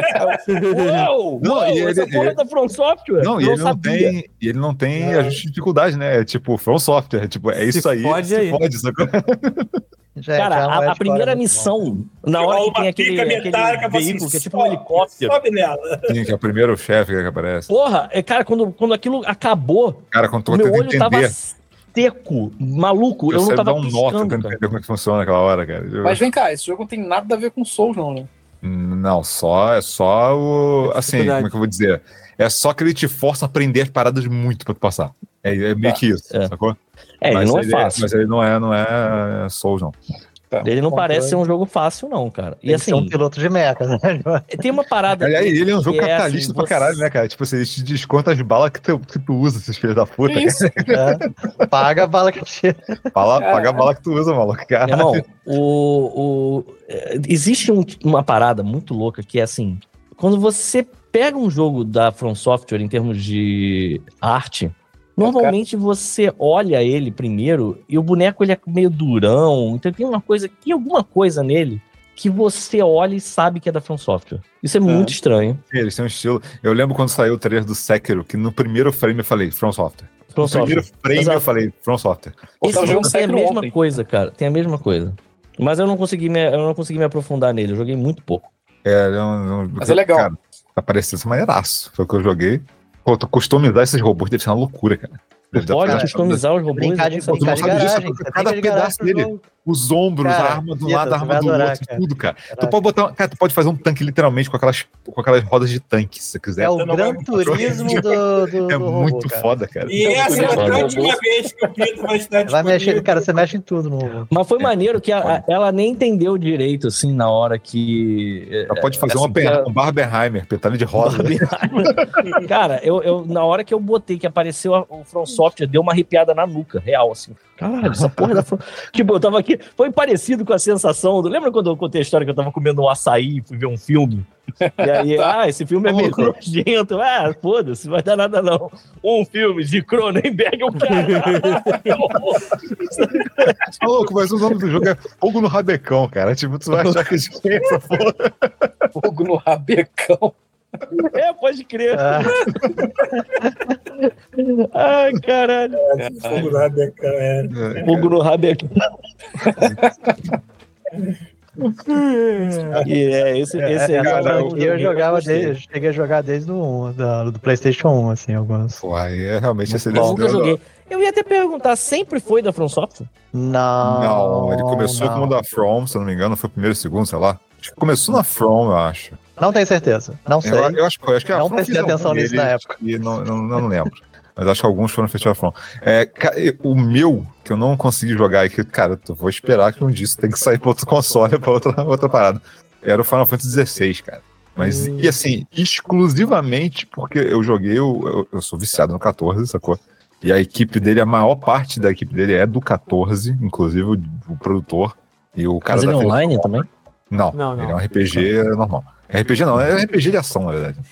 Uau, essa porra é da From Software? Não, e ele não tem ajuste de dificuldade, né? É tipo, From Software. Tipo, é isso aí. Pode, sabe? Cara, a primeira missão, na hora que tem aquele veículo que é tipo um helicóptero. Sobe nela. Sim, que é o primeiro chefe que aparece. Porra, cara, quando aquilo acabou, cara, quando meu olho tava seco, maluco, eu não tava piscando, tentando entender como é que funciona naquela hora, cara. Mas vem cá, esse jogo não tem nada a ver com Souls, não, né? Não, é só o... Assim, como é que eu vou dizer? É só que ele te força a aprender as paradas muito pra tu passar. É meio que isso, sacou? Ele não é fácil. Mas ele não é Souls, não. Ele não parece ser um jogo fácil, não, cara. E assim, um piloto de mecha, né? Tem uma parada. Aliás, ele é um jogo capitalista pra caralho, né, cara? Tipo, você te desconta as balas que tu usa, esses filhos da puta. Isso. Paga a bala que tira. Paga a bala que tu usa, maluco. Cara. Irmão, existe uma parada muito louca que é assim: quando você pega um jogo da From Software em termos de arte. Normalmente você olha ele primeiro e o boneco ele é meio durão, então tem alguma coisa nele que você olha e sabe que é da From Software. Isso é muito estranho. Eles têm um estilo... Eu lembro quando saiu o trailer do Sekiro, que no primeiro frame eu falei From Software. Primeiro frame eu falei From Software. Esse jogo tem a mesma coisa, cara. Tem a mesma coisa. Mas eu não consegui me aprofundar nele. Eu joguei muito pouco. Mas é legal. Cara, tá parecendo essa maneiraço. Foi o que eu joguei. Pô, customizar esses robôs deve ser uma loucura, cara. Pode customizar os robôs. Brincar de garagem. Cada pedaço dele. os ombros, a arma do lado, a arma do outro, tudo, cara. Tu pode botar. Cara, tu pode fazer um tanque literalmente com aquelas rodas de tanque, se você quiser. É o Gran Turismo do É muito foda, cara. E essa é a última vez que o Pedro vai estar Vai mexer, cara, você mexe em tudo no robô. Mas foi maneiro que ela nem entendeu direito, assim, na hora que... Ela pode fazer um Barbenheimer, petalho de rosa. Cara, eu, na hora que eu botei, que apareceu o From Software, deu uma arrepiada na nuca, real, assim. Caralho, essa porra da... Tipo, eu tava aqui, foi parecido com a sensação lembra quando eu contei a história que eu tava comendo um açaí e fui ver um filme? E aí, esse filme é meio nojento. Foda-se, não vai dar nada não. Um filme de Cronenberg, eu quero. Louco, mas o nome do jogo é Fogo no Rabecão, cara. Tipo, tu vai achar que é essa porra. Fogo no Rabecão. Pode crer. Ai, caralho. Fogo no Rabecão, Fogo no Rabecão. Esse aí. Cara, eu jogava cheguei a jogar desde o 1, do PlayStation 1, assim, alguns. Pô, aí é realmente esse eu joguei. Eu ia até perguntar, sempre foi da From Software? Não, ele começou como da From, se eu não me engano, foi o primeiro e segundo, sei lá. Acho que começou na From, eu acho. Não tenho certeza, não sei. Eu acho que não prestei atenção nisso na época. E não lembro. Mas acho que alguns foram no Festival From. O meu, que eu não consegui jogar, e que, cara, eu vou esperar que um dia isso tem que sair para outro console, para outra parada. Era o Final Fantasy XVI, cara. Mas, e assim, exclusivamente porque eu joguei, eu sou viciado no 14, sacou? E a equipe dele, a maior parte da equipe dele é do 14, inclusive o produtor. E o cara. Mas ele é online também? Não, ele é um RPG normal. RPG não, é RPG de ação, na verdade.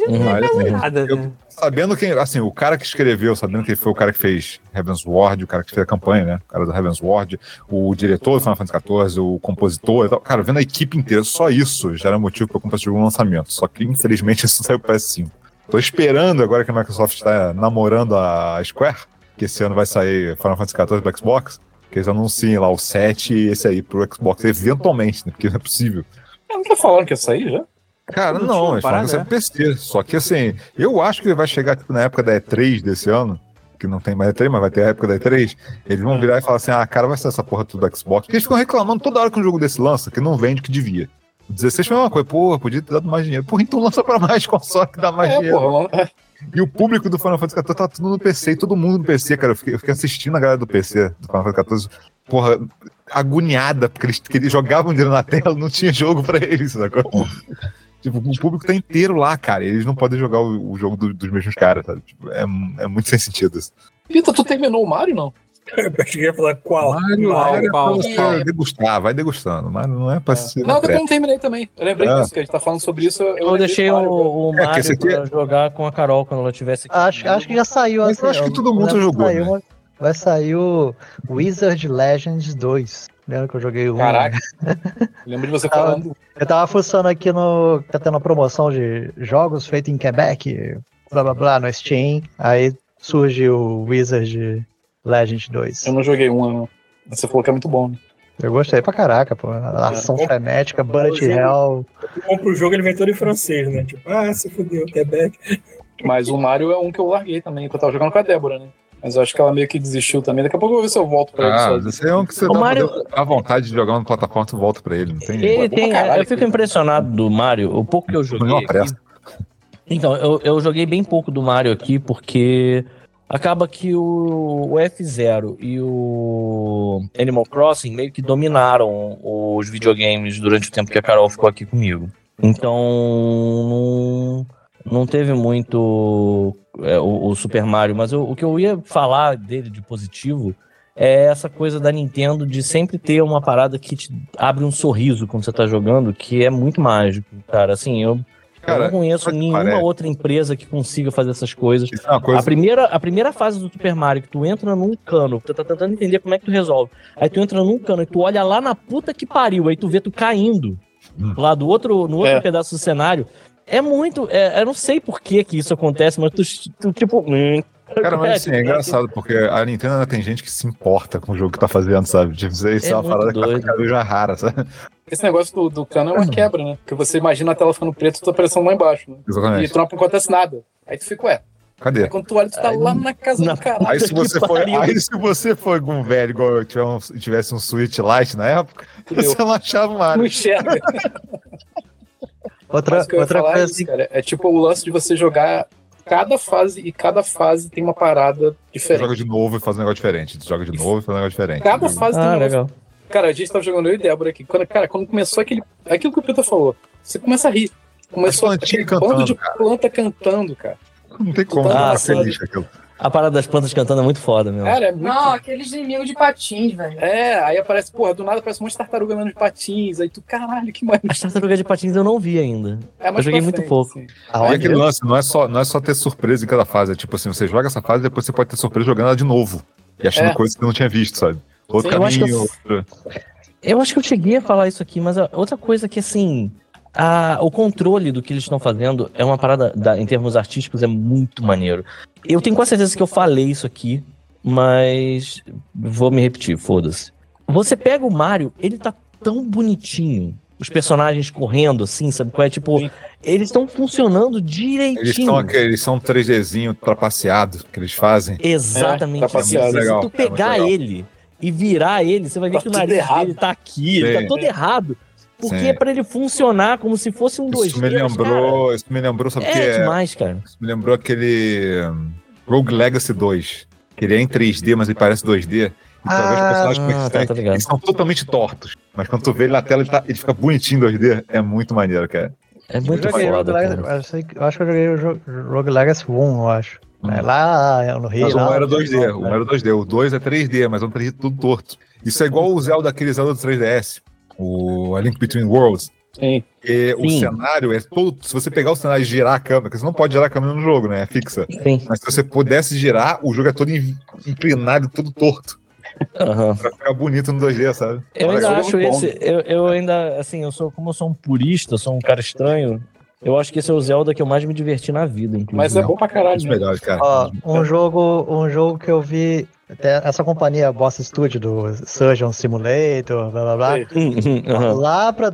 Sabendo quem, assim, o cara que escreveu, sabendo que ele foi o cara que fez Heavensward, o cara que fez a campanha, né? O cara do Heavensward, o diretor do Final Fantasy XIV, o compositor e tal. Cara, vendo a equipe inteira, só isso já era motivo pra eu comprar esse jogo no lançamento. Só que, infelizmente, isso saiu pro PS5. Tô esperando agora que a Microsoft está namorando a Square, que esse ano vai sair Final Fantasy XIV pro Xbox, que eles anunciem lá o 7 e esse aí pro Xbox, eventualmente, né? Porque não é possível. Não tá falando que ia sair já? Cara, não, eles falam que é PC. Só que assim, eu acho que ele vai chegar tipo, na época da E3 desse ano, que não tem mais E3, mas vai ter a época da E3. Eles vão virar e falar assim: cara, vai ser essa porra tudo do Xbox. Porque eles ficam reclamando toda hora que um jogo desse lança, que não vende o que devia. O 16 foi uma coisa, podia ter dado mais dinheiro. Então lança pra mais console que dá mais dinheiro. E o público do Final Fantasy XIV tá tudo no PC, e todo mundo no PC, cara. Eu fiquei assistindo a galera do PC, do Final Fantasy XIV, porra, agoniada, porque eles jogavam dinheiro na tela, não tinha jogo pra eles, sacou? Tipo, o público tá inteiro lá, cara, e eles não podem jogar o jogo dos mesmos caras, sabe? Tipo, é muito sem sentido isso. Vitor, tu terminou o Mario, não? Eu cheguei a falar qual? Qual? Degustar, vai degustando, mas não é pra ser. Não, eu não terminei também. Eu lembrei disso, que a gente tá falando sobre isso. Eu deixei o Mario pra jogar com a Carol quando ela tivesse aqui. Acho que já saiu. Mas eu acho que todo mundo jogou. Né? Vai sair o Wizard Legends 2. Lembra que eu joguei um? Caraca. Lembro de você falando. Eu tava fuçando aqui tá tendo uma promoção de jogos feito em Quebec, blá blá blá, no Steam. Aí surge o Wizard Legend 2. Eu não joguei um, não. Você falou que é muito bom, né? Eu gostei pra caraca, pô. Ação frenética, bullet hell. Eu compro o jogo, ele vem todo em francês, né? Tipo, se fudeu, Quebec. Mas o Mario é um que eu larguei também, que eu tava jogando com a Débora, né? Mas eu acho que ela meio que desistiu também. Daqui a pouco eu vou ver se eu volto pra ele. Esse é um que você dá vontade de jogar uma plataforma, tu volta pra ele. Não tem eu fico impressionado do Mario, o pouco que eu joguei. Então, eu joguei bem pouco do Mario aqui, porque acaba que o F-Zero e o Animal Crossing meio que dominaram os videogames durante o tempo que a Carol ficou aqui comigo. Então, não teve muito o Super Mario, mas o que eu ia falar dele de positivo é essa coisa da Nintendo de sempre ter uma parada que te abre um sorriso quando você tá jogando, que é muito mágico, cara. Assim, eu não conheço nenhuma outra empresa que consiga fazer essas coisas. A primeira fase do Super Mario, que tu entra num cano, tu tá tentando entender como é que tu resolve. Aí tu entra num cano e tu olha lá na puta que pariu, aí tu vê tu caindo lá no outro pedaço do cenário. É muito... eu não sei por que isso acontece, mas tu tipo... Cara, mas assim, é engraçado, porque a Nintendo ainda tem gente que se importa com o jogo que tá fazendo, sabe? Tipo, isso é uma parada que tá já rara, sabe? Esse negócio do cano é uma quebra, né? Porque você imagina a tela ficando preta e tu tá aparecendo lá embaixo, né? Exatamente. E tu não acontece nada. Aí tu fica, Cadê? Quando tu olha, tu tá lá na casa do caralho. Aí se você for com um velho igual eu tivesse um Switch Lite na época, você não achava o Mario. Não enxerga. Outra coisa assim, cara, é tipo o lance de você jogar cada fase e cada fase tem uma parada diferente. Você joga de novo e faz um negócio diferente. Você joga de novo e faz um negócio diferente. Cada fase tem um legal. Cara, a gente tava jogando eu e Débora aqui. Quando começou aquilo que o Peter falou, você começa a rir. Começou aquele bando de planta cantando, cara. Não tem como ficar feliz com aquilo. A parada das plantas cantando é muito foda, meu. Cara, é muito... Não, aqueles inimigos de patins, velho. Aí aparece, porra, do nada aparece um monte de tartaruga andando de patins. Aí tu, caralho, que maneiro. As tartarugas de patins eu não vi ainda. Eu joguei muito pouco. E aquele lance, não é só ter surpresa em cada fase. É tipo assim, você joga essa fase e depois você pode ter surpresa jogando ela de novo. E achando coisas que você não tinha visto, sabe? Outro caminho, eu acho que eu cheguei a falar isso aqui, mas outra coisa que, assim... o controle do que eles estão fazendo é uma parada, em termos artísticos, é muito maneiro. Eu tenho quase certeza que eu falei isso aqui, mas vou me repetir, foda-se. Você pega o Mario, ele tá tão bonitinho. Os personagens correndo, assim, sabe qual é? Tipo, eles estão funcionando direitinho. Eles são 3Dzinho trapaceado que eles fazem. Exatamente. Se tu pegar ele e virar ele, você vai ver que o nariz dele tá aqui, ele tá todo errado. Porque é pra ele funcionar como se fosse um 2D. Isso me lembrou, sabe o que é? Demais, cara. Isso me lembrou aquele Rogue Legacy 2. Que ele é em 3D, mas ele parece 2D. Eles são totalmente tortos. Mas quando tu vê ele na tela, ele fica bonitinho em 2D. É muito maneiro, cara. É muito foda, cara. Eu acho que eu joguei o Rogue Legacy 1, eu acho. Lá no Rio. Mas o 1 era 2D. O 1 era 2D. O 2 é 3D, mas é um 3D tudo torto. Isso é igual o Zelda, aquele Zelda do 3DS. O A Link Between Worlds. Sim. E o cenário é todo. Se você pegar o cenário e girar a câmera, porque você não pode girar a câmera no jogo, né? É fixa. Sim. Mas se você pudesse girar, o jogo é todo inclinado, todo torto. Pra ficar bonito no 2D, sabe? Eu ainda acho esse. Eu ainda, assim, como eu sou um purista, sou um cara estranho. Eu acho que esse é o Zelda que eu mais me diverti na vida, inclusive. Mas é bom pra caralho. Melhor, cara. Ó, um jogo que eu vi. Essa companhia Boss Studio do Surgeon Simulator, blá blá blá. Lá pra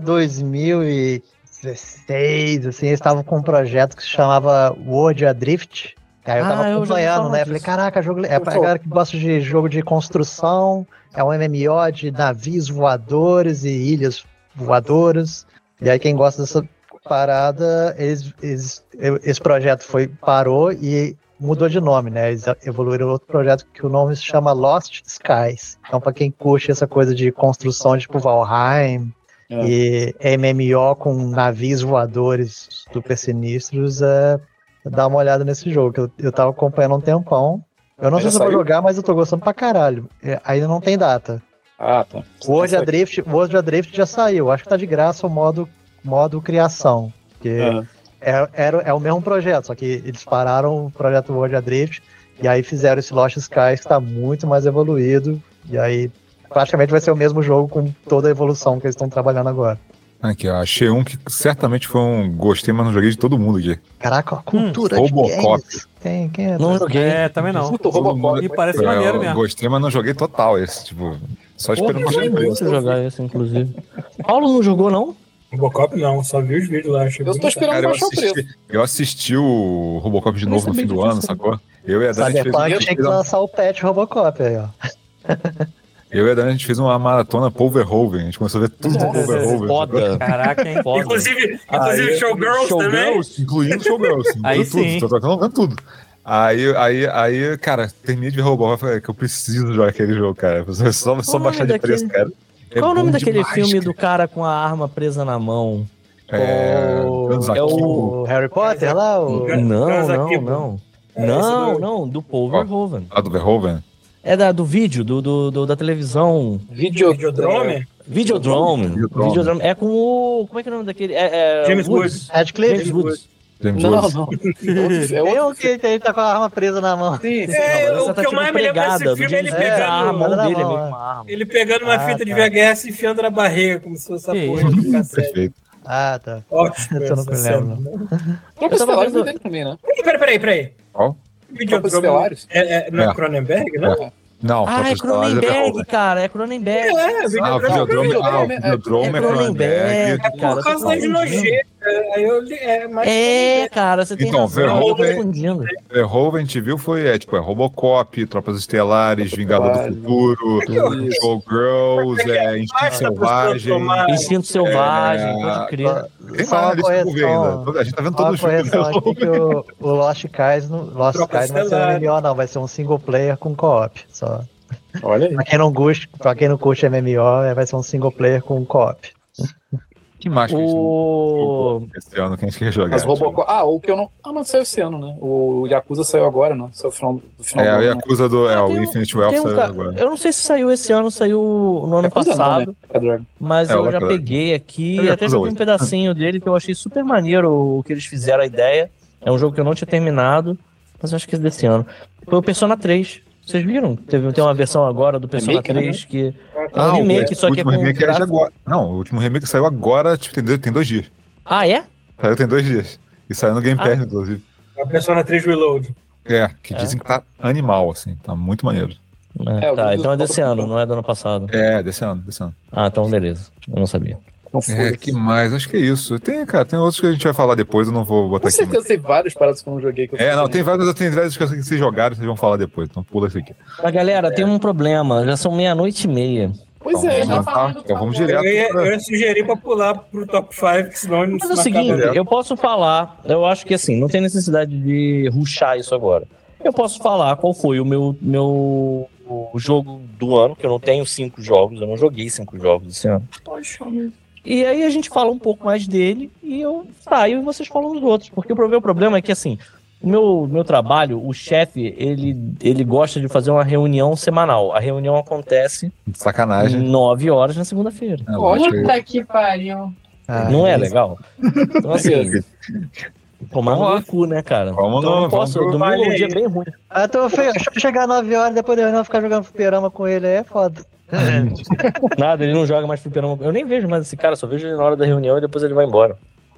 2016, assim, eles estavam com um projeto que se chamava World Adrift. Aí eu tava acompanhando, né? Falei, caraca, jogo é pra galera que gosta de jogo de construção, é um MMO de navios voadores e ilhas voadoras. E aí quem gosta dessa parada, esse projeto parou e mudou de nome, né? Eles evoluíram outro projeto que o nome se chama Lost Skies. Então, pra quem curte essa coisa de construção, tipo Valheim e MMO com navios voadores super sinistros, dá uma olhada nesse jogo, que eu tava acompanhando há um tempão. Eu não sei se eu vou jogar, mas eu tô gostando pra caralho. Ainda não tem data. Ah, tá. O World Adrift já saiu. Acho que tá de graça o modo criação. Porque é o mesmo projeto, só que eles pararam o projeto World Adrift e aí fizeram esse Lost Skies que tá muito mais evoluído. E aí praticamente vai ser o mesmo jogo com toda a evolução que eles estão trabalhando agora. Aqui, ó, achei um que certamente foi um gostei, mas não joguei de todo mundo aqui. Caraca, a cultura Robocop. Quem é? Não joguei. Também não. Robocop. E parece maneiro mesmo. Gostei, mas não joguei total esse, tipo, só esperando pra jogar esse, inclusive. Paulo não jogou, não? Robocop não, só vi os vídeos lá. Eu tô esperando baixar o preço. Eu assisti o Robocop de novo no fim do ano, sacou? Eu e a Dani tinha que lançar o patch Robocop aí, ó. Eu e a Dani, a gente fez uma maratona Paul Verhoeven. A gente começou a ver tudo do Paul Verhoeven. Foda. Caraca, hein? Foda. Inclusive Showgirls também. Incluindo Showgirls. Aí sim. Tô vendo tudo. Aí, cara, terminei de ver Robocop. Falei que eu preciso jogar aquele jogo, cara. Só baixar de preço, cara. Qual é o nome daquele filme do cara com a arma presa na mão? É o Harry Potter lá? Não, do Paul Verhoeven. Do Verhoeven? É do vídeo, da televisão. Videodrome? Videodrome. É com o... Como é que é o nome daquele? James Woods. James Woods. Não. Eu que ele tá com a arma presa na mão. Sim. O que eu mais me lembro desse filme é ele pegando a mão dele, é meio uma arma. Ele pegando uma fita de VHS e enfiando na barriga, como se fosse essa porra de cassete. Perfeito. Ah, tá. Ótimo. Eu não me lembro. Tropa Estelares dele também, né? Peraí. Qual? Videodrome é Cronenberg, né? Não, é Cronenberg, cara. É Cronenberg. O Videodrome é Cronenberg. É por causa de nojento. Cara, você tem então, razão. Verhoeven, a gente viu, foi Robocop, Tropas Estelares, Vingador do Futuro, Showgirls, Instinto Selvagem. Instinto Selvagem, pode crer. Tem uma correção, a gente tá vendo todos os filmes. Aqui que o Lost Skies não vai ser um MMO, não, vai ser um single player com co-op, só. Olha aí. Pra quem não curte MMO, vai ser um single player com co-op. Que mais que esse ano que a gente quer jogar? O que eu não. Não saiu esse ano, né? O Yakuza saiu agora, né? Saiu no final o Yakuza o Infinite Wealth saiu agora. Eu não sei se saiu esse ano, saiu no ano passado. Mas eu já peguei aqui, até joguei um pedacinho dele que eu achei super maneiro o que eles fizeram, a ideia. É um jogo que eu não tinha terminado, mas eu acho que é desse ano. Foi o Persona 3. Vocês viram? Tem uma versão agora do Persona 3 que é um remake, só que é com agora. Não, o último remake saiu agora, tem 2 dias. Ah, é? Saiu tem 2 dias. E saiu no Game Pass, inclusive. A Persona 3 Reload. Que dizem que tá animal, assim, tá muito maneiro. Então é desse ano, não é do ano passado. Desse ano. Ah, então beleza. Eu não sabia. Que mais? Acho que é isso. Tem outros que a gente vai falar depois, eu não vou botar aqui. Com certeza tem vários paradas que eu não joguei. Tem vários que vocês jogaram, vocês vão falar depois, então pula isso aqui. Mas galera, tem um problema, já são 00:30. Pois então vamos direto. Eu ia sugerir pra pular pro top 5, que senão não. Mas é o seguinte, eu posso falar, eu acho que assim, não tem necessidade de rushar isso agora. Eu posso falar qual foi o meu jogo do ano, que eu não tenho 5 jogos, eu não joguei 5 jogos esse ano. Poxa. E aí a gente fala um pouco mais dele e eu saio e vocês falam dos outros. Porque o problema é que, assim, o meu trabalho, o chefe, ele gosta de fazer uma reunião semanal. A reunião acontece... Sacanagem. 9 horas na segunda-feira. Puta que pariu. Não é legal? Então, assim... Tomar no cu, né, cara? Vamos então, não posso. Domingo é um dia bem ruim. Então, deixa eu chegar 9 horas, depois de eu ficar jogando fliperama com ele, aí é foda. Nada, ele não joga mais fliperama. Eu nem vejo mais esse cara, só vejo ele na hora da reunião e depois ele vai embora.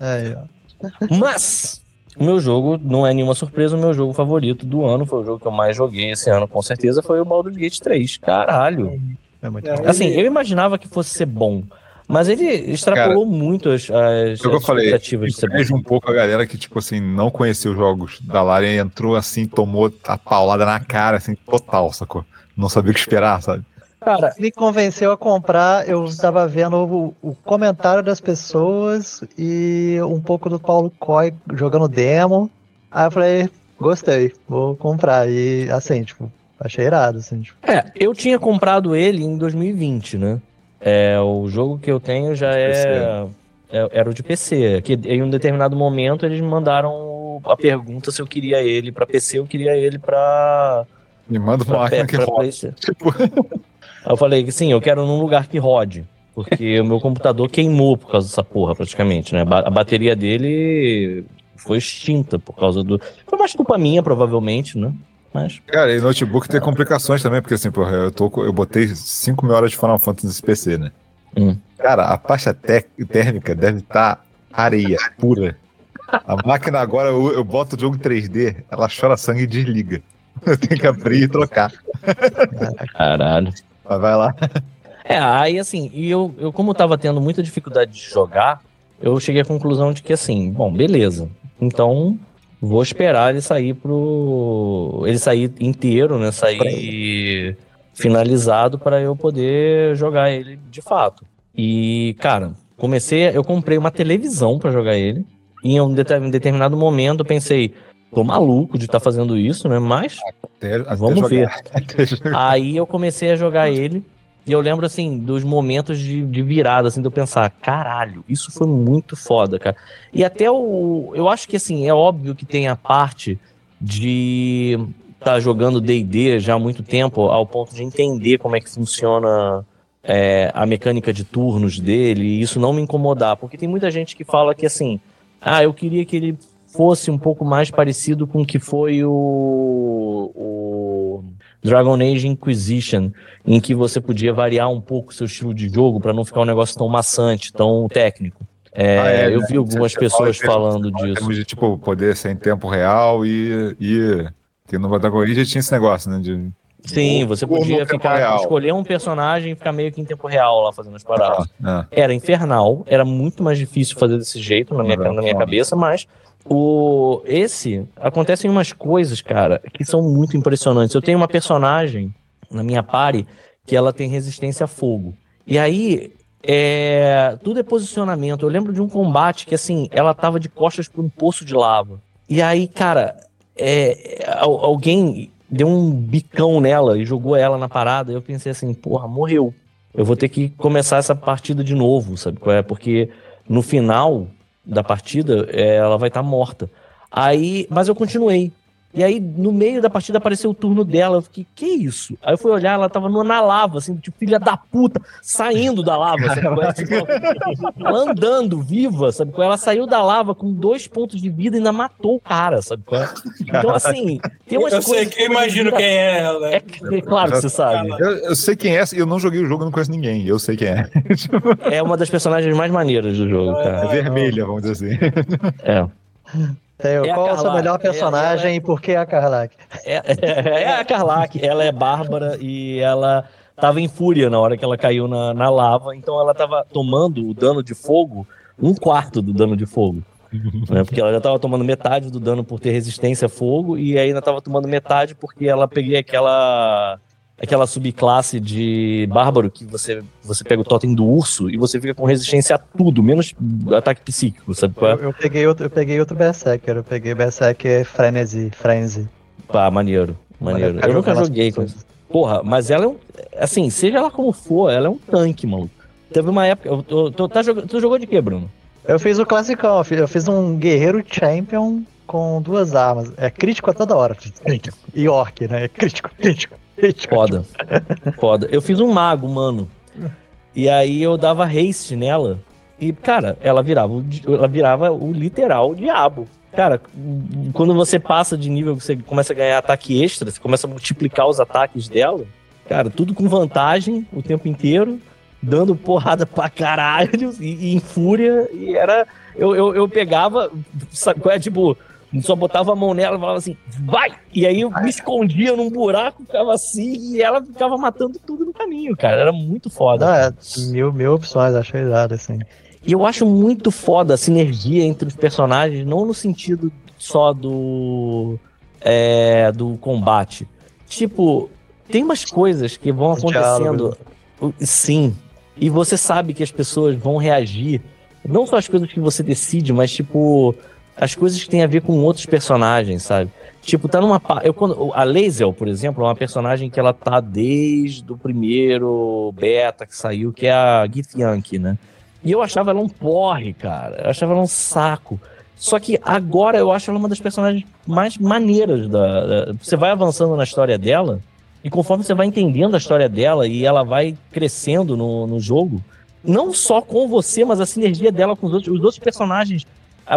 Mas o meu jogo, não é nenhuma surpresa, o meu jogo favorito do ano, foi o jogo que eu mais joguei esse ano, com certeza, foi o Baldur's Gate 3. Caralho. Assim, eu imaginava que fosse ser bom, mas ele extrapolou muito as expectativas de ser bom. Eu vejo um pouco a galera que, tipo assim, não conhecia os jogos da Larian e entrou assim, tomou a paulada na cara, assim, total, sacou? Não sabia o que esperar, sabe? Cara, me convenceu a comprar, eu estava vendo o comentário das pessoas e um pouco do Paulo Coy jogando demo. Aí eu falei, gostei, vou comprar. E assim, tipo, achei irado, assim. Tipo. Eu tinha comprado ele em 2020, né? O jogo que eu tenho já era o de PC. Que em um determinado momento eles me mandaram a pergunta se eu queria ele pra PC, eu queria ele pra... Me manda uma máquina que roda. Tipo... Aí eu falei que sim, eu quero num lugar que rode. Porque o meu computador queimou por causa dessa porra, praticamente, né? A bateria dele foi extinta por causa do... Foi mais culpa minha, provavelmente, né? Mas... Cara, e notebook tem complicações também, porque assim, porra, eu botei 5.000 horas de Final Fantasy nesse PC, né? Cara, a faixa térmica deve estar areia pura. A máquina agora, eu boto o jogo em 3D, ela chora sangue e desliga. Eu tenho que abrir e trocar. Caralho. Mas vai lá. Aí assim, eu como eu tava tendo muita dificuldade de jogar, eu cheguei à conclusão de que assim, bom, beleza. Então, vou esperar ele sair inteiro, né? Sair finalizado para eu poder jogar ele de fato. E, cara, eu comprei uma televisão para jogar ele. E em um determinado momento eu pensei, tô maluco de estar fazendo isso, né? Mas vamos ver. Aí eu comecei a jogar ele e eu lembro, assim, dos momentos de virada, assim, de eu pensar, caralho, isso foi muito foda, cara. E até eu acho que, assim, é óbvio que tem a parte de estar jogando D&D já há muito tempo, ao ponto de entender como é que funciona a mecânica de turnos dele, e isso não me incomodar, porque tem muita gente que fala que, assim, eu queria que ele fosse um pouco mais parecido com o que foi o Dragon Age Inquisition, em que você podia variar um pouco o seu estilo de jogo para não ficar um negócio tão maçante, tão técnico. Eu vi algumas pessoas falando disso. De, tipo, poder ser em tempo real e que no Dragon Age tinha esse negócio, né? Sim, você podia escolher um personagem e ficar meio que em tempo real lá fazendo as paradas. Era infernal, era muito mais difícil fazer desse jeito na minha cabeça, mas acontecem umas coisas, cara, que são muito impressionantes. Eu tenho uma personagem na minha party que ela tem resistência a fogo. E aí, tudo é posicionamento. Eu lembro de um combate que, assim, ela tava de costas pra um poço de lava. E aí, cara, alguém deu um bicão nela e jogou ela na parada. E eu pensei assim, porra, morreu. Eu vou ter que começar essa partida de novo, sabe qual é? Porque no final da partida, ela vai estar morta. Mas eu continuei. E aí, no meio da partida, apareceu o turno dela. Eu fiquei, que isso? Aí eu fui olhar, ela tava na lava, assim, tipo, filha da puta, saindo da lava, sabe? Ela andando, viva, sabe? Ela saiu da lava com 2 pontos de vida e ainda matou o cara, sabe? Então, assim, tem umas coisas... Eu sei que eu imagino quem é ela. É claro que você sabe. Eu sei quem é, eu não joguei o jogo, eu não conheço ninguém, eu sei quem é. É uma das personagens mais maneiras do jogo, cara. É vermelha, vamos dizer assim. Qual é a sua melhor personagem e por que a Karlach? É a Karlach, ela é bárbara e ela tava em fúria na hora que ela caiu na lava, então ela tava tomando o dano de fogo, 1/4 do dano de fogo. Né? Porque ela já tava tomando metade do dano por ter resistência a fogo e ainda tava tomando metade porque ela peguei aquela subclasse de bárbaro que você pega o totem do urso e você fica com resistência a tudo, menos ataque psíquico, sabe qual é? Eu peguei outro Berserker, eu peguei Berserker Frenzy. Pá, maneiro. Eu nunca joguei com isso. Porra, mas ela é um... Assim, seja ela como for, ela é um tanque, mano. Teve uma época... Tu jogou de quê, Bruno? Eu fiz o classicão, eu fiz um guerreiro champion com 2 armas. É crítico a toda hora. E orc, né? É crítico. Foda. Eu fiz um mago, mano. E aí eu dava haste nela. E, cara, ela virava o literal diabo. Cara, quando você passa de nível, você começa a ganhar ataque extra, você começa a multiplicar os ataques dela. Cara, tudo com vantagem o tempo inteiro, dando porrada pra caralho e em fúria. E era... Eu pegava, sabe qual é? Tipo... Só botava a mão nela e falava assim, vai! E aí eu me escondia num buraco, ficava assim, e ela ficava matando tudo no caminho, cara. Era muito foda. Mil opções, acho irado, assim. E eu acho muito foda a sinergia entre os personagens, não no sentido só do combate. Tipo, tem umas coisas que vão acontecendo, sim, e você sabe que as pessoas vão reagir, não só as coisas que você decide, mas tipo... as coisas que tem a ver com outros personagens, sabe? Tipo, tá numa... a Lae'zel, por exemplo, é uma personagem que ela tá desde o primeiro beta que saiu, que é a Githyanki, né? E eu achava ela um porre, cara. Eu achava ela um saco. Só que agora eu acho ela uma das personagens mais maneiras Você vai avançando na história dela, e conforme você vai entendendo a história dela, e ela vai crescendo no jogo, não só com você, mas a sinergia dela com os outros personagens...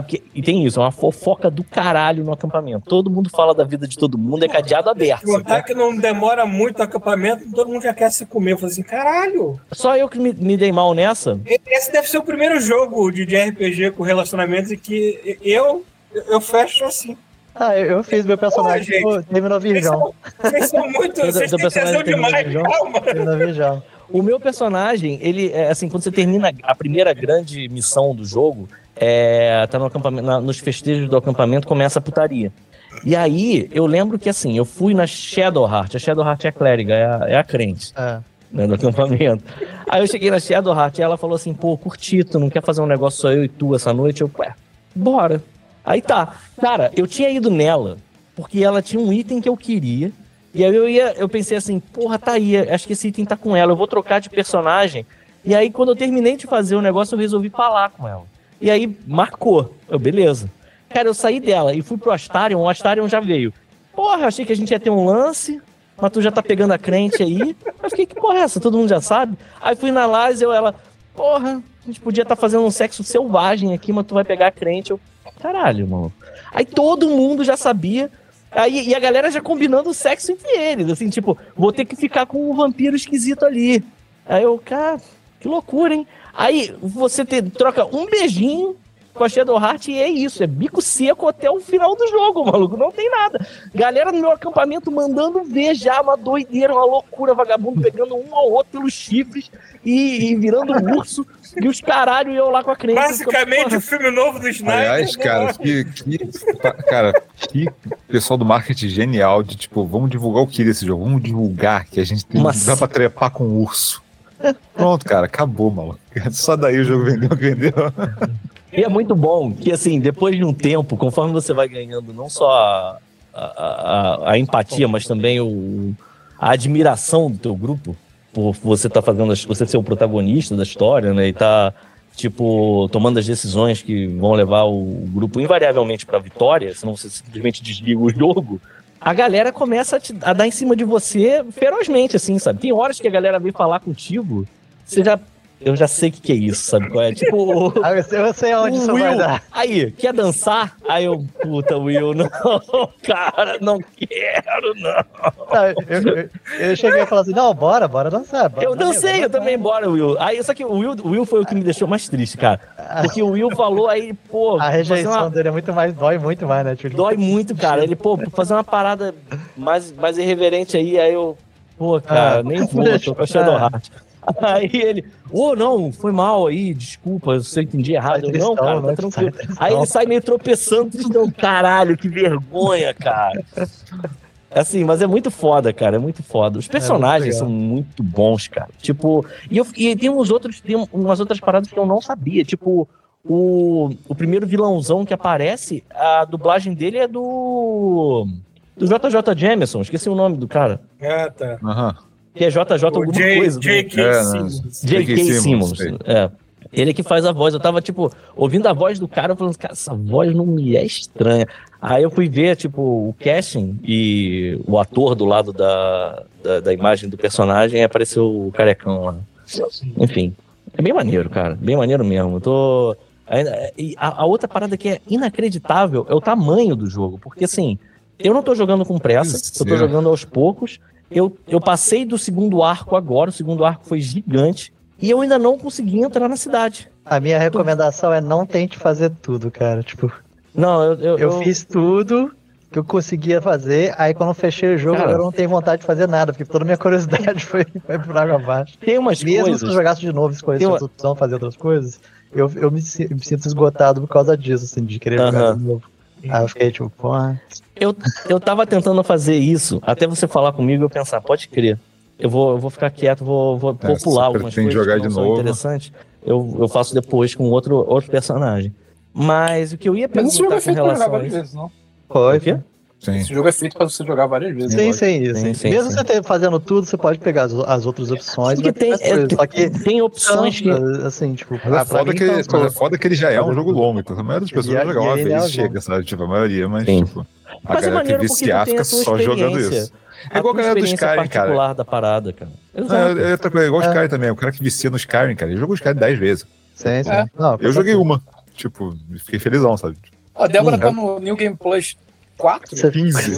e tem isso, é uma fofoca do caralho no acampamento. Todo mundo fala da vida de todo mundo, é cadeado aberto. Se contar que não demora muito o acampamento, todo mundo já quer se comer. Eu falei assim, caralho. Só eu que me dei mal nessa? Esse deve ser o primeiro jogo de RPG com relacionamentos e que eu fecho assim. Eu fiz meu personagem, terminou virgão. Vocês são muito... Vocês têm tesão demais, calma. Terminou virgão. O meu personagem, ele, assim, quando você termina a primeira grande missão do jogo... tá no acampamento, nos festejos do acampamento começa a putaria. E aí, eu lembro que assim, eu fui na Shadowheart. A Shadowheart é a clériga, é a crente né, do acampamento. Aí eu cheguei na Shadowheart e ela falou assim, pô, curti, tu não quer fazer um negócio só eu e tu essa noite? Eu, bora. Aí tá. Cara, eu tinha ido nela, porque ela tinha um item que eu queria, e aí eu pensei assim, porra, tá aí, acho que esse item tá com ela, eu vou trocar de personagem. E aí, quando eu terminei de fazer o negócio, eu resolvi falar com ela. E aí, marcou. Beleza. Cara, eu saí dela e fui pro Astarion, o Astarion já veio. Porra, achei que a gente ia ter um lance, mas tu já tá pegando a crente aí. Eu fiquei, que porra é essa? Todo mundo já sabe. Aí fui na Lae'zel, ela, porra, a gente podia estar fazendo um sexo selvagem aqui, mas tu vai pegar a crente. Eu, caralho, mano. Aí todo mundo já sabia. Aí, e a galera já combinando o sexo entre eles, assim, tipo, vou ter que ficar com um vampiro esquisito ali. Aí eu, cara, que loucura, hein? Aí você troca um beijinho com a Shadowheart e é isso, é bico seco até o final do jogo, maluco, não tem nada. Galera no meu acampamento mandando ver já uma doideira, uma loucura, vagabundo pegando um ao outro pelos chifres e virando um urso, e os caralho e eu lá com a criança. Basicamente o filme novo do Snyder. Aliás, cara, que pessoal do marketing genial de tipo, vamos divulgar o que desse jogo? Vamos divulgar que a gente tem que dar pra trepar com o urso. Pronto, cara, acabou, maluco. Só daí o jogo vendeu. E é muito bom que, assim, depois de um tempo, conforme você vai ganhando não só a empatia, mas também a admiração do teu grupo, por você tá fazendo, você ser o protagonista da história, né, e tá, tipo, tomando as decisões que vão levar o grupo invariavelmente pra vitória, senão você simplesmente desliga o jogo, a galera começa a dar em cima de você ferozmente, assim, sabe? Tem horas que a galera vem falar contigo, eu já sei o que é isso, sabe qual é? Tipo... Eu sei aonde isso vai dar. Aí, quer dançar? Aí eu, puta, Will, não, cara, não quero, não. Eu cheguei a falar assim, não, bora dançar. Eu dancei, eu também, bora, Will. Aí, só que o Will foi o que me deixou mais triste, cara. Porque o Will falou aí, pô... A rejeição dele é muito mais, dói muito mais, né? Tipo, dói muito, cara. Ele, pô, fazer uma parada mais irreverente aí eu... Pô, cara, nem vou, tô com a Shadowheart. Aí ele, não, foi mal aí, desculpa, eu sei que entendi errado. Eu, não, cara, tá tranquilo. Aí ele sai meio tropeçando, então, caralho, que vergonha, cara. Assim, mas é muito foda, cara, é muito foda. Os personagens são muito bons, cara. Tipo, e tem umas outras paradas que eu não sabia, tipo, o primeiro vilãozão que aparece, a dublagem dele é do JJ Jameson, esqueci o nome do cara. Ah, tá. Aham. Que é JJ alguma coisa. J.K. Simmons. J.K. Simmons. É. Ele que faz a voz. Eu tava, tipo, ouvindo a voz do cara, falando, cara, essa voz não me é estranha. Aí eu fui ver, tipo, o casting e o ator do lado da imagem do personagem, e apareceu o carecão lá. Enfim, é bem maneiro, cara. Bem maneiro mesmo. E a outra parada que é inacreditável é o tamanho do jogo. Porque, assim, eu não tô jogando com pressa, eu tô jogando aos poucos. Eu passei do segundo arco agora, o segundo arco foi gigante, e eu ainda não consegui entrar na cidade. A minha recomendação é não tente fazer tudo, cara, tipo... Não, eu fiz tudo que eu conseguia fazer, aí quando eu fechei o jogo, cara, eu não tenho vontade de fazer nada, porque toda a minha curiosidade foi por água abaixo. Tem umas Mesmo coisas... se eu jogasse de novo, escolher outra opção, fazer outras coisas, eu me sinto esgotado por causa disso, assim, de querer jogar de novo. Aí eu fiquei tipo, porra... Eu tava tentando fazer isso, até você falar comigo e eu pensar, pode crer, eu vou ficar quieto, vou pular algumas coisas jogar que não de são novo. interessantes, eu faço depois com outro personagem. Mas o que eu ia perguntar com relação a isso... Não? Foi. O quê? Sim. Esse jogo é feito pra você jogar várias vezes. Sim. Mesmo você fazendo tudo, você pode pegar as outras opções. Porque tem opções que... Assim, tipo... É foda que ele já é um jogo longo, então a maioria das pessoas vai jogar uma vez e chega, sabe? Tipo, a maioria, mas tipo... A galera que viciar fica só jogando isso. É igual a galera do Skyrim, cara. Da parada, cara. É igual o Skyrim também. O cara que vicia no Skyrim, cara. Ele jogou o Skyrim 10 vezes. Sim. Não, eu joguei uma. Tipo, fiquei felizão, sabe? A Débora tá no New Game Plus 4? 15.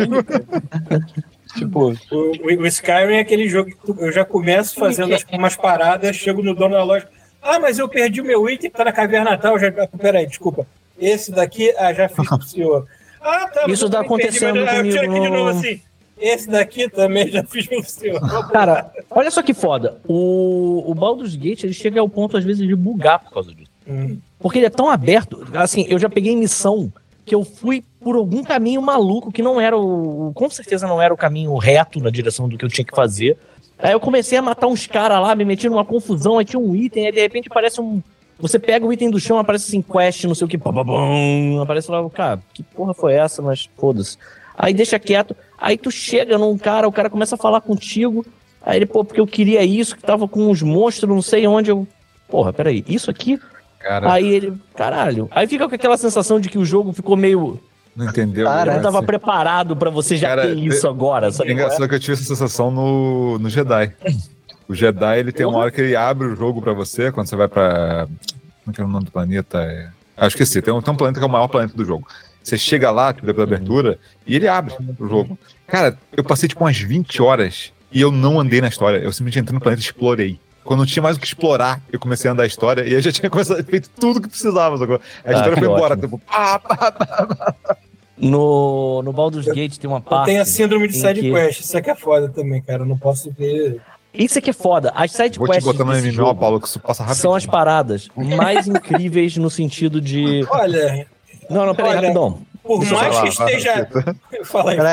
Tipo, o Skyrim é aquele jogo que eu já começo fazendo umas paradas, chego no dono da loja. Ah, mas eu perdi o meu item que tá na caverna tal. Peraí, desculpa. Esse daqui, já fiz pro senhor. Ah, tá. Isso tá acontecendo comigo. Eu tiro aqui de novo assim. Esse daqui também já fiz pro senhor. Cara, olha só que foda. O Baldur's Gate, ele chega ao ponto, às vezes, de bugar por causa disso. Porque ele é tão aberto. Assim, eu já peguei missão que eu fui por algum caminho maluco que não era com certeza não era o caminho reto na direção do que eu tinha que fazer. Aí eu comecei a matar uns caras lá, me meti numa confusão, aí tinha um item, aí de repente aparece você pega o item do chão, aparece assim, quest, não sei o que, aparece lá, cara, que porra foi essa, mas foda-se. Aí deixa quieto, aí tu chega num cara, o cara começa a falar contigo, aí ele, porque eu queria isso, que tava com uns monstros, não sei onde, porra, peraí, isso aqui? Cara. Aí ele, caralho, aí fica com aquela sensação de que o jogo ficou meio... Não entendeu? Eu não tava preparado pra você já ter isso agora, sabe? É engraçado que eu tive essa sensação no Jedi. O Jedi, ele tem uma hora que ele abre o jogo pra você, quando você vai pra... Como é que é o nome do planeta? Esqueci. Tem um planeta que é o maior planeta do jogo. Você chega lá, tipo, depois da abertura, e ele abre o jogo. Cara, eu passei tipo umas 20 horas e eu não andei na história. Eu simplesmente entrei no planeta e explorei. Quando não tinha mais o que explorar, eu comecei a andar a história e eu já tinha feito tudo que precisava. A história foi embora. Tipo, No Baldur's Gate tem uma parte... Eu tenho a síndrome de sidequest, isso aqui é foda também, cara. Eu não posso ver... Isso aqui é foda. As sidequests são as paradas mais incríveis no sentido de... Olha... Não, peraí, rapidão. Por mais que esteja... Fala aí.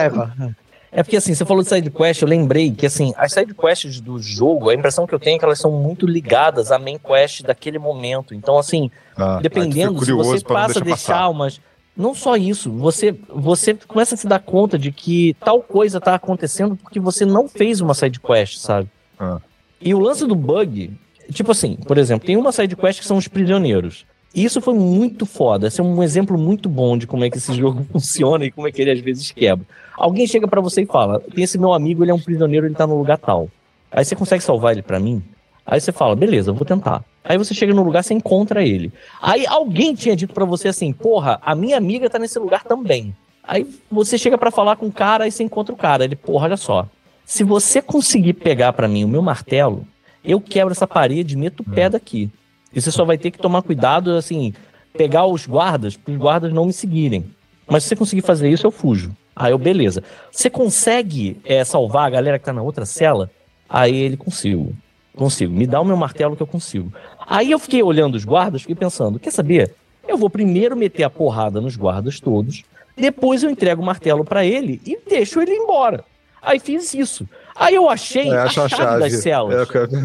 É porque, assim, você falou de sidequest, eu lembrei que, assim, as sidequests do jogo, a impressão que eu tenho é que elas são muito ligadas à main quest daquele momento. Então, assim, dependendo, se você passa a deixar umas... Não só isso, você começa a se dar conta de que tal coisa tá acontecendo porque você não fez uma sidequest, sabe? E o lance do bug, tipo assim, por exemplo, tem uma sidequest que são os prisioneiros. E isso foi muito foda. Esse é um exemplo muito bom de como é que esse jogo funciona e como é que ele às vezes quebra. Alguém chega pra você e fala, tem esse meu amigo, ele é um prisioneiro, ele tá no lugar tal. Aí você consegue salvar ele pra mim? Aí você fala, beleza, eu vou tentar. Aí você chega no lugar, você encontra ele. Aí alguém tinha dito pra você assim, porra, a minha amiga tá nesse lugar também. Aí você chega pra falar com o cara, aí você encontra o cara. Ele, porra, olha só. Se você conseguir pegar pra mim o meu martelo, eu quebro essa parede e meto o pé daqui. E você só vai ter que tomar cuidado, assim, pegar os guardas, para os guardas não me seguirem. Mas se você conseguir fazer isso, eu fujo. Aí eu, beleza. Você consegue salvar a galera que tá na outra cela? Aí ele, consigo. Me dá o meu martelo que eu consigo. Aí eu fiquei olhando os guardas, fiquei pensando, quer saber? Eu vou primeiro meter a porrada nos guardas todos, depois eu entrego o martelo pra ele e deixo ele embora. Aí fiz isso. Aí eu achei a chave das celas.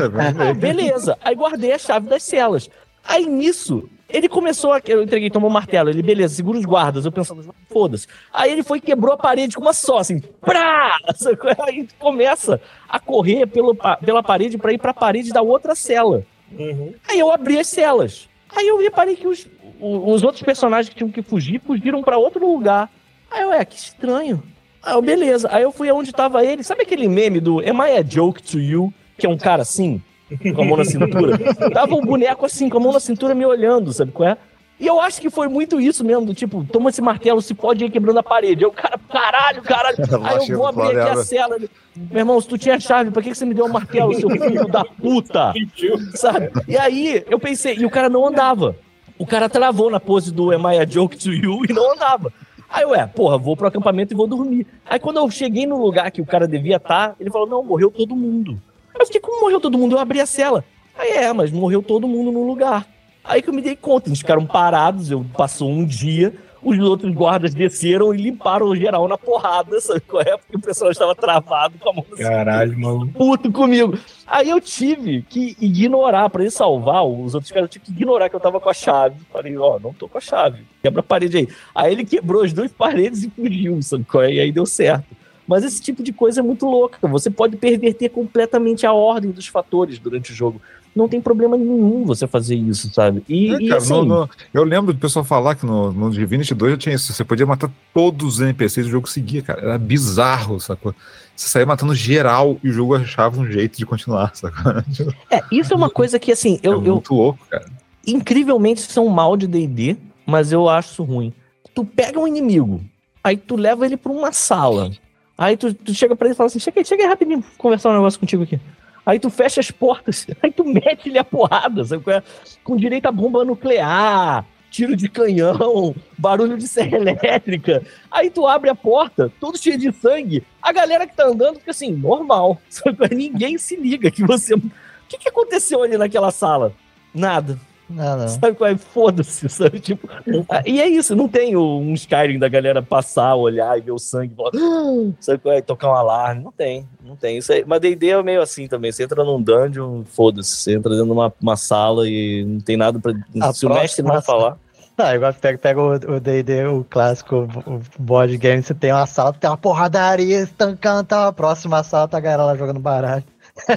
Beleza. Aí guardei a chave das celas. Aí nisso, ele começou a... Eu entreguei, tomou o martelo. Ele, beleza, segura os guardas. Eu pensando, foda-se. Aí ele foi e quebrou a parede com uma só, assim. Prá! Aí começa a correr pela parede pra ir pra parede da outra cela. Aí eu abri as celas. Aí eu reparei que os outros personagens que tinham que fugir, fugiram pra outro lugar. Aí eu, que estranho. Aí eu, beleza. Aí eu fui aonde tava ele. Sabe aquele meme do Am I a Joke to You? Que é um cara assim, com a mão na cintura. Tava um boneco assim, com a mão na cintura me olhando, sabe qual é? E eu acho que foi muito isso mesmo, do tipo, toma esse martelo, se pode ir quebrando a parede. Eu, caralho. Aí eu vou abrir aqui a cela. Meu irmão, se tu tinha chave, pra que você me deu um martelo, seu filho da puta? Sabe? E aí, eu pensei, e o cara não andava. O cara travou na pose do Am I a Joke to You e não andava. Aí eu, vou pro acampamento e vou dormir. Aí quando eu cheguei no lugar que o cara devia estar, ele falou, não, morreu todo mundo. Aí eu fiquei, como morreu todo mundo? Eu abri a cela. Aí mas morreu todo mundo no lugar. Aí que eu me dei conta, eles ficaram parados, passou um dia, os outros guardas desceram e limparam geral na porrada, sabe qual é? Porque o pessoal estava travado com a mão. Caralho, mano. Puto comigo. Aí eu tive que ignorar, pra ele salvar os outros caras, eu tive que ignorar que eu tava com a chave. Falei, não tô com a chave, quebra a parede aí. Aí ele quebrou as duas paredes e fugiu, sabe qual é? E aí deu certo. Mas esse tipo de coisa é muito louca. Você pode perverter completamente a ordem dos fatores durante o jogo. Não tem problema nenhum você fazer isso, sabe? Cara, assim... eu lembro do pessoal falar que no Divinity 2 já tinha isso. Você podia matar todos os NPCs e o jogo seguia, cara. Era bizarro, sacou? Você saía matando geral e o jogo achava um jeito de continuar, sacou? Isso é uma coisa que, assim... muito louco, cara. Incrivelmente, isso é um mal de D&D, mas eu acho isso ruim. Tu pega um inimigo, aí tu leva ele pra uma sala. Aí tu chega pra ele e fala assim, chega aí rapidinho, conversar um negócio contigo aqui. Aí tu fecha as portas, aí tu mete ele a porrada, sabe? Com direito a bomba nuclear, tiro de canhão, barulho de serra elétrica. Aí tu abre a porta, todo cheio de sangue, a galera que tá andando fica assim, normal. Sabe? Ninguém se liga que você... O que aconteceu ali naquela sala? Nada. Sabe qual é? Foda-se, sabe? Tipo, e é isso, não tem um Skyrim da galera passar, olhar e ver o sangue, sabe qual é? Tocar um alarme, não tem isso aí. Mas D&D é meio assim também, você entra num dungeon, foda-se, você entra dentro de uma sala e não tem nada pra... Se o mestre não falar... Igual pega o D&D, o clássico, o board game, você tem uma sala, tem uma porradaria estancando, tá? A próxima sala tá a galera lá jogando baralho.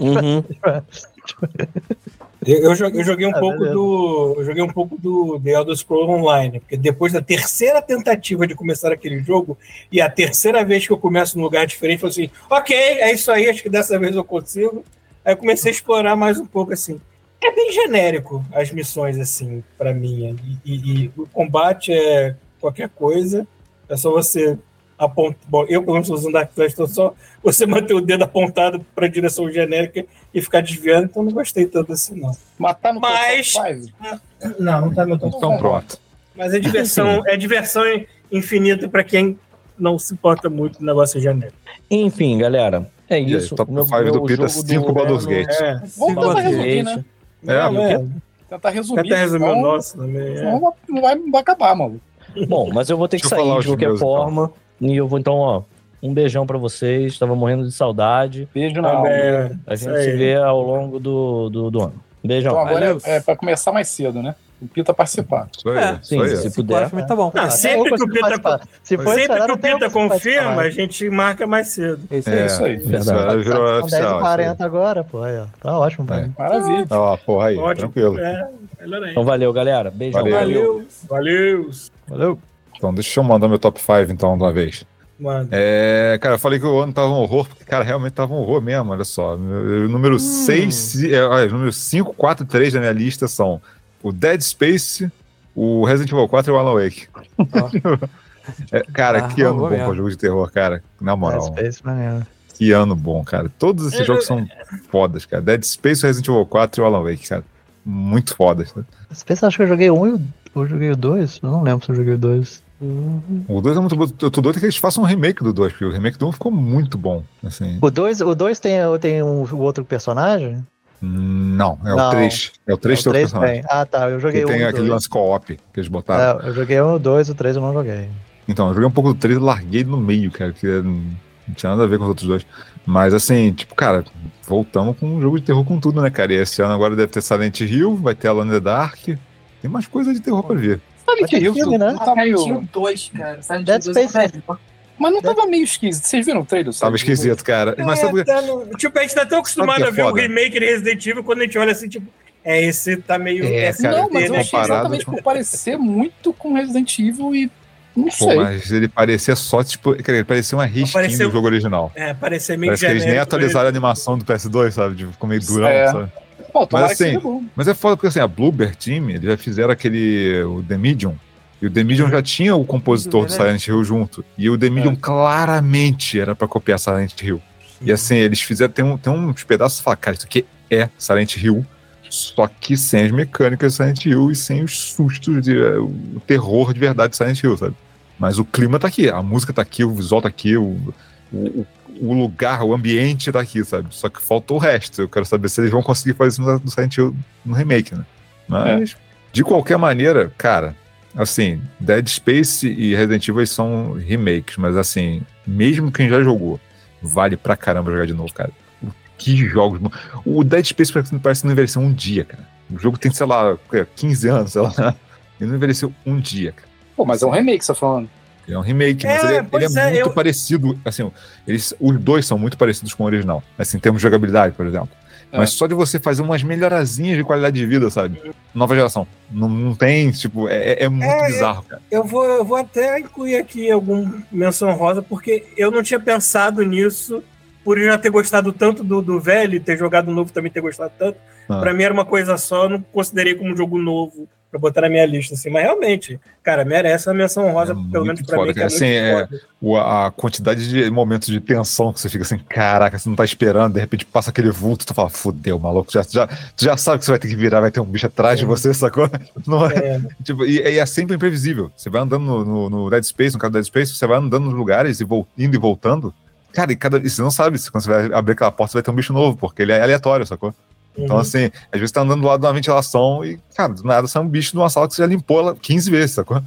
Eu joguei um pouco do The Elder Scrolls Online, porque depois da terceira tentativa de começar aquele jogo, e a terceira vez que eu começo num lugar diferente, eu falei assim, ok, é isso aí, acho que dessa vez eu consigo. Aí eu comecei a explorar mais um pouco, assim. É bem genérico as missões, assim, pra mim. E o combate é qualquer coisa, é só você Bom, eu, pelo menos, usando Dark Flash, então só você manter o dedo apontado para a direção genérica e ficar desviando, então não gostei tanto assim, não. Matar no Mas... Não tá no top 5. Então pronto. Mas é diversão infinita para quem não se importa muito no negócio genérico. Enfim, galera, é isso. Top 5 do Pita, 5 Baldur's Gate. Vamos tentar resumir, né? Tentar resumir. Tentar resumir o nosso também. Não vai acabar, mano. De mas eu vou ter que sair de qualquer forma. E eu vou, então, um beijão pra vocês. Tava morrendo de saudade. Beijo na alma. A gente se vê ao longo do ano. Beijão. Então agora é pra começar mais cedo, né? O Pita participar. Se puder. Tá bom. Não, sempre que o Pita confirma, a gente marca mais cedo. É isso aí. Verdade. Virou oficial. 10h40 agora, pô. Aí, ó. Tá ótimo, pai. Maravilha. Porra aí, ótimo. Tranquilo. Então valeu, galera. Beijão. Valeu. Então deixa eu mandar meu top 5 então de uma vez. Mano. Cara, eu falei que o ano tava um horror, porque, cara, realmente tava um horror mesmo, olha só. Número 5, 4 e 3 da minha lista são o Dead Space, o Resident Evil 4 e o Alan Wake. Cara, que ano bom pra jogo de terror, cara. Na moral. Dead Space, maneiro. Que ano bom, cara. Todos esses jogos são fodas, cara. Dead Space, Resident Evil 4 e o Alan Wake, cara. Muito fodas. Né? Space, acho que eu joguei um e eu joguei o 2. Eu não lembro se eu joguei o 2. O 2 é muito bom. Eu tô doido que eles façam um remake do 2, porque o remake do 1 ficou muito bom. Assim. O 2 tem um outro personagem? Não, o 3. É o 3 que tem outro personagem. Ah, tá. Eu joguei o 1. Tem aquele lance co-op que eles botaram. Eu joguei o 2, o 3 eu não joguei. Então, eu joguei um pouco do 3 e larguei no meio, cara, que não tinha nada a ver com os outros dois. Mas assim, tipo, cara, voltamos com um jogo de terror com tudo, né, cara? E esse ano agora deve ter Silent Hill, vai ter Alone in the Dark. Tem mais coisa de terror pra ver. Silent Hill, filme, né? Silent Hill 2, cara. Dead Space. Mas não tava meio esquisito. Vocês viram o trailer? Tava esquisito, cara. Mas sabe... Tipo, a gente tá tão acostumado a ver o remake de Resident Evil, quando a gente olha assim, tipo, esse tá meio... Cara, não, mas eu achei exatamente por parecer muito com Resident Evil e não sei. Mas ele parecia só, tipo, ele parecia uma risquinha do jogo original. Parecia meio Parece que eles nem atualizaram a animação do PS2, sabe? Tipo, ficou meio durão, sabe? Pô, mas assim, mas é foda porque assim, a Bloober Team, eles já fizeram o The Medium, e o The Medium já tinha o compositor do Silent Hill junto, e o The Medium claramente era pra copiar Silent Hill. E assim, eles fizeram, tem uns pedaços que falam, cara, isso aqui é Silent Hill, só que sem as mecânicas de Silent Hill e sem os sustos, o terror de verdade de Silent Hill, sabe? Mas o clima tá aqui, a música tá aqui, o visual tá aqui, o lugar, o ambiente tá aqui, sabe? Só que faltou o resto. Eu quero saber se eles vão conseguir fazer isso no Silent Hill no remake, né? Mas, de qualquer maneira, cara, assim, Dead Space e Resident Evil são remakes, mas assim, mesmo quem já jogou, vale pra caramba jogar de novo, cara. Que jogos... O Dead Space parece que não envelheceu um dia, cara. O jogo tem, sei lá, 15 anos, sei lá. Ele não envelheceu um dia, cara. Pô, mas é um remake, você tá falando. É um remake, mas ele é muito parecido, assim, os dois são muito parecidos com o original, assim, em termos de jogabilidade, por exemplo. Mas só de você fazer umas melhorazinhas de qualidade de vida, sabe? Nova geração. Não tem, tipo, é muito bizarro, cara. Eu vou até incluir aqui alguma menção rosa, porque eu não tinha pensado nisso, por eu já ter gostado tanto do velho e ter jogado o novo também ter gostado tanto. Pra mim era uma coisa só, eu não considerei como um jogo novo pra botar na minha lista, assim, mas realmente, cara, merece uma menção rosa, pelo menos pra mim, que é assim, a quantidade de momentos de tensão que você fica assim, caraca, você não tá esperando, de repente passa aquele vulto, tu fala, fudeu, maluco, tu já sabe que você vai ter que virar, vai ter um bicho atrás de você, sacou? Não tipo, e é sempre imprevisível, você vai andando no Dead Space, no caso do Dead Space, você vai andando nos lugares, indo e voltando, cara, e você não sabe, quando você vai abrir aquela porta, você vai ter um bicho novo, porque ele é aleatório, sacou? Então, assim, às vezes você tá andando do lado de uma ventilação e, cara, do nada sai um bicho de uma sala que você já limpou ela 15 vezes, sacou?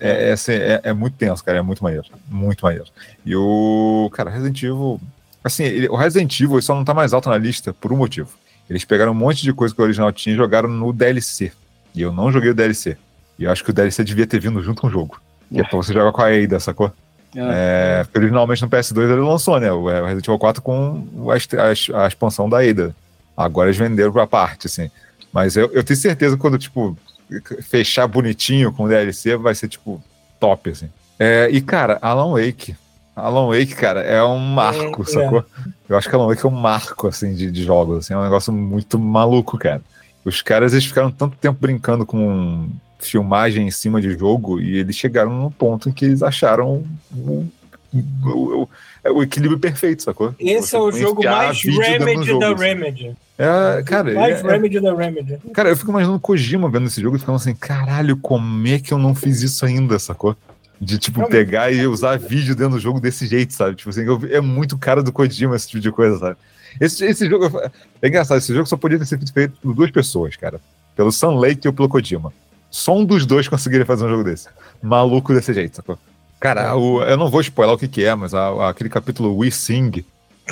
É muito tenso, cara, é muito maneiro. Muito maneiro. E cara, Resident Evil... Assim, o Resident Evil ele só não tá mais alto na lista por um motivo. Eles pegaram um monte de coisa que o original tinha e jogaram no DLC. E eu não joguei o DLC. E eu acho que o DLC devia ter vindo junto com o jogo. Que é pra você jogar com a Ada, sacou? Porque originalmente no PS2 ele lançou, né? O Resident Evil 4 com a expansão da Ada. Agora eles venderam pra parte, assim. Mas eu tenho certeza que quando, tipo, fechar bonitinho com o DLC, vai ser, tipo, top, assim. E, cara, Alan Wake, cara, é um marco, sacou? Eu acho que Alan Wake é um marco, assim, de jogos, assim. É um negócio muito maluco, cara. Os caras, eles ficaram tanto tempo brincando com filmagem em cima de jogo e eles chegaram num ponto em que eles acharam o equilíbrio perfeito, sacou? Esse é o jogo mais Remedy da Remedy. Cara, mais Remedy da Remedy. Cara, eu fico imaginando o Kojima vendo esse jogo e ficando assim, caralho, como é que eu não fiz isso ainda, sacou? De, tipo, pegar e usar vídeo dentro do jogo desse jeito, sabe? Tipo assim, é muito cara do Kojima esse tipo de coisa, sabe? Esse jogo... É engraçado, esse jogo só podia ter sido feito por 2 pessoas, cara. Pelo Sam Lake ou pelo Kojima. Só um dos 2 conseguiria fazer um jogo desse. Maluco desse jeito, sacou? Cara, eu não vou spoiler o que é, mas aquele capítulo We Sing...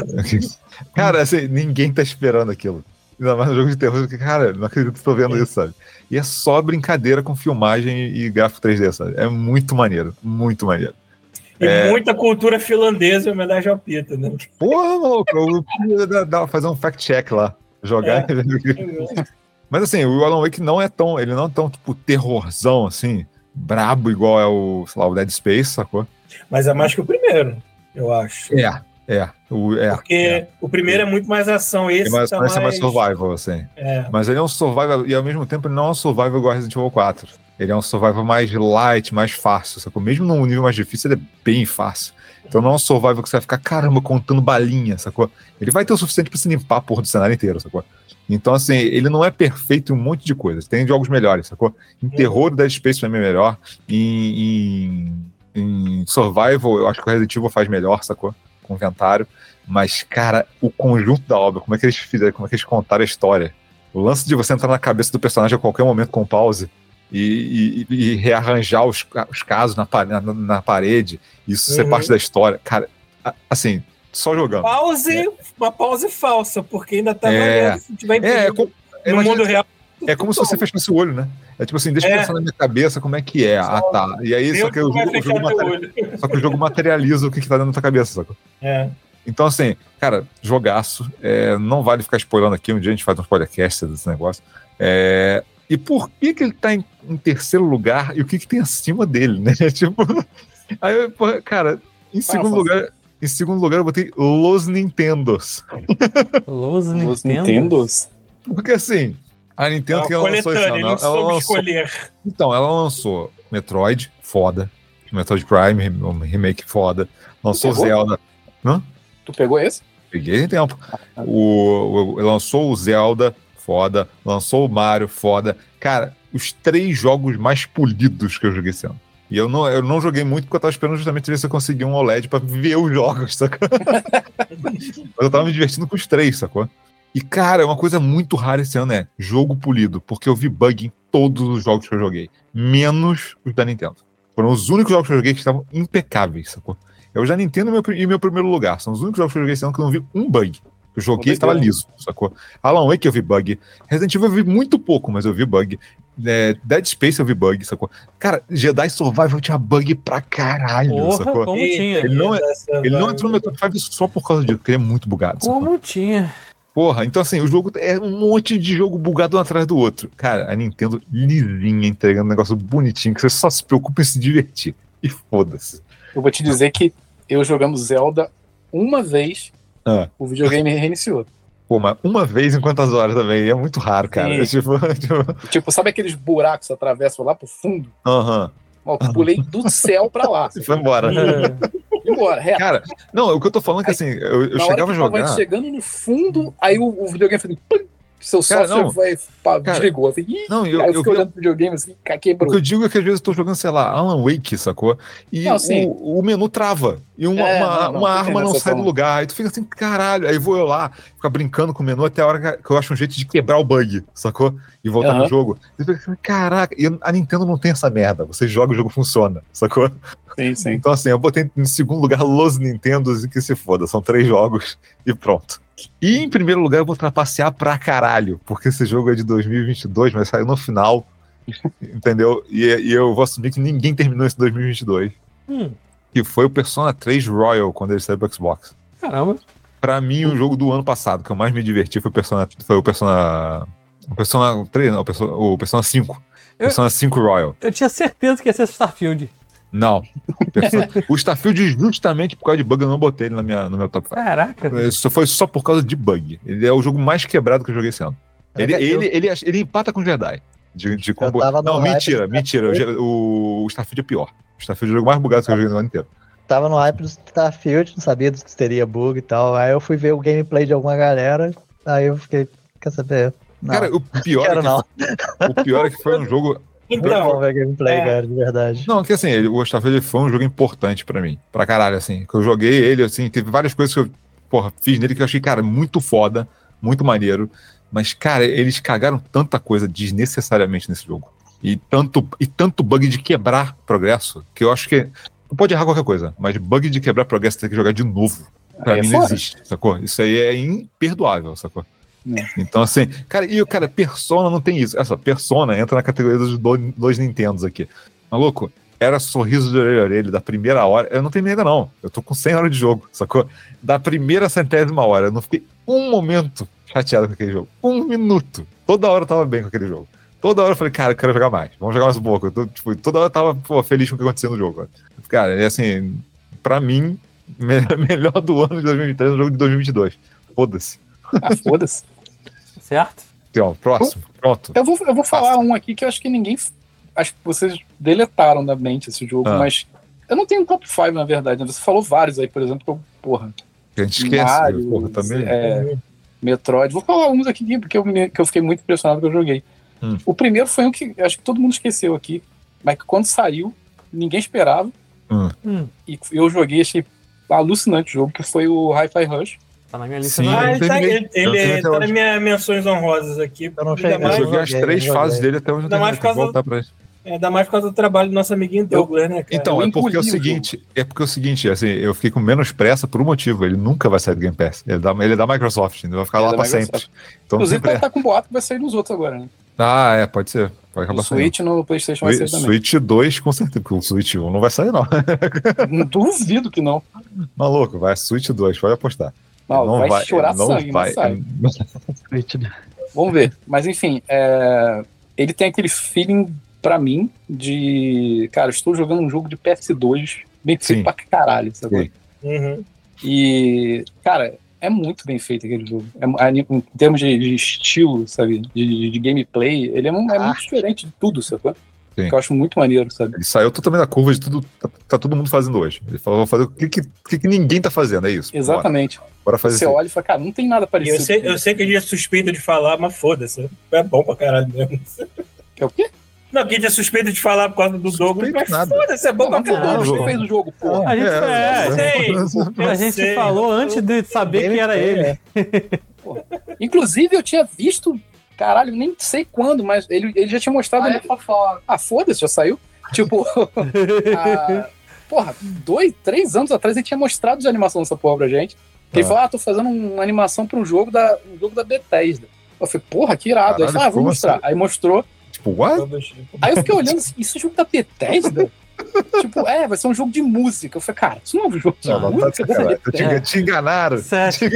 Cara, assim, ninguém tá esperando aquilo. Ainda mais no jogo de terror, porque, cara, não acredito que tô vendo isso, sabe? E é só brincadeira com filmagem e gráfico 3D, sabe? É muito maneiro, muito maneiro. E muita cultura finlandesa em homenagem ao Pita, né? Porra, maluco, eu ia fazer um fact-check lá, jogar e ver. Mas assim, o Alan Wake não é tão, tipo, terrorzão, assim, brabo igual é o, sei lá, o Dead Space, sacou? Mas é mais que o primeiro, eu acho. Porque o primeiro é muito mais ação, esse é mais survival, assim. Mas ele é um survival, e ao mesmo tempo ele não é um survival igual Resident Evil 4. Ele é um survival mais light, mais fácil, sacou? Mesmo num nível mais difícil, ele é bem fácil. Então não é um survival que você vai ficar, caramba, contando balinha, sacou? Ele vai ter o suficiente pra se limpar a porra do cenário inteiro, sacou? Então, assim, ele não é perfeito em um monte de coisas. Tem jogos melhores, sacou? Em terror, o Dead Space pra mim é melhor. Em survival, eu acho que o Resident Evil faz melhor, sacou? Com o inventário. Mas, cara, o conjunto da obra, como é que eles fizeram, como é que eles contaram a história. O lance de você entrar na cabeça do personagem a qualquer momento com pause e rearranjar os casos na parede, isso ser parte da história. Cara, assim, só jogando. Uma pause falsa, porque ainda tá valendo se tiver no mundo real. É como se você fechasse o olho, né? É tipo assim, deixa eu pensar na minha cabeça como é que é. Tá. E aí, só que o jogo materializa o que tá dentro da tua cabeça, sacou? Então, assim, cara, jogaço. Não vale ficar spoilando aqui. Um dia a gente faz uns podcasts desse negócio. E por que ele tá em terceiro lugar e o que tem acima dele, né? Tipo. Aí, cara, em segundo lugar eu botei Los Nintendos. Los Nintendos? Porque assim, a Nintendo que ela lançou isso, ela soube escolher. Então, ela lançou Metroid, foda. Metroid Prime, um remake foda. Lançou Zelda. Hã? Tu pegou esse? Peguei em tempo. Lançou o Zelda, foda. Lançou o Mario, foda. Cara, os 3 jogos mais polidos que eu joguei esse ano. E eu não joguei muito porque eu tava esperando justamente ver se eu conseguia um OLED pra ver os jogos, sacou? Mas eu tava me divertindo com os 3, sacou? E, cara, uma coisa muito rara esse ano é jogo polido, porque eu vi bug em todos os jogos que eu joguei, menos os da Nintendo. Foram os únicos jogos que eu joguei que estavam impecáveis, sacou? Eu já Nintendo e meu primeiro lugar. São os únicos jogos que eu joguei esse ano que eu não vi um bug. Eu joguei e estava liso, sacou? Alan Wake eu vi bug. Resident Evil eu vi muito pouco, mas eu vi bug. Dead Space eu vi bug, sacou? Cara, Jedi Survival tinha bug pra caralho, sacou? Como tinha? Ele não entrou no Metroid 5 só por causa disso, porque ele é muito bugado. Como sacou? tinha? Porra, então assim, o jogo é um monte de jogo bugado um atrás do outro. Cara, a Nintendo lisinha, entregando um negócio bonitinho, que você só se preocupa em se divertir. E foda-se. Eu vou te dizer que eu jogando Zelda uma vez, o videogame reiniciou. Pô, mas uma vez em quantas horas também? É muito raro, cara. Tipo, sabe aqueles buracos que atravessam lá pro fundo? Eu pulei do céu pra lá. Você foi embora. Embora, reto. Cara, não, o que eu tô falando é que assim, eu chegava a jogar. Tava chegando no fundo, aí o videogame falou, pum, seu sócio desligou. Eu falei, não, aí eu fiquei olhando pro videogame assim, quebrou. O que eu digo é que às vezes eu tô jogando, sei lá, Alan Wake, sacou? E o menu trava. E uma arma não sai do lugar. Aí tu fica assim, caralho. Aí vou eu lá, ficar brincando com o menu até a hora que eu acho um jeito de quebrar o bug, sacou? E voltar pro jogo. E tu fica assim, caraca. E a Nintendo não tem essa merda. Você joga e o jogo funciona, sacou? Sim. Então assim, eu botei em segundo lugar Los Nintendos e que se foda. São 3 jogos e pronto. E em primeiro lugar eu vou trapacear pra caralho, porque esse jogo é de 2022, mas saiu no final, entendeu? E eu vou assumir que ninguém terminou esse 2022. Que foi o Persona 3 Royal, quando ele saiu pro Xbox. Caramba. Pra mim, o jogo do ano passado, que eu mais me diverti foi o Persona 3, não, o Persona 5. Persona 5 Royal. Eu tinha certeza que ia ser Starfield. Não. O Starfield, justamente por causa de bug, eu não botei ele no meu top 5. Caraca. Isso foi só por causa de bug. Ele é o jogo mais quebrado que eu joguei esse ano. Ele empata com o Jedi. De combo. Não, mentira. O Starfield é pior. O Starfield é o jogo mais bugado que eu joguei no ano inteiro. tava no hype do Starfield, não sabia que teria bug e tal. Aí eu fui ver o gameplay de alguma galera, aí eu fiquei, quer saber? Não, cara, o pior é que foi um jogo... Então, bom ver gameplay, cara, de verdade. Não, que assim, o Starfield foi um jogo importante pra mim, pra caralho, assim, que eu joguei ele, assim, teve várias coisas que eu, fiz nele que eu achei, cara, muito foda, muito maneiro, mas, cara, eles cagaram tanta coisa desnecessariamente nesse jogo, e tanto bug de quebrar progresso, que eu acho que, não pode errar qualquer coisa, mas bug de quebrar progresso tem que jogar de novo, pra mim não existe, sacou? Isso aí é imperdoável, sacou? Então, assim, cara, Persona não tem isso. Essa Persona entra na categoria dos dois Nintendos aqui. Maluco, era sorriso de orelha a orelha da primeira hora. Eu não terminei ainda, não. Eu tô com 100 horas de jogo, sacou? Da primeira 100ª hora. Eu não fiquei um momento chateado com aquele jogo. Um minuto. Toda hora eu tava bem com aquele jogo. Toda hora eu falei, cara, eu quero jogar mais. Vamos jogar mais um pouco. Toda hora eu tava feliz com o que acontecia no jogo. Cara, é assim, pra mim, melhor do ano de 2023 é o jogo de 2022. Foda-se. Foda-se. Certo? Então, próximo. Pronto. Eu vou falar um aqui que eu acho que ninguém... Acho que vocês deletaram da mente esse jogo, mas eu não tenho um top 5, na verdade. Você falou vários aí, por exemplo, que eu, porra... Que a gente esquece, Mario, porra, também. Metroid. Vou falar uns aqui porque eu fiquei muito impressionado que eu joguei. O primeiro foi um que acho que todo mundo esqueceu aqui, mas que quando saiu, ninguém esperava. E eu joguei, achei alucinante o jogo, que foi o Hi-Fi Rush. Tá na minha lista. Sim, ele tá nas minhas menções honrosas aqui. Eu joguei as 3 fases dele até onde eu tenho que voltar pra isso. Ainda mais por causa do trabalho do nosso amiguinho Douglas, né, cara? Então, é porque é o seguinte, assim, eu fiquei com menos pressa por um motivo. Ele nunca vai sair do Game Pass. Ele é da Microsoft, ele vai ficar lá pra sempre. Então, inclusive, vai estar com boato que vai sair nos outros agora, né? Pode ser. Vai acabar no Switch, no PlayStation vai sair também. Switch 2, com certeza, porque o Switch 1 não vai sair, não. Não duvido que não. Maluco, vai Switch 2, pode apostar. Não vai chorar sangue, não sai. Vamos ver. Mas, enfim, ele tem aquele feeling, pra mim, de... Cara, estou jogando um jogo de PS2 bem feito pra caralho, sabe? E, cara... É muito bem feito aquele jogo. Em termos de estilo, sabe? De gameplay, ele é muito diferente de tudo, sabe? Que eu acho muito maneiro, sabe? Ele saiu totalmente da curva de tudo. Tá todo mundo fazendo hoje. Ele falou, vou fazer o que ninguém tá fazendo, é isso. Exatamente. Bora fazer Você olha e fala, cara, não tem nada parecido. Eu sei que a gente é suspeito de falar, mas foda-se. É bom pra caralho mesmo. É o quê? Não, que a gente é suspeito de falar por causa do Douglas, mas foda-se, é bom pra caralho. Você fez o jogo, porra. A gente falou antes de saber quem era ele. Inclusive, eu tinha visto, caralho, nem sei quando, mas ele já tinha mostrado... Foda-se, já saiu. Tipo, porra, 2, 3 anos atrás ele tinha mostrado a animação dessa porra pra gente. Ele falou, tô fazendo uma animação pra um jogo da Bethesda. Eu falei, porra, que irado. Aí ele falou, vou mostrar. Assim? Aí mostrou. Tipo, what? Aí eu fiquei olhando assim, isso é jogo da Bethesda? Tipo, vai ser um jogo de música. Eu falei, cara, isso não é um jogo de música. Te enganaram. Isso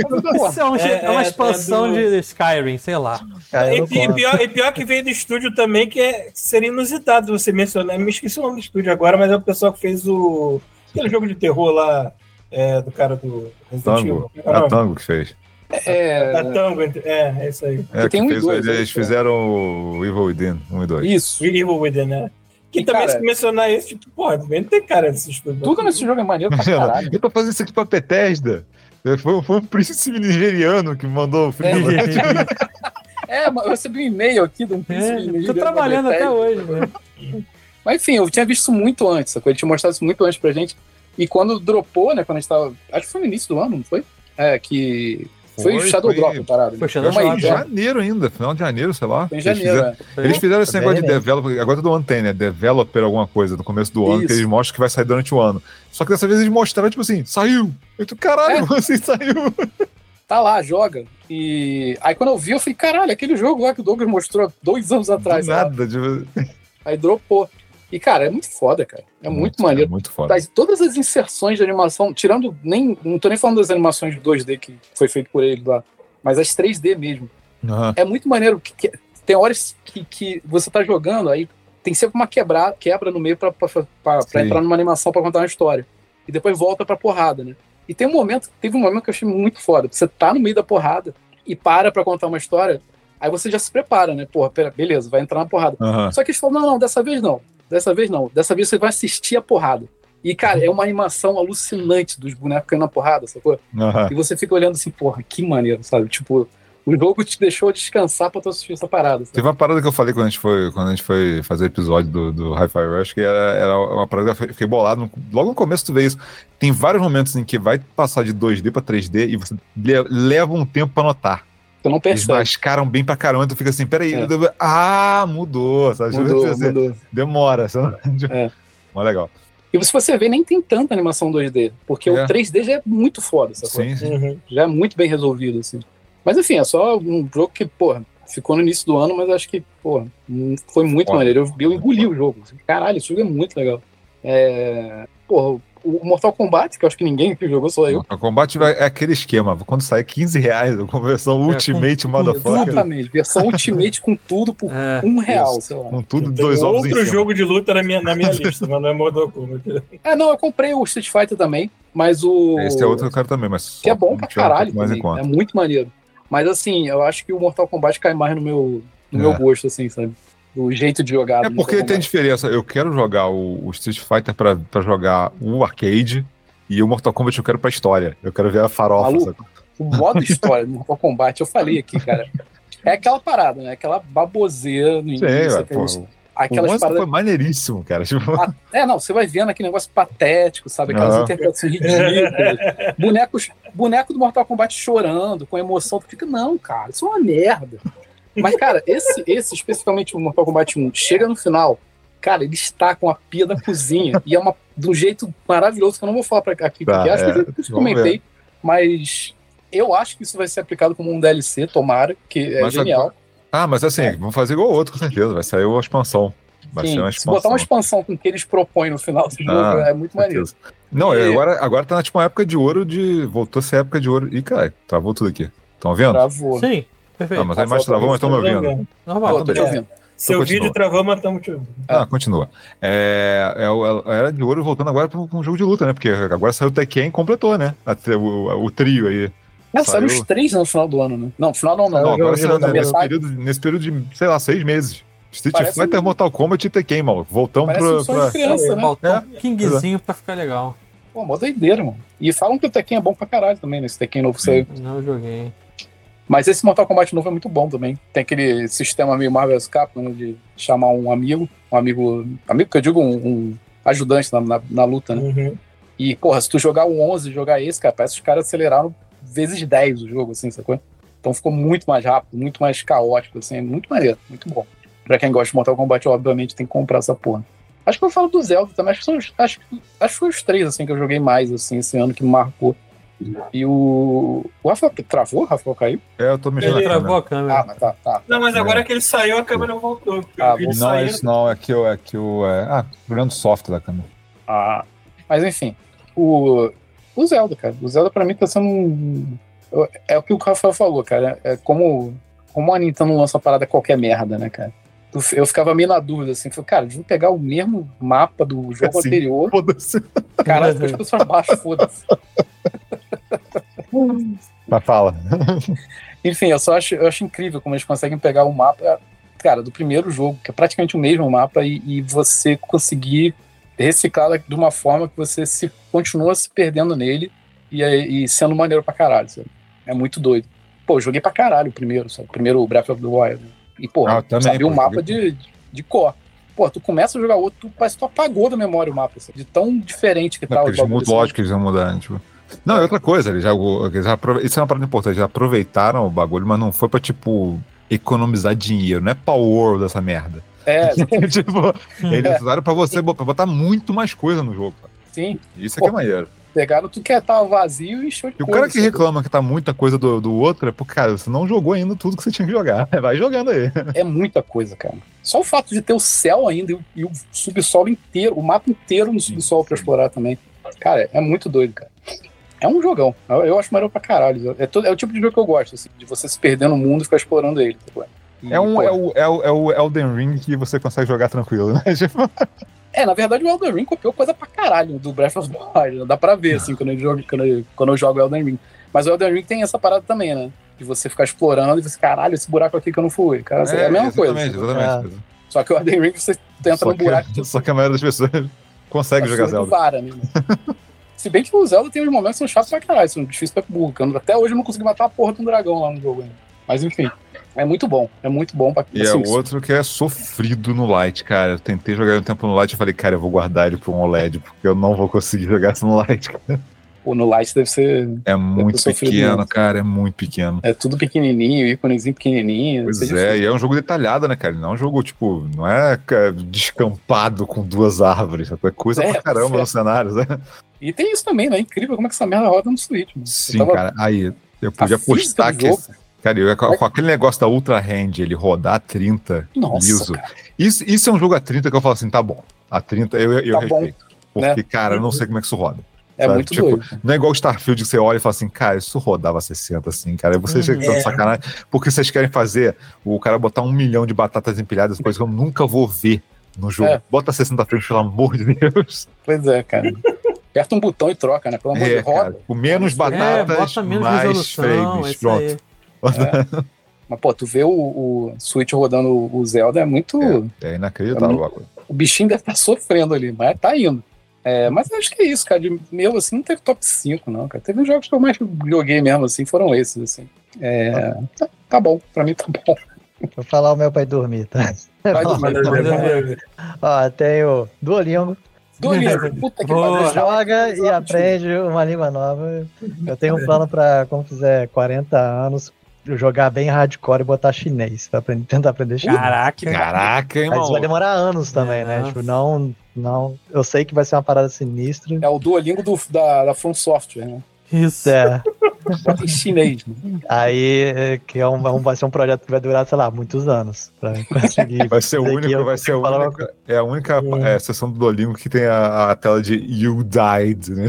é uma expansão de Skyrim, sei lá. E pior que veio do estúdio também, que seria inusitado você mencionar. Me esqueci o nome do estúdio agora, mas é o pessoal que fez aquele jogo de terror lá, do cara do Resident Evil. É a Tango que fez. Da Tango, é isso aí. Eles fizeram o Evil Within 1 e 2. Isso. Evil Within, né? Que também, se mencionar isso, tipo, porra, não tem cara desse estúdio. Tudo nesse jogo é maneiro pra caralho. E pra fazer isso aqui pra Bethesda, foi um príncipe nigeriano que me mandou o filme. Eu recebi um e-mail aqui de um príncipe nigeriano. Tô trabalhando até hoje, né? Mas enfim, eu tinha visto isso muito antes, ele tinha mostrado isso muito antes pra gente. E quando dropou, né, quando a gente tava... Acho que foi no início do ano, não foi? Que... Foi o Shadow Drop, parado. Foi em janeiro ainda, final de janeiro, sei lá. Foi em janeiro, Eles fizeram esse negócio de developer, agora todo ano tem, né? Developer alguma coisa no começo do ano, que eles mostram que vai sair durante o ano. Só que dessa vez eles mostraram, tipo assim, saiu! Eu tô, caralho, assim, saiu! Tá lá, joga. E aí quando eu vi, eu falei, caralho, aquele jogo lá que o Douglas mostrou 2 anos atrás. Nada, Aí dropou. E, cara, é muito foda, cara. É muito maneiro. Muito foda. Todas as inserções de animação, tirando não tô nem falando das animações de 2D que foi feito por ele lá, mas as 3D mesmo. É muito maneiro. Tem horas que você tá jogando, aí tem sempre uma quebra no meio pra entrar numa animação pra contar uma história. E depois volta pra porrada, né? E teve um momento que eu achei muito foda. Você tá no meio da porrada e para pra contar uma história, aí você já se prepara, né? Porra, beleza, vai entrar na porrada. Só que eles falam, não, dessa vez não. Dessa vez você vai assistir a porrada. E, cara, é uma animação alucinante dos bonecos caindo na porrada, sacou? E você fica olhando assim, porra, que maneiro, sabe? Tipo, o jogo te deixou descansar pra tu assistir essa parada. Sabe? Teve uma parada que eu falei quando a gente foi fazer episódio do Hi-Fi Rush, que era uma parada que eu fiquei bolado. Logo no começo tu vê isso. Tem vários momentos em que vai passar de 2D pra 3D e você leva um tempo pra notar. Tu não percebe. Eles mascaram bem pra caramba, tu fica assim, peraí, mudou, sabe? Mudou. Demora, sabe? Mas legal. E se você ver, nem tem tanta animação 2D, porque o 3D já é muito foda, sacou? Sim. Já é muito bem resolvido, assim. Mas enfim, é só um jogo que, porra, ficou no início do ano, mas acho que, porra, foi muito maneiro. Eu engoli o jogo. Caralho, esse jogo é muito legal. Porra, o Mortal Kombat, que eu acho que ninguém que jogou, só eu. Mortal Kombat é aquele esquema, quando sai R$15, a versão Ultimate Motherfucker. Exatamente, versão Ultimate com tudo por R$1, sei lá. Com tudo, 2 ovos em cima. Outro jogo de luta na minha lista, mas não é Mortal Kombat. Não, eu comprei o Street Fighter também, mas o... Esse é outro que eu quero também, mas... Que é bom pra caralho também, é muito maneiro. Mas assim, eu acho que o Mortal Kombat cai mais no meu gosto, assim, sabe? Do jeito de jogar. É porque tem diferença. Eu quero jogar o Street Fighter pra jogar o arcade e o Mortal Kombat eu quero pra história. Eu quero ver a farofa. Maluco, o modo história do Mortal Kombat, eu falei aqui, cara. É aquela parada, né? Aquela baboseira no início. Aquelas paradas... foi maneiríssimo, cara. Não, você vai vendo aquele negócio patético, sabe? Aquelas interpretações ridículas. Boneco do Mortal Kombat chorando, com emoção. Tu fica, não, cara, isso é uma merda. Mas, cara, esse especificamente o Mortal Kombat 1, chega no final, cara, ele está com a pia da cozinha e é de um jeito maravilhoso que eu não vou falar aqui, porque acho que eu comentei, mas eu acho que isso vai ser aplicado como um DLC, tomara, que é genial. Mas assim, vamos fazer igual o outro, com certeza, vai sair uma expansão. Se botar uma expansão com o que eles propõem no final do jogo, é muito maneiro. Não, agora tá tipo uma época de ouro voltou a ser época de ouro. Ih, caralho, travou tudo aqui. Estão vendo? Travou. Sim. Perfeito. Mas a imagem travou, mas estão me ouvindo. Normal, tô te ouvindo. Seu vídeo travou, mas estamos te ouvindo. Continua. Era de ouro voltando agora para um jogo de luta, né? Porque agora saiu o Tekken e completou, né? O trio aí. Saíram os 3 no final do ano, né? Não, no final não. Agora saiu nesse período de, sei lá, 6 meses. Street Fighter, Mortal Kombat e Tekken, mano. Voltamos pra criança, né? Botar um Kingzinho pra ficar legal. Pô, mó doideira, mano. E falam que o Tekken é bom pra caralho também, né? Esse Tekken novo saiu. Não joguei. Mas esse Mortal Kombat novo é muito bom também. Tem aquele sistema meio Marvel vs Capcom, né, de chamar um amigo que eu digo um ajudante na luta, né? E, porra, se tu jogar o 11 e jogar esse, cara, parece que os caras aceleraram vezes 10 o jogo, assim, sacou? Então ficou muito mais rápido, muito mais caótico, assim, muito maneiro, muito bom. Pra quem gosta de Mortal Kombat, obviamente tem que comprar essa porra. Acho que eu falo do Zelda também, acho que foi os 3, assim, que eu joguei mais, assim, esse ano que me marcou. E o Rafael travou? O Rafael caiu? Eu tô mexendo Ele travou a câmera. Mas tá. Não, mas agora que ele saiu, a câmera voltou. Problema do software da câmera. Mas enfim, o Zelda, cara. O Zelda pra mim tá sendo é o que o Rafael falou, cara. É como a Nintendo lança uma parada qualquer merda, né, cara? Eu ficava meio na dúvida, assim, falei, cara, vou pegar o mesmo mapa do jogo anterior. Foda-se. Caralho, depois que eu só baixo, foda-se. Mas fala. Enfim, eu acho incrível como eles conseguem pegar o mapa, cara, do primeiro jogo, que é praticamente o mesmo mapa, e você conseguir reciclar de uma forma que você continua se perdendo nele e sendo maneiro pra caralho, sabe? É muito doido. Pô, eu joguei pra caralho o primeiro, sabe? O primeiro Breath of the Wild. E, pô, sabia o mapa de cor. Pô, tu começa a jogar outro, parece que tu apagou da memória o mapa, sabe? De tão diferente que tá o jogo. Lógico que eles vão mudar, tipo... Não, é outra coisa, isso é uma parada importante, eles aproveitaram o bagulho, mas não foi pra, tipo, economizar dinheiro, não é power dessa merda. Tipo, eles usaram pra botar muito mais coisa no jogo, cara. Sim. Isso aqui é maneiro. Pegaram tudo que tava vazio e encheu de coisa. O cara que reclama que tá muita coisa do outro é porque, cara, você não jogou ainda tudo que você tinha que jogar. Vai jogando aí. É muita coisa, cara. Só o fato de ter o céu ainda e o subsolo inteiro, o mapa inteiro no subsolo pra explorar também. Cara, é muito doido, cara. É um jogão. Eu acho maneiro pra caralho. É o tipo de jogo que eu gosto, assim, de você se perder no mundo e ficar explorando ele. É o Elden Ring que você consegue jogar tranquilo, né? Na verdade o Elden Ring copiou coisa pra caralho do Breath of the Wild. Dá pra ver, assim, quando eu jogo Elden Ring. Mas o Elden Ring tem essa parada também, né? De você ficar explorando e você, caralho, esse buraco aqui que eu não fui. Cara, é a mesma coisa. Exatamente. Só que o Elden Ring você entra no buraco. Só que a maioria das pessoas consegue jogar Zelda. Vara, né? Se bem que o Zelda tem uns momentos que são chatos pra caralho, são difíceis pra burro. Até hoje eu não consegui matar a porra de um dragão lá no jogo ainda. Mas enfim, é muito bom pra E é outro que é sofrido no Lite, cara. Eu tentei jogar um tempo no Lite e falei, cara, eu vou guardar ele pra um OLED, porque eu não vou conseguir jogar isso no Lite, cara. Pô, no Lite deve ser... É muito pequeno, cara, é muito pequeno. É tudo pequenininho, íconezinho pequenininho. Pois é, e é um jogo detalhado, né, cara? Não é um jogo, tipo, não é descampado com 2 árvores, é coisa pra caramba nos cenários, né? E tem isso também, né? Incrível como é que essa merda roda no Switch. Mano. Sim, cara, aí eu podia postar que... Cara, com aquele negócio da Ultra Hand, ele rodar a 30 liso. Isso é um jogo a 30 que eu falo assim, tá bom. A 30 eu respeito. Porque, né? Cara, eu não sei como é que isso roda. É sabe? Muito doido. Não é igual o Starfield que você olha e fala assim, cara, isso rodava 60 assim, cara. Aí vocês estão de sacanagem. Porque vocês querem fazer o cara botar 1 milhão de batatas empilhadas, coisa que eu nunca vou ver no jogo. Bota 60 frames, pelo amor de Deus. Pois é, cara. Aperta um botão e troca, né? Pelo amor de Deus, roda. Com menos batatas, mais frames. Pronto. Mas, pô, tu vê o Switch rodando o Zelda é muito... É inacreditável. O bichinho deve estar sofrendo ali, mas tá indo. Mas acho que é isso, cara. De meu, assim, não teve top 5, não, cara. Teve jogos que eu mais joguei mesmo, assim, foram esses, assim. Tá bom, pra mim tá bom. Vou falar o meu pra ir dormir, tá? Vai dormir. Ó, tem o Duolingo. Puta que pariu. Joga e aprende uma língua nova. Eu tenho um plano pra, quando fizer 40 anos, jogar bem hardcore e botar chinês pra tentar aprender chinês. Caraca, hein, Mas vai demorar anos também, né? Tipo, não. Eu sei que vai ser uma parada sinistra. É o Duolingo da From Software, né? Isso. Em chinês. Né? Aí, que vai ser um projeto que vai durar, sei lá, muitos anos. Pra conseguir. Vai ser a única sessão do Duolingo que tem a tela de You Died, né?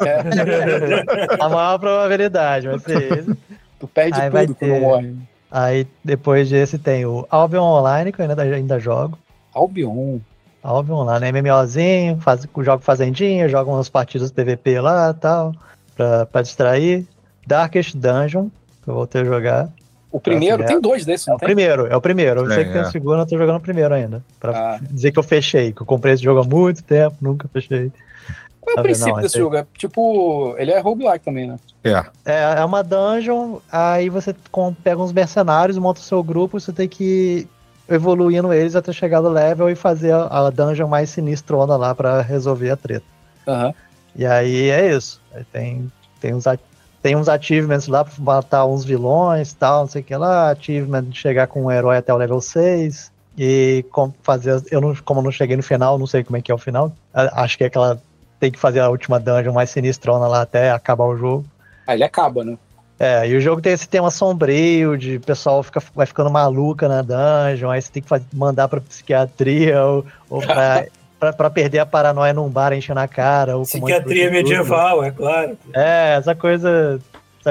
A maior probabilidade vai ser esse. Tu perde tudo quando morre. Aí, depois desse, tem o Albion Online, que eu ainda jogo. Albion lá, né? MMOzinho, jogo fazendinha, jogo umas partidas PVP lá e tal, pra distrair. Darkest Dungeon, que eu voltei a jogar. O primeiro? Tem 2 desses, não tem? É o primeiro. Eu sei que tem o segundo, eu tô jogando o primeiro ainda. Pra dizer que eu fechei, que eu comprei esse jogo há muito tempo, nunca fechei. Qual é o princípio desse jogo? Tipo, ele é roguelike também, né? É uma dungeon, aí você pega uns mercenários, monta o seu grupo, você tem que evoluindo eles até chegar no level e fazer a dungeon mais sinistrona lá pra resolver a treta. E aí é isso. Aí tem uns achievements lá pra matar uns vilões e tal, não sei o que lá. Achievement de chegar com um herói até o level 6. E como eu não cheguei no final, não sei como é que é o final. Acho que é aquela... Tem que fazer a última dungeon mais sinistrona lá até acabar o jogo. Aí ele acaba, né? E o jogo tem esse tema sombrio, de o pessoal vai ficando maluca na dungeon, aí você tem que mandar pra psiquiatria, ou pra perder a paranoia num bar enchendo a cara. Ou psiquiatria medieval, é claro. Essa coisa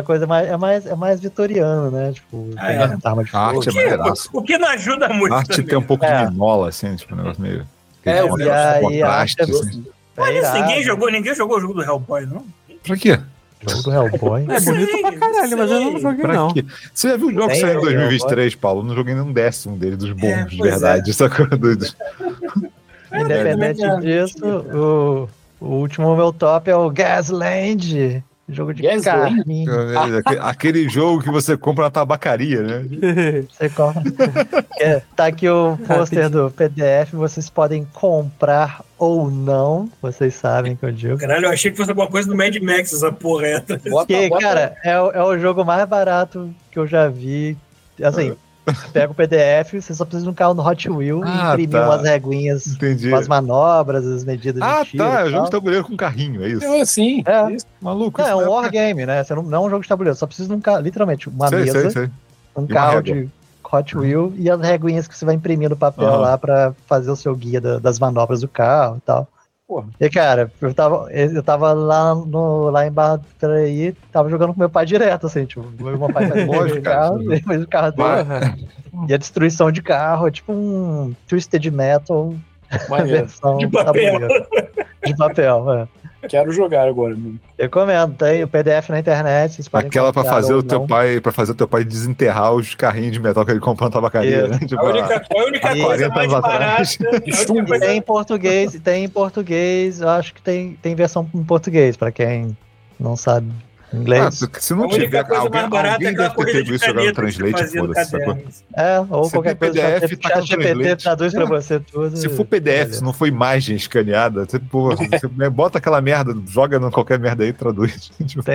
é mais vitoriano, né? Tipo, tem arma de fogo. O que não ajuda muito. A arte tem um pouco de minola, assim, tipo, um negócio meio... E aí a arte ninguém jogou o jogo do Hellboy, não? Pra quê? Jogo do Hellboy? É bonito pra caralho, mas eu não joguei, não. Você já viu o jogo que saiu em 2023, Paulo? Eu não joguei nem um décimo dele, dos bons, de verdade. Essa coisa doida. Independente disso, o último meu top é o Gasland. Jogo de carne. Aquele jogo que você compra na tabacaria, né? Você compra. Tá aqui o pôster do PDF, vocês podem comprar ou não, vocês sabem que eu digo. Caralho, eu achei que fosse alguma coisa do Mad Max, essa porra. Porque, cara, é o jogo mais barato que eu já vi. Assim, pega o PDF, você só precisa de um carro no Hot Wheel e imprimir umas reguinhas com as manobras, as medidas de tiro. É jogo de tabuleiro com carrinho, é isso? Sim. Maluco. É um wargame, né? Você não é um jogo de tabuleiro, só precisa de um carro, literalmente, uma mesa, um carro de Hot Wheel e as reguinhas que você vai imprimir no papel lá pra fazer o seu guia das manobras do carro e tal. Porra. E, cara, eu tava lá em Barra do Traí, tava jogando com meu pai direto, assim, tipo, meu pai faz o carro, depois o carro dele. E a destruição de carro é tipo um Twisted Metal versão de papel. De papel, Quero jogar agora, mano. Recomendo, tem o PDF na internet. Aquela pra fazer o teu pai desenterrar os carrinhos de metal que ele comprou na tabacaria. Né? Tipo, a única coisa mais barata. Tem em português, eu acho que tem versão em português, pra quem não sabe inglês. Se não tiver, alguém deve ter pego isso jogando no Translate, foda-se. Ou qualquer coisa, PDF, o GPT traduz pra você tudo. Se for PDF, se não for imagem escaneada, você bota aquela merda, joga em qualquer merda aí e traduz.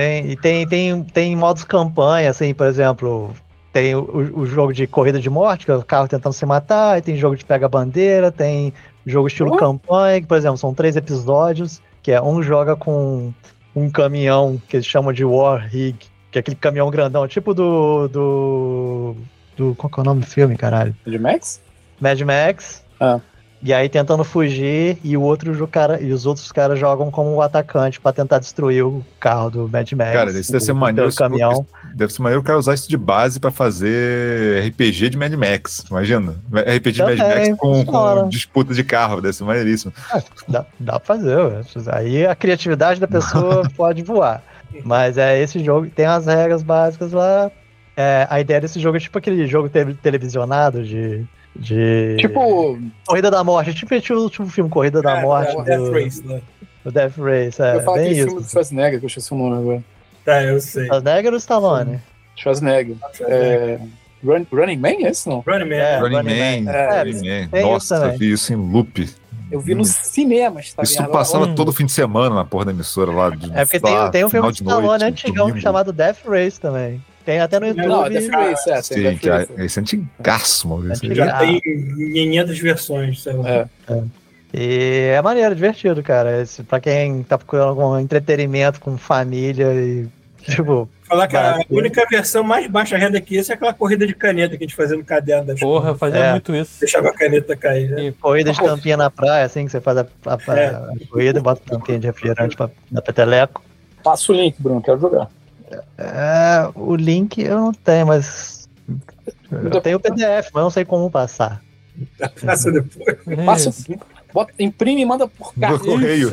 Tem modos campanha, assim, por exemplo, tem o jogo de corrida de morte, que é o carro tentando se matar, e tem jogo de pega-bandeira, tem jogo estilo campanha, que, por exemplo, são 3 episódios, que é um joga com um caminhão que eles chamam de War Rig, que é aquele caminhão grandão, tipo do qual que é o nome do filme, caralho? Mad Max? Mad Max. E aí tentando fugir, e os outros caras jogam como o atacante pra tentar destruir o carro do Mad Max. Cara, isso deve ser maneiro. Deve ser maneiro o cara usar isso de base pra fazer RPG de Mad Max. Imagina. RPG de Mad Max com disputa de carro, deve ser maneiríssimo. Dá pra fazer. Aí a criatividade da pessoa pode voar. Mas esse jogo tem as regras básicas lá. A ideia desse jogo é tipo aquele jogo televisionado de tipo Corrida da Morte, tipo o último filme Corrida da Morte, o Death Race, né? O Death Race, eu falo bem aquele isso. filme do Schwarzenegger, que eu esqueci o nome agora. Eu sei. Schwarzenegger ou Stallone? Schwarzenegger. Running Man, é esse não? Running Man. Nossa, eu vi isso em loop. Eu vi no cinema. Isso passava todo fim de semana na porra da emissora lá. Porque tem um filme de Stallone antigão chamado Death Race também. Tem até no YouTube. Não, Death Race, sim, esse é antigaço, mano. Já tem 500 versões, sei lá. E é maneiro, divertido, cara. Pra quem tá procurando algum entretenimento com família e, tipo... Falar que a única versão mais baixa renda que isso é aquela corrida de caneta que a gente fazia no caderno da escola. Porra, fazia muito isso. Deixava a caneta cair. Né? Corrida de tampinha na praia, assim, que você faz a corrida, bota tampinha de refrigerante na peteleco. Passa o link, Bruno, quero jogar. O link eu não tenho, mas eu tenho o PDF, mas não sei como passar. Passa depois. Passa, imprime e manda por carta. Correio.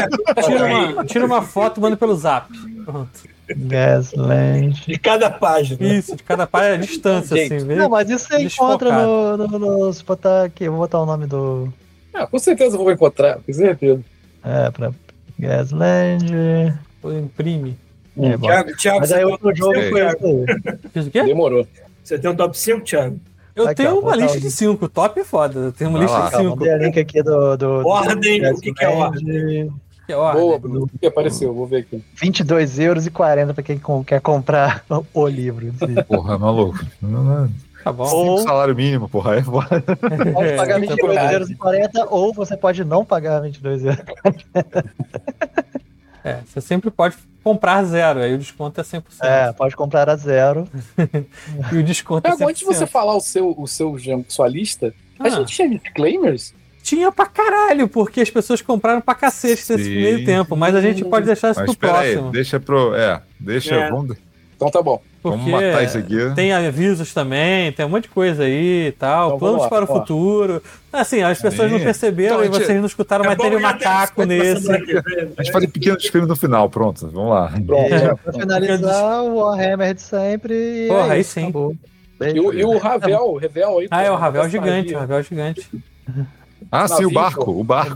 Tira uma foto e manda pelo zap. Pronto. Gasland. De cada página. Isso, de cada página é a distância, Gente, assim. Não, mas isso você encontra no. Se botar aqui, eu vou botar o nome do. Com certeza eu vou encontrar, com certeza. Pra Gasland. Imprime. Thiago, mas aí outro jogo foi esse aí. Fiz o quê? Demorou. Você tem um top 5, Thiago? Eu tenho uma lista de 5, top é foda. Eu tenho uma lista de 5. Tem a link aqui do Ordem, o que é ordem? Boa, Bruno. O que apareceu? Vou ver aqui. R$22,40 pra quem quer comprar o livro. Porra, maluco. Tá bom. Ou salário mínimo, porra. Pode pagar R$22,40 ou você pode não pagar R$22,40. Você sempre pode comprar 0, aí o desconto é 100%. Pode comprar a 0. E o desconto é 100%. Antes de você falar sua lista, a gente tinha disclaimers? Tinha pra caralho, porque as pessoas compraram pra cacete nesse meio tempo, mas a gente pode deixar isso pro próximo. Aí, deixa vamos... Então tá bom. Porque vamos matar isso aqui. Tem avisos também, tem um monte de coisa aí e tal, então, planos para o futuro. Assim, as pessoas não perceberam então, vocês não escutaram, mas teve macaco nesse. A gente faz um pequeno disclaimer no final, pronto, vamos lá. Pra finalizar, o Warhammer de sempre. Porra, aí sim. E o Ravel aí. O Ravel gigante, o Ravel gigante. Sim, o barco. O barco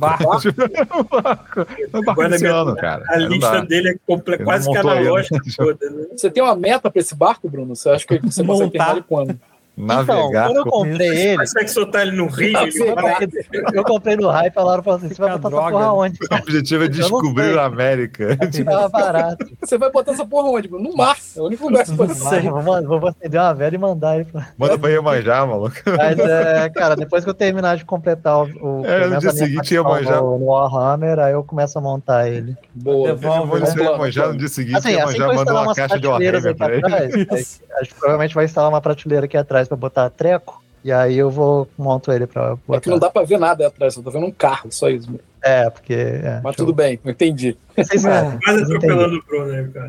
esse ano, cara. A lista dele é quase que analógica toda. Né? Você tem uma meta pra esse barco, Bruno? Você acha que você consegue terminar ele quando? Navegar. Quando eu comprei ele. Você consegue soltar ele no rio? Eu comprei no Hype, falaram assim: você vai botar essa porra onde? O objetivo é descobrir a América. Tava barato. Você vai botar essa porra onde, Bruno? No mar. É o único lugar que você pode. Vou acender uma vela e mandar ele pra. Manda pra Iemanjá, maluco. Mas, cara, depois que eu terminar de completar o. No dia seguinte, Iemanjá. No Warhammer, aí eu começo a montar ele. Boa. Eu vou Iemanjá no dia seguinte. Assim que eu mandou uma caixa de Warhammer pra ele. Acho que provavelmente vai instalar uma prateleira aqui atrás pra botar treco. E aí eu monto ele pra botar. É que não dá pra ver nada atrás, eu tô vendo um carro, só isso. Porque... Mas tudo bem, eu entendi. Vocês quase atropelando o Bruno, né, cara?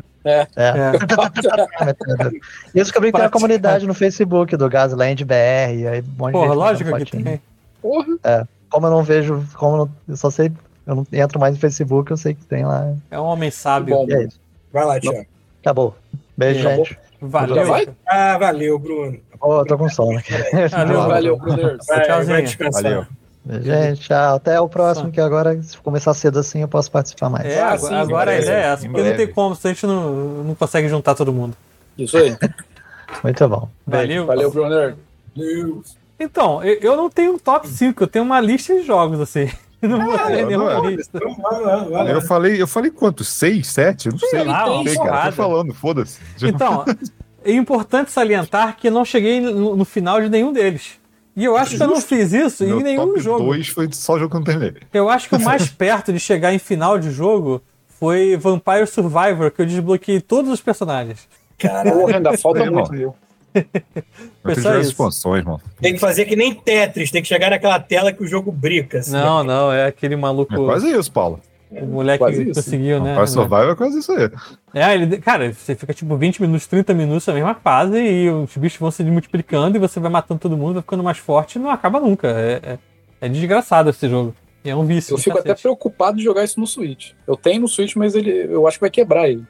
E eu descobri que tem uma comunidade no Facebook do Gasland BR. Aí um monte de gente lógico que tem. Como eu não vejo... eu só sei Eu não entro mais no Facebook, eu sei que tem lá. É um homem sábio. Bom, é isso. Vai lá, Thiago. Acabou. Beijo, gente. Valeu. Valeu, Bruno. Tô com sono aqui. Valeu, Bruno. Vai descansar. Valeu. Gente, tchau. Até o próximo, que agora, se começar cedo assim, eu posso participar mais. Agora a ideia é essa, porque não tem como, se a gente não consegue juntar todo mundo. Isso aí. Muito bom. Valeu, Bruno. Então, eu não tenho um top 5, eu tenho uma lista de jogos, assim. Não vou ter nenhuma lista. Eu falei quanto? 6, 7? Não sei. Não sei, cara. Tô falando, foda-se. Então, é importante salientar que eu não cheguei no final de nenhum deles. E eu acho que eu não fiz isso em nenhum jogo. 2 foi só o jogo que eu não terminei. Eu acho que o mais perto de chegar em final de jogo foi Vampire Survivor, que eu desbloqueei todos os personagens. Caralho, ainda falta muito, viu? Expansões, mano. Tem que fazer que nem Tetris, tem que chegar naquela tela que o jogo brinca. Assim. Não, é aquele maluco. É quase isso, Paulo. O moleque que conseguiu, né? Vampire Survivor é quase isso aí. Cara, você fica tipo 20 minutos, 30 minutos na mesma fase e os bichos vão se multiplicando e você vai matando todo mundo, vai ficando mais forte e não acaba nunca. É desgraçado esse jogo. É um vício. Eu fico até preocupado de jogar isso no Switch. Eu tenho no Switch, mas eu acho que vai quebrar ele.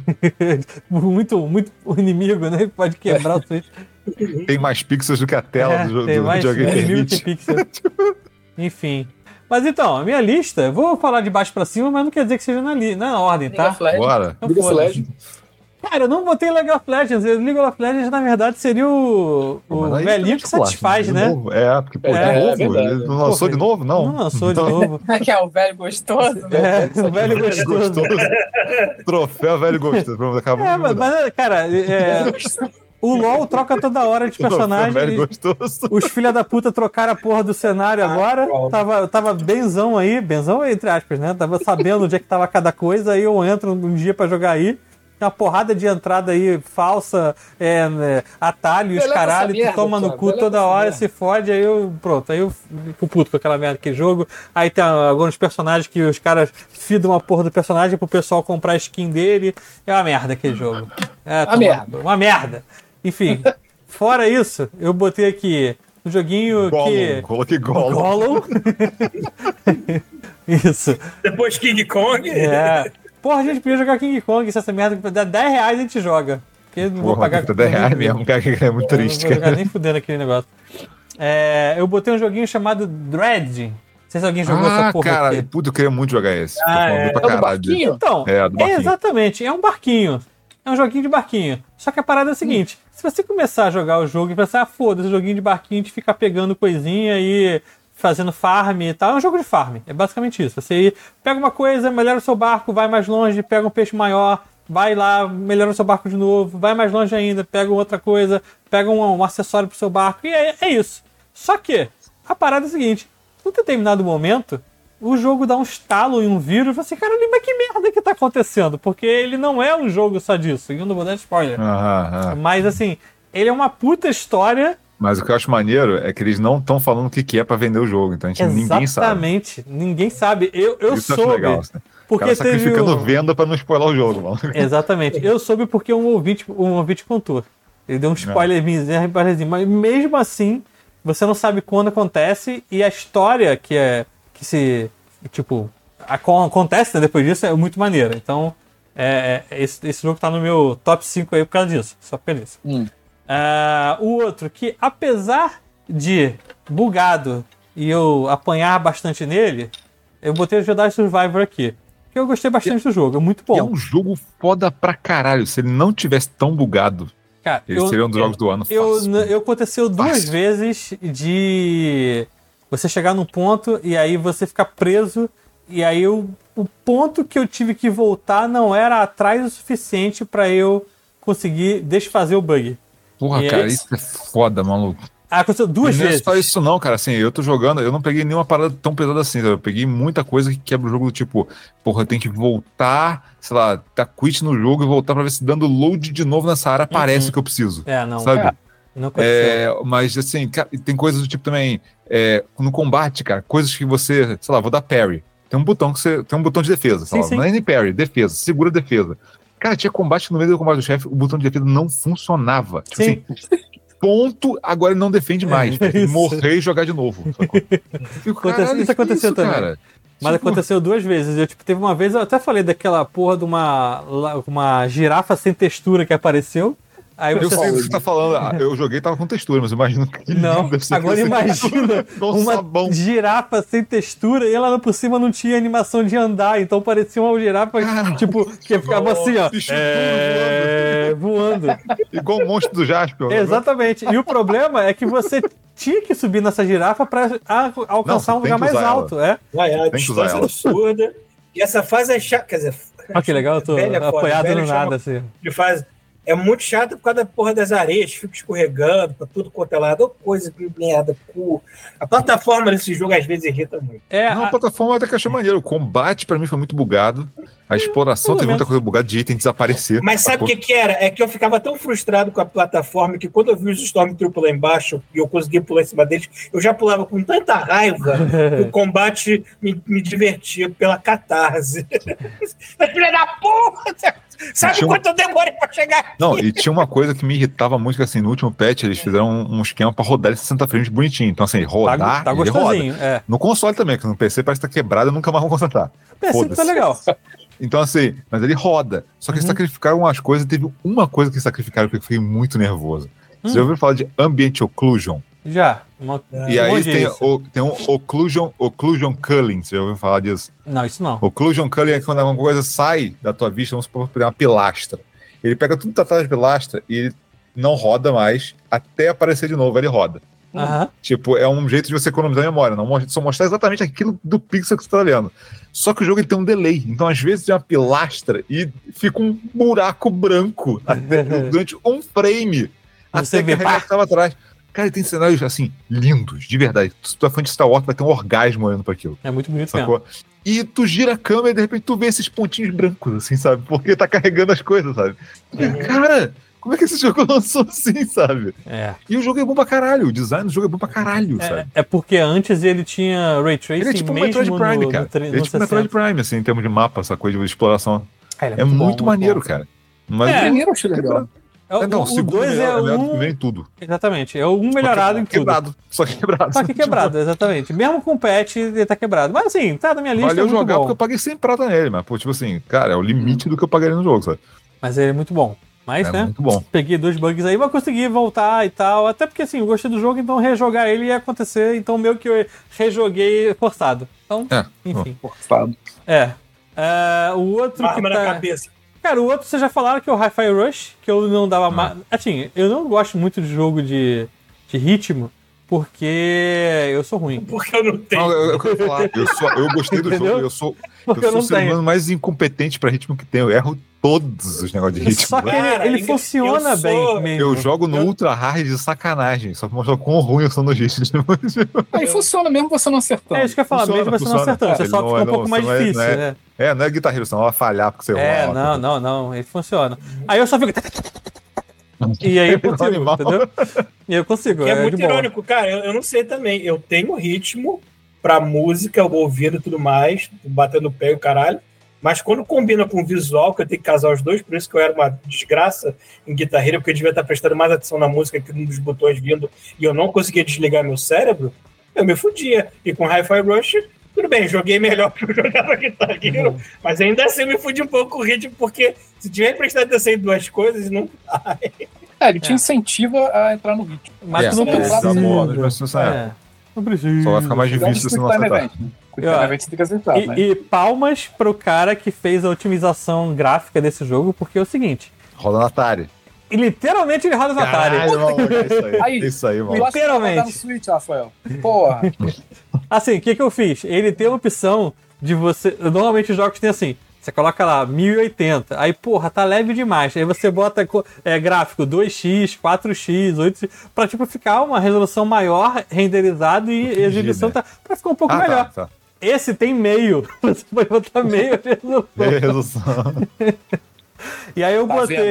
muito inimigo, né? Pode quebrar o Switch. Tem mais pixels do que a tela do videogame. Tem mais pixels. Enfim. Mas então, a minha lista, eu vou falar de baixo pra cima, mas não quer dizer que seja na ordem, tá? Bora. League of Legends. Cara, eu não botei League of Legends. League of Legends, na verdade, seria o velhinho que satisfaz, né? Porque, pô, de novo? Ele não lançou de novo? Não lançou de novo. Que é o velho gostoso, né? O velho gostoso. Troféu velho gostoso. Mas, cara, o LoL troca toda hora de personagem. Os filha da puta trocaram a porra do cenário agora. Tava benzão aí, benzão entre aspas, né? Tava sabendo onde é que tava cada coisa, aí eu entro um dia pra jogar aí. Uma porrada de entrada aí falsa, atalhos, caralho, tu toma no cu toda hora, se fode, aí eu fico puto com aquela merda que jogo. Aí tem alguns personagens que os caras fidam a porra do personagem pro pessoal comprar a skin dele. É uma merda aquele jogo. Uma merda. Enfim, fora isso, eu botei aqui um joguinho que... Coloquei Gollum. Isso. Depois King Kong. Porra, a gente podia jogar King Kong, se essa merda dá R$10 a gente joga. Porque não vou pagar... R$10 mesmo, cara, que é muito triste. Não vou jogar nem fudendo aquele negócio. Eu botei um joguinho chamado Dread. Não sei se alguém jogou essa porra cara, aqui. Puta, eu queria muito jogar esse. É do barquinho? Então, do barquinho. Exatamente, é um barquinho. É um joguinho de barquinho. Só que a parada é a seguinte, se você começar a jogar o jogo e pensar, foda-se, joguinho de barquinho, de ficar pegando coisinha e... fazendo farm e tal, é um jogo de farm, é basicamente isso. Você pega uma coisa, melhora o seu barco, vai mais longe, pega um peixe maior, vai lá, melhora o seu barco de novo, vai mais longe ainda, pega outra coisa, pega um acessório pro seu barco, e é isso. Só que, a parada é a seguinte, num determinado momento, o jogo dá um estalo e um vírus, e você, cara, mas que merda que tá acontecendo? Porque ele não é um jogo só disso, e eu não vou dar spoiler. Mas assim, ele é uma puta história. Mas o que eu acho maneiro é que eles não estão falando o que é pra vender o jogo, então ninguém sabe. Exatamente, ninguém sabe. Eu soube. Legal, assim. Porque cara sacrificando venda pra não spoiler o jogo, mano. Exatamente, eu soube porque um ouvinte contou. Ele deu um spoilerzinho, mas mesmo assim, você não sabe quando acontece e a história acontece, né, depois disso é muito maneira. Então, esse jogo tá no meu top 5 aí por causa disso, só por isso. O outro, que apesar de bugado e eu apanhar bastante nele, eu botei o Jedi Survivor aqui. Porque eu gostei bastante do jogo, é muito bom. E é um jogo foda pra caralho. Se ele não tivesse tão bugado, cara, ele seria um dos jogos do ano fácil. Aconteceu duas vezes de você chegar num ponto e aí você ficar preso, e aí o ponto que eu tive que voltar não era atrás o suficiente pra eu conseguir desfazer o bug. Porra, cara, isso é foda, maluco. Aconteceu duas vezes. Não é só isso não, cara, assim, eu tô jogando, eu não peguei nenhuma parada tão pesada assim, eu peguei muita coisa que quebra o jogo do tipo, porra, eu tenho que voltar, sei lá, dar quit no jogo e voltar pra ver se dando load de novo nessa área aparece o que eu preciso. Não. Sabe? Não aconteceu. Mas assim, cara, tem coisas do tipo também, no combate, cara, coisas que você, sei lá, vou dar parry. Tem um botão de defesa, sei lá, não é nem parry, defesa, segura a defesa. Cara, tinha combate no meio do combate do chefe, o botão de defesa não funcionava. Tipo assim, ponto, agora ele não defende mais. Morrer e jogar de novo. Isso aconteceu também. Cara? Mas aconteceu 2 vezes. Eu, tipo, teve uma vez, eu até falei daquela porra de uma girafa sem textura que apareceu. Aí eu sei o que você tá falando. Eu joguei e tava com textura, mas imagino que não. Agora imagina uma sabão. Girafa sem textura e ela por cima não tinha animação de andar, então parecia uma girafa, tipo, que ficava assim, ó. Voando. Igual o monstro do Jasper. Exatamente. E o problema é que você tinha que subir nessa girafa pra alcançar um lugar mais alto. A distância absurda. E essa fase é chata. Quer dizer, que legal, eu tô apoiado no nada, assim. De fase. É muito chato por causa da porra das areias, fica escorregando pra tudo quanto é lado, coisa de merda, cu. A plataforma desse jogo às vezes irrita muito. A plataforma até que eu achei maneiro. O combate pra mim foi muito bugado. A exploração teve muita coisa bugada de item desaparecer. Mas sabe o que era? É que eu ficava tão frustrado com a plataforma que quando eu vi os Stormtroopers lá embaixo e eu conseguia pular em cima deles, eu já pulava com tanta raiva que o combate me divertia pela catarse. Mas filha da porra! Sabe quanto eu demorei pra chegar aqui? Não, e tinha uma coisa que me irritava muito, que assim, no último patch eles fizeram um esquema pra rodar em 60 frames bonitinho. Então assim, rodar, tá gostosinho, roda. No console também, que no PC parece que tá quebrado e nunca mais vou concentrar. PC tá legal. Então assim, mas ele roda. Só que eles sacrificaram umas coisas, teve uma coisa que eles sacrificaram que eu fiquei muito nervoso. Você já ouviu falar de Ambient Occlusion? Já. E aí tem um Occlusion Culling, você já ouviu falar disso? Não, isso não. Occlusion Culling é quando alguma coisa sai da tua vista, vamos supor, por uma pilastra. Ele pega tudo que tá atrás da pilastra e ele não roda mais até aparecer de novo, ele roda. Tipo, é um jeito de você economizar a memória, só mostrar exatamente aquilo do pixel que você tá vendo. Só que o jogo ele tem um delay, então às vezes tem uma pilastra e fica um buraco branco durante um frame até que a que tava atrás. Cara, ele tem cenários, assim, lindos, de verdade. Se tu é fã de Star Wars, vai ter um orgasmo olhando pra aquilo. É muito bonito mesmo. E tu gira a câmera e de repente tu vê esses pontinhos brancos, assim, sabe? Porque tá carregando as coisas, sabe? Cara, como é que esse jogo lançou assim, sabe? E o jogo é bom pra caralho, o design do jogo é bom pra caralho, sabe? É porque antes ele tinha Ray Tracing, ele é tipo Metroid Prime, cara. Ele é tipo Metroid Prime, assim, em termos de mapa, essa coisa de exploração. É muito maneiro, cara. Mas o primeiro eu achei legal. O 2 é o primeiro em tudo. Exatamente, é o melhorado em tudo. Só que quebrado. Só que quebrado, exatamente. Mesmo com o patch, ele tá quebrado. Mas assim, tá na minha lista. Valeu jogar porque eu paguei 100 prata nele, mas, pô, tipo assim, cara, é o limite do que eu pagaria no jogo, sabe? Mas ele é muito bom. Mas, né? Muito bom. Peguei 2 bugs aí, mas consegui voltar e tal. Até porque, assim, eu gostei do jogo, então rejogar ele ia acontecer. Então, meio que eu rejoguei forçado. Então, enfim. Forçado. O outro. Arma na cabeça. Cara, o outro vocês já falaram que é o Hi-Fi Rush, que eu não dava mais. Assim, eu não gosto muito de jogo de ritmo, porque eu sou ruim. Porque eu não tenho. Não, eu gostei do jogo, eu sou o ser humano mais incompetente pra ritmo que tem. Eu erro todos os negócios de ritmo. Só que ele funciona bem mesmo. Eu jogo no Ultra Hard de sacanagem, só pra mostrar o quão ruim eu sou no ritmo. Aí funciona mesmo você não acertando. É isso que eu ia falar, mesmo você não acertando. Você só fica um pouco mais difícil. Não é guitarreiro, senão vai falhar porque você rola. Não, ele funciona. Aí eu só fico. E aí eu consigo, entendeu? E eu consigo. É muito irônico, cara. Eu não sei também. Eu tenho ritmo pra música, ouvido e tudo mais, batendo o pé e o caralho. Mas quando combina com o visual, que eu tenho que casar os dois, por isso que eu era uma desgraça em guitarreira, porque eu devia estar prestando mais atenção na música que um dos botões vindo e eu não conseguia desligar meu cérebro, eu me fudia. E com Hi-Fi Rush, tudo bem, joguei melhor que eu jogava Guitar Hero, mas ainda assim eu me fudi um pouco com o ritmo, porque se tiver prestado atenção em duas coisas, não vai. Ele te incentiva a entrar no ritmo. Mas tu não precisa. Não precisa. Só vai ficar mais difícil se não acertar. E palmas pro cara que fez a otimização gráfica desse jogo, porque é o seguinte. Roda no Atari. E literalmente ele roda no Atari. Isso aí, mano. Literalmente. No Switch, Rafael. Porra. Assim, o que eu fiz? Ele tem a opção de você... Normalmente os jogos têm assim... Você coloca lá 1080, aí porra, tá leve demais. Aí você bota gráfico 2x, 4x, 8x, pra tipo ficar uma resolução maior, renderizado e exibição pra ficar um pouco melhor. Tá. Esse tem meio, você pode botar meio de resolução. E aí eu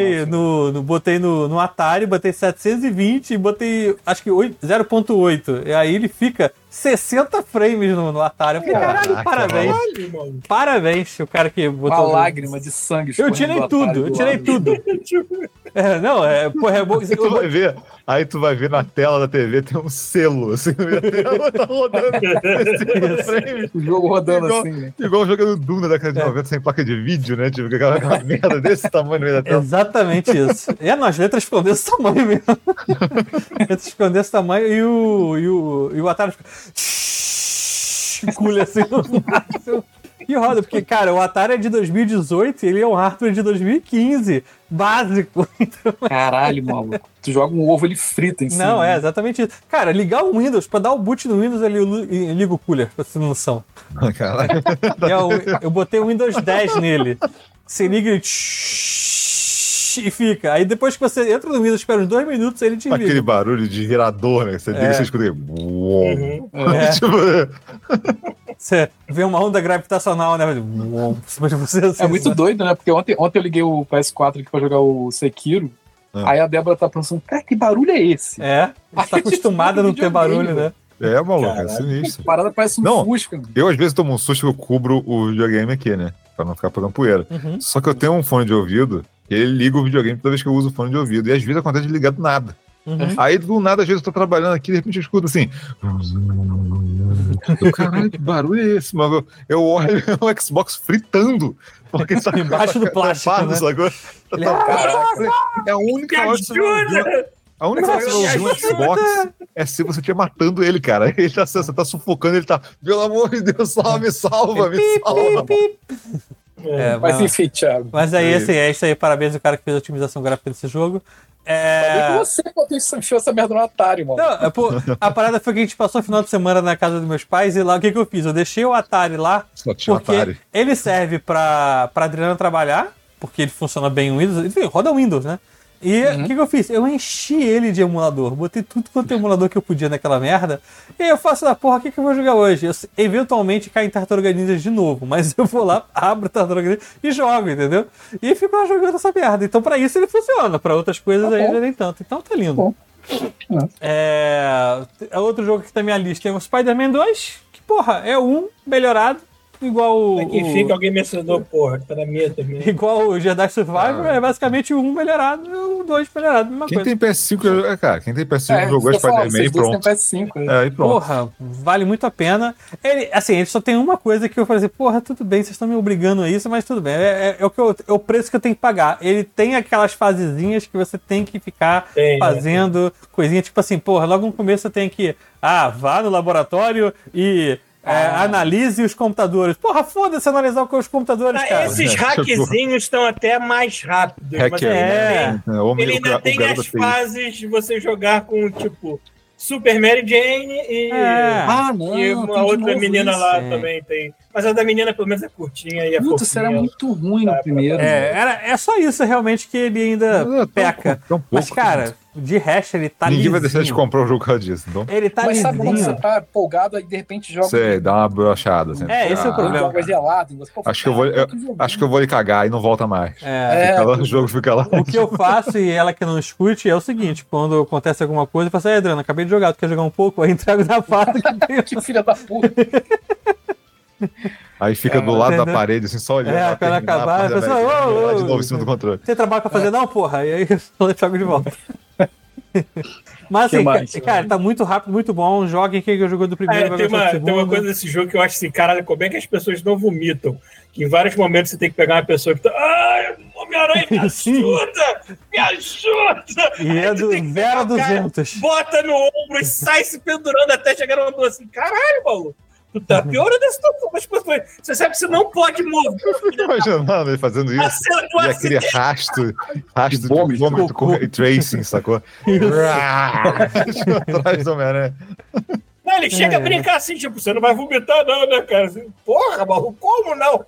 botei no Atari, botei 720 e botei acho que 0.8. E aí ele fica 60 frames no Atari. Eu falei, caralho, parabéns. Parabéns, o cara que botou. Uma lágrima de sangue. Eu tirei tudo. Porra, é bom. Aí tu vai ver na tela da TV, tem um selo, assim, na tela, tá rodando o jogo rodando igual, assim, né? Igual jogando Doom na década de 90 sem placa de vídeo, né? Tipo, aquela merda desse tamanho no meio da tela. Exatamente isso. As letras ficam desse tamanho mesmo. Letras ficam desse tamanho e o Atari fica... Cooler assim no máximo. E roda, porque, cara, o Atari é de 2018 e ele é um hardware de 2015, básico. Então... Caralho, maluco. Tu joga um ovo, ele frita em cima. Não, é exatamente isso. Cara, ligar o Windows, pra dar o boot no Windows, ele liga o cooler, pra você ter noção. Caralho. Eu botei o Windows 10 nele. Você liga e fica. Aí depois que você entra no Windows, espera uns 2 minutos, ele te liga. Aquele barulho de girador, né? Você liga e você escuta. Você vê uma onda gravitacional, né? É muito doido, né? Porque ontem eu liguei o PS4 aqui pra jogar o Sekiro. Aí a Débora tá pensando, cara, que barulho é esse? Você tá acostumada a não ter barulho, né? Maluco, é sinistro. A parada parece Fusca. Eu às vezes tomo um susto que eu cubro o videogame aqui, né? Pra não ficar pegando poeira. Só que eu tenho um fone de ouvido e ele liga o videogame toda vez que eu uso o fone de ouvido. E às vezes acontece de ligar do nada. Aí do nada, às vezes eu tô trabalhando aqui, de repente eu escuto assim. Caralho, que barulho é esse, mano? Eu olho o Xbox fritando. Porque tá embaixo do plástico. Agora. É a única hora que você a única coisa que você vai ouvir um Xbox é se você estiver matando ele, cara. Ele tá, você tá sufocando, ele tá, pelo amor de Deus, me salva. Mas enfim, Thiago. Mas aí, assim, é isso aí. Parabéns ao cara que fez a otimização gráfica desse jogo. Você enfiou essa merda no Atari, mano. Não, a parada foi que a gente passou o final de semana na casa dos meus pais e lá o que eu fiz? Eu deixei o Atari lá porque ele serve pra Adriana trabalhar, porque ele funciona bem em Windows, enfim, roda Windows, né? E o que eu fiz? Eu enchi ele de emulador, botei tudo quanto é emulador que eu podia naquela merda, e aí eu faço da porra, o que eu vou jogar hoje? Eu eventualmente caio em Tartaruga Ninja de novo, mas eu vou lá, abro Tartaruga Ninja e jogo, entendeu? E fico lá jogando essa merda. Então pra isso ele funciona, pra outras coisas aí já nem tanto. Então tá lindo. Outro jogo que tá na minha lista é o Spider-Man 2, que porra, é um melhorado. Igual Aqui fica alguém mencionou, porra, que tá na minha também. Igual o Jedi Survivor, é basicamente o 1 melhorado e o 2 melhorado. Mesma quem coisa. tem PS5, cara, quem tem PS5 jogou Spider-Man e pronto. PS5, e pronto. Porra, vale muito a pena. Ele só tem uma coisa que eu falei assim, porra, tudo bem, vocês estão me obrigando a isso, mas tudo bem. É o preço que eu tenho que pagar. Ele tem aquelas fasezinhas que você tem que ficar fazendo coisinha, tipo assim, porra, logo no começo você tem que, vá no laboratório e... analise os computadores. Porra, foda-se analisar os computadores, cara. Esses hackzinhos estão até mais rápidos, mas ele ainda tem as fases de você jogar com, tipo, Super Mary Jane e, e uma outra menina lá também tem. Mas a da menina pelo menos é curtinha e é fofinha. Isso era muito ruim no primeiro. É só isso realmente que ele ainda peca. Mas, cara, de resto ele tá Ninguém vai deixar de comprar o jogo por causa disso. Então. Ele tá lisinho. Mas sabe quando você tá empolgado e de repente joga... Você dá uma brochada. Assim, esse é o problema. Joga gelado. Acho que eu vou lhe cagar e não volta mais. O jogo fica lá. O que eu faço, e ela que não escute, é o seguinte: quando acontece alguma coisa, eu faço, Adriana, acabei de jogar, tu quer jogar um pouco? Aí entrego na pata que tem. Que filha da puta. Aí fica do lado da parede, assim, só olhando. Quando acabar, a pessoa, de novo em cima do controle. Você trabalha pra fazer, não, porra? E aí eu jogo de volta. Mas assim, cara, tá muito rápido, muito bom. Joguem quem jogou do primeiro. Tem uma coisa desse jogo que eu acho assim, caralho, como é que as pessoas não vomitam? Que em vários momentos você tem que pegar uma pessoa que tá. Ai, Homem-Aranha, me ajuda! Me ajuda! E é do 0 a 200. Bota no ombro e sai se pendurando até chegar numa dor assim. Caralho, Paulo! Tu tá piorando a situação das pessoas. Você sabe que você não pode mover. Imaginando ele fazendo isso. E aquele rastro de vômito com ray tracing, sacou? Atrás do Homem-Aranha. Não, ele chega a brincar assim, tipo, você não vai vomitar não, né, cara? Assim, porra, maluco, como não?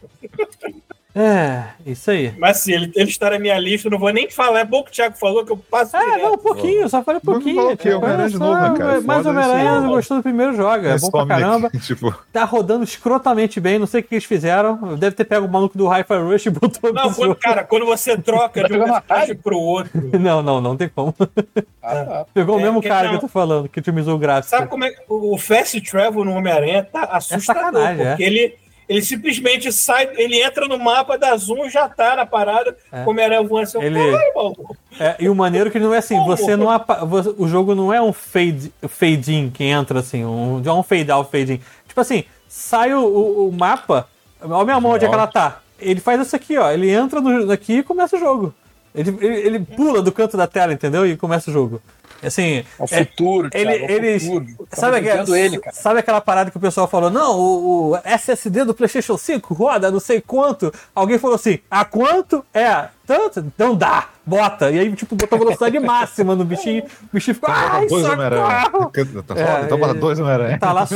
Isso aí. Mas sim, ele está na minha lista, eu não vou nem falar. É bom que o Thiago falou que eu passo direto. Não, um pouquinho, só falei um pouquinho. Homem-Aranha de novo, né, cara? Mas o Homem-Aranha gostou do primeiro jogo, é bom pra caramba. Tipo... Tá rodando escrotamente bem, não sei o que eles fizeram. Deve ter pego o maluco do Hi-Fi Rush e botou... Não, quando você troca de um personagem pro outro... Não tem como. Pegou o mesmo cara que eu tô falando, que otimizou o gráfico. Sabe como é que o Fast Travel no Homem-Aranha tá assustador, porque Ele simplesmente sai, ele entra no mapa da Zoom, já tá na parada, como era voando assim, e o maneiro que não é assim, você não o jogo não é um fade in que entra assim, é um fade out, fade in. Tipo assim, sai o mapa, olha a minha mão onde é que ela tá. Ele faz isso aqui, ó, ele entra aqui e começa o jogo. Ele pula do canto da tela, entendeu? E começa o jogo. Assim, o futuro, Thiago, sabe aquela parada que o pessoal falou, não, o SSD do PlayStation 5 roda não sei quanto. Alguém falou assim, a quanto? Tanto? Então dá, bota. E aí, tipo, botou velocidade máxima no bichinho. O bichinho ficou, Então bota 2 Homem-Aranha.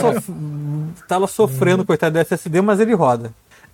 Tá lá sofrendo, coitado do SSD, mas ele roda.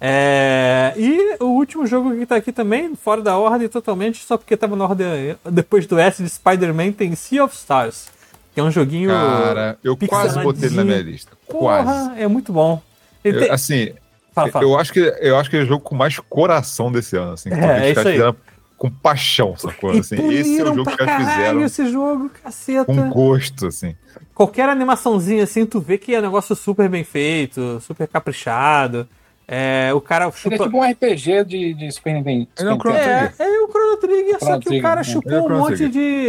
E o último jogo que tá aqui também, fora da ordem totalmente, só porque tava na ordem depois do S de Spider-Man, tem Sea of Stars, que é um joguinho. Cara, eu quase botei ele na minha lista. Quase. É muito bom. Assim, fala. Eu acho que é o jogo com mais coração desse ano. Assim, é isso aí. Com paixão, sacou? Assim, esse é o jogo que eles fizeram. Esse jogo, caceta. Com gosto, assim. Qualquer animaçãozinha assim, tu vê que é um negócio super bem feito, super caprichado. O cara chupa... Ele é tipo um RPG de Super Nintendo. Ele é um Chrono Trigger. É o Chrono Trigger, só que o cara chupou um monte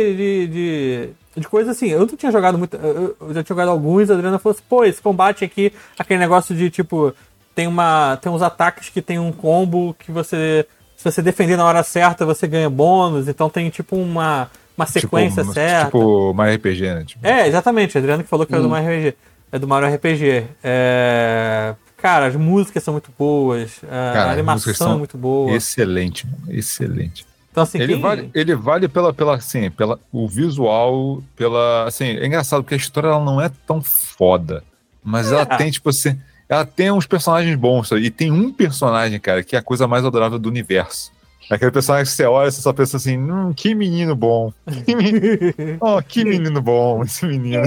de coisa assim. Eu não tinha jogado muito. Eu já tinha jogado alguns, a Adriana falou assim, pô, esse combate aqui, aquele negócio de tipo, tem uns ataques que tem um combo que se você defender na hora certa, você ganha bônus, então tem tipo uma sequência certa. Tipo Mario RPG, né? Tipo... exatamente, a Adriana que falou que era do Mario RPG. É do Mario RPG. Cara, as músicas são muito boas, a animação é muito boa. Excelente, mano. Excelente. Então, assim, ele vale pela o visual, assim, é engraçado porque a história ela não é tão foda, mas ela tem, tipo assim, ela tem uns personagens bons, sabe? E tem um personagem, cara, que é a coisa mais adorável do universo. Aquele personagem que você olha e você só pensa assim, que menino bom. Que menino bom, esse menino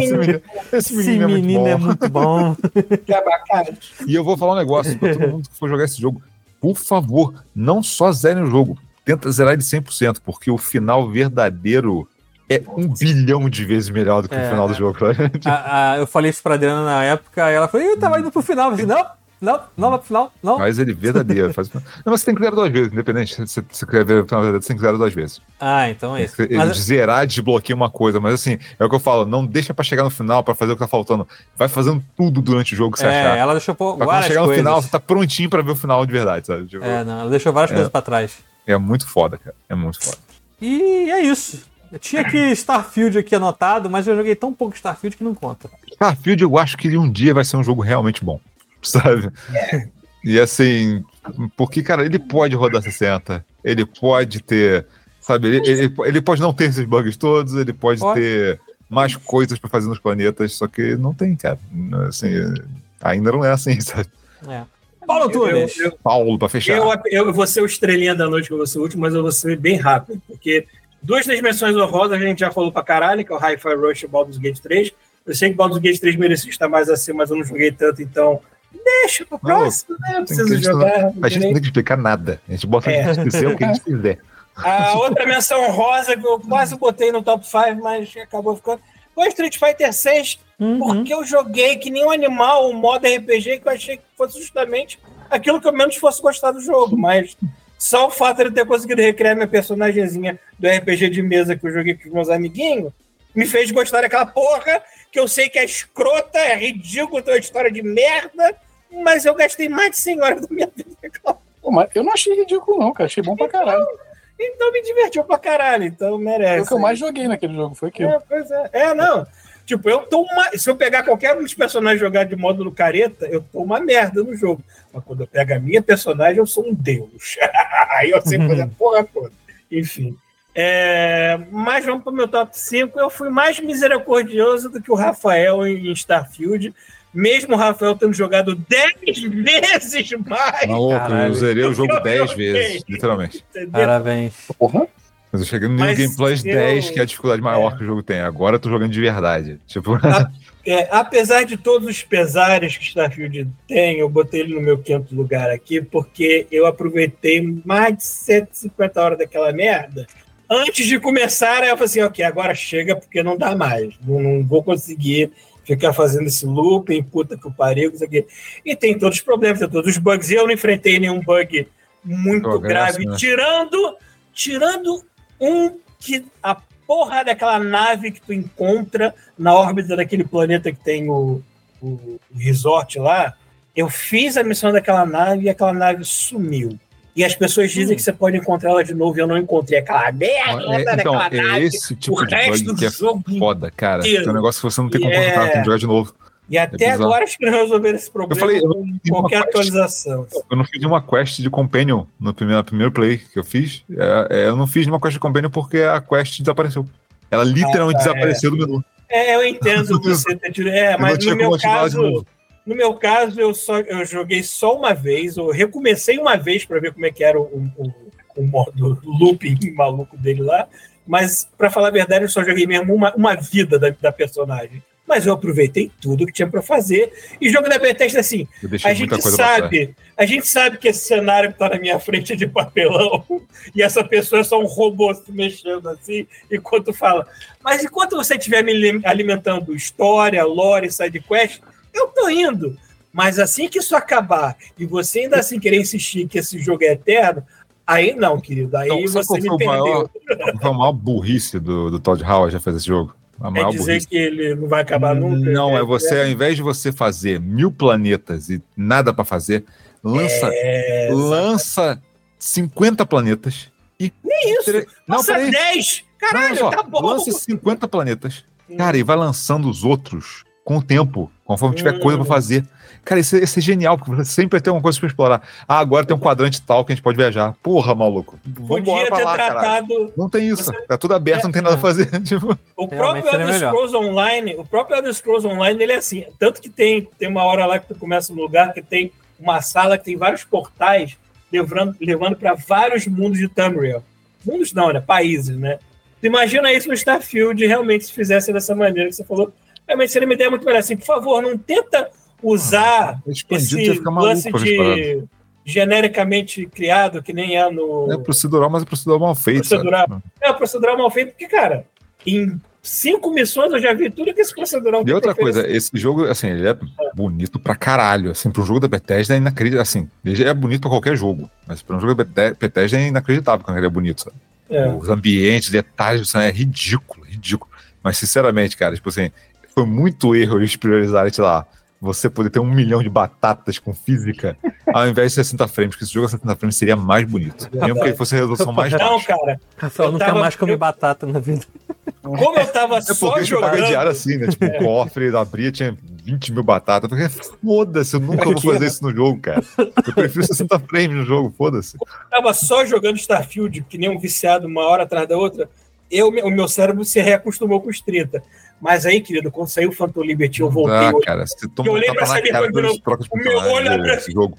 é muito bom. Que bacana. E eu vou falar um negócio pra todo mundo que for jogar esse jogo. Por favor, não só zerem o jogo, tenta zerar de 100%, porque o final verdadeiro é 1 bilhão de vezes melhor do que o final do jogo. Eu falei isso pra Adriana na época, e ela falou, eu tava indo pro final. Eu disse, não vai pro final, não. Mas ele verdadeiro. Não, mas você tem que zerar 2 vezes, independente. Se você quer ver o final verdadeiro, você tem que zerar 2 vezes. Então é isso. Zerar desbloqueia uma coisa, mas assim, é o que eu falo, não deixa pra chegar no final pra fazer o que tá faltando. Vai fazendo tudo durante o jogo que você achar. Ela deixou várias coisas. Quando chegar no final, você tá prontinho pra ver o final de verdade, sabe? Tipo, ela deixou várias coisas pra trás. É muito foda, cara. É muito foda. E é isso. Eu tinha aqui Starfield aqui anotado, mas eu joguei tão pouco Starfield que não conta. Starfield eu acho que um dia vai ser um jogo realmente bom, sabe? E assim, porque, cara, ele pode rodar 60, ele pode ter, sabe, ele pode não ter esses bugs todos, ele pode ter mais coisas pra fazer nos planetas, só que não tem, cara. Assim, ainda não é assim, sabe? Paulo Tunes. Paulo, pra fechar. Eu vou ser o estrelinha da noite, que eu vou ser o último, mas eu vou ser bem rápido, porque 2 das menções honrosas a gente já falou pra caralho, que é o Hi-Fi Rush e o Baldur's Gate 3. Eu sei que o Baldur's Gate 3 merecia estar mais acima, mas eu não joguei tanto, então deixa pro próximo, né? Não preciso jogar. A gente não tem que explicar nada. A gente bota na descrição o que a gente quiser. A outra menção honrosa que eu quase botei no top 5, mas acabou ficando, foi Street Fighter 6, porque eu joguei que nem um animal, um modo RPG que eu achei que fosse justamente aquilo que eu menos fosse gostar do jogo, mas só o fato de eu ter conseguido recriar minha personagemzinha do RPG de mesa que eu joguei com os meus amiguinhos me fez gostar daquela porra que eu sei que é escrota, é ridículo, tem uma história de merda, mas eu gastei mais de 100 horas da minha vida. Mas eu não achei ridículo não, cara. Achei bom pra caralho. Então me divertiu pra caralho, então merece. O que eu mais joguei naquele jogo foi aquilo. Pois é. Não. Tipo, se eu pegar qualquer um dos personagens jogar de modo no careta, eu tô uma merda no jogo. Mas quando eu pego a minha personagem, eu sou um deus. Aí eu sei fazer a porra toda. Enfim. Mas vamos pro meu top 5. Eu fui mais misericordioso do que o Rafael em Starfield. Mesmo o Rafael tendo jogado 10 vezes mais. Não, eu zerei o jogo 10 vezes, literalmente. Entendeu? Parabéns. Porra. Mas eu cheguei no New Game Plus 10, que é a dificuldade maior que o jogo tem. Agora eu tô jogando de verdade. Tipo... apesar de todos os pesares que Starfield tem, eu botei ele no meu 5º lugar aqui, porque eu aproveitei mais de 150 horas daquela merda. Antes de começar, eu falei assim, ok, agora chega, porque não dá mais. Não vou conseguir ficar fazendo esse looping, puta que o pariu, isso aqui. E tem todos os problemas, tem todos os bugs. Eu não enfrentei nenhum bug muito grave, né? tirando um que a porra daquela nave que tu encontra na órbita daquele planeta que tem o resort lá. Eu fiz a missão daquela nave e aquela nave sumiu. E as pessoas dizem que você pode encontrar ela de novo e eu não encontrei aquela merda daquela nave. Esse tipo de bug que é foda, cara. É um negócio que você não tem como contar com jogar de novo. E até agora acho que não resolveram esse problema com qualquer atualização. Eu não fiz nenhuma quest de Companion no primeiro play que eu fiz. Eu não fiz nenhuma quest de Companion porque a quest desapareceu. Ela literalmente desapareceu do menu. Eu entendo você ter tirado. Mas no meu caso, eu joguei só uma vez, eu recomecei uma vez para ver como é que era o modo looping maluco dele lá, mas, para falar a verdade, eu só joguei mesmo uma vida da personagem. Mas eu aproveitei tudo que tinha para fazer. E jogo da Bethesda, assim, a gente sabe que esse cenário que tá na minha frente é de papelão e essa pessoa é só um robô se mexendo assim, enquanto fala. Mas enquanto você estiver me alimentando história, lore, sidequest, eu tô indo. Mas assim que isso acabar e você ainda assim querer insistir que esse jogo é eterno, aí não, querido. Aí então, você me perdeu. Foi a maior burrice do Todd Howard já fazer esse jogo. É dizer burrice. Que ele não vai acabar nunca? Não, é você, ao invés de você fazer 1000 planetas e nada para fazer, lança 50 planetas e... Nem isso! Lança 10! Caralho, tá bom! Lança 50 planetas, cara, e vai lançando os outros com o tempo, conforme tiver coisa pra fazer. Cara, isso é genial, porque você sempre vai ter alguma coisa pra explorar. Agora tem um quadrante tal que a gente pode viajar. Porra, maluco. Podia ter tratado... Não tem isso. Tá tudo aberto, não tem nada a fazer. Tipo... O próprio Elder Scrolls Online, ele é assim. Tanto que tem uma hora lá que tu começa num lugar que tem uma sala que tem vários portais levando para vários mundos de Tamriel. Mundos não, né? Países, né? Tu imagina isso no Starfield, realmente, se fizesse dessa maneira que você falou. Realmente seria uma ideia muito melhor. Assim, por favor, não tenta usar esse lance de genericamente criado, que nem é no... É procedural, mas é procedural mal feito. Procedural mal feito, porque, cara, em 5 missões eu já vi tudo que esse procedural... E outra coisa, esse jogo, assim, ele é bonito pra caralho. Assim, pro jogo da Bethesda é inacreditável. Assim, ele é bonito pra qualquer jogo, mas pra um jogo da Bethesda é inacreditável quando ele é bonito, sabe? Os ambientes, detalhes, é ridículo. Mas, sinceramente, cara, tipo assim, foi muito erro eles priorizarem, sei lá, você poder ter 1 milhão de batatas com física, ao invés de 60 frames, porque esse jogo a 60 frames seria mais bonito. Mesmo que fosse a resolução mais baixa. Não, cara. Rafael nunca mais come batata na vida. Como eu tava só jogando... diário assim, né? Tipo, o cofre abria, tinha 20 mil batatas. Porque foda-se, eu nunca vou fazer isso no jogo, cara. Eu prefiro 60 frames no jogo, foda-se. Eu tava só jogando Starfield, que nem um viciado, uma hora atrás da outra. O meu cérebro se reacostumou com os 30. Mas aí, querido, quando saiu o Phantom Liberty, eu voltei. Cara, você toma eu olhei pra Cyberpunk, o meu olho abre assim. Jogo.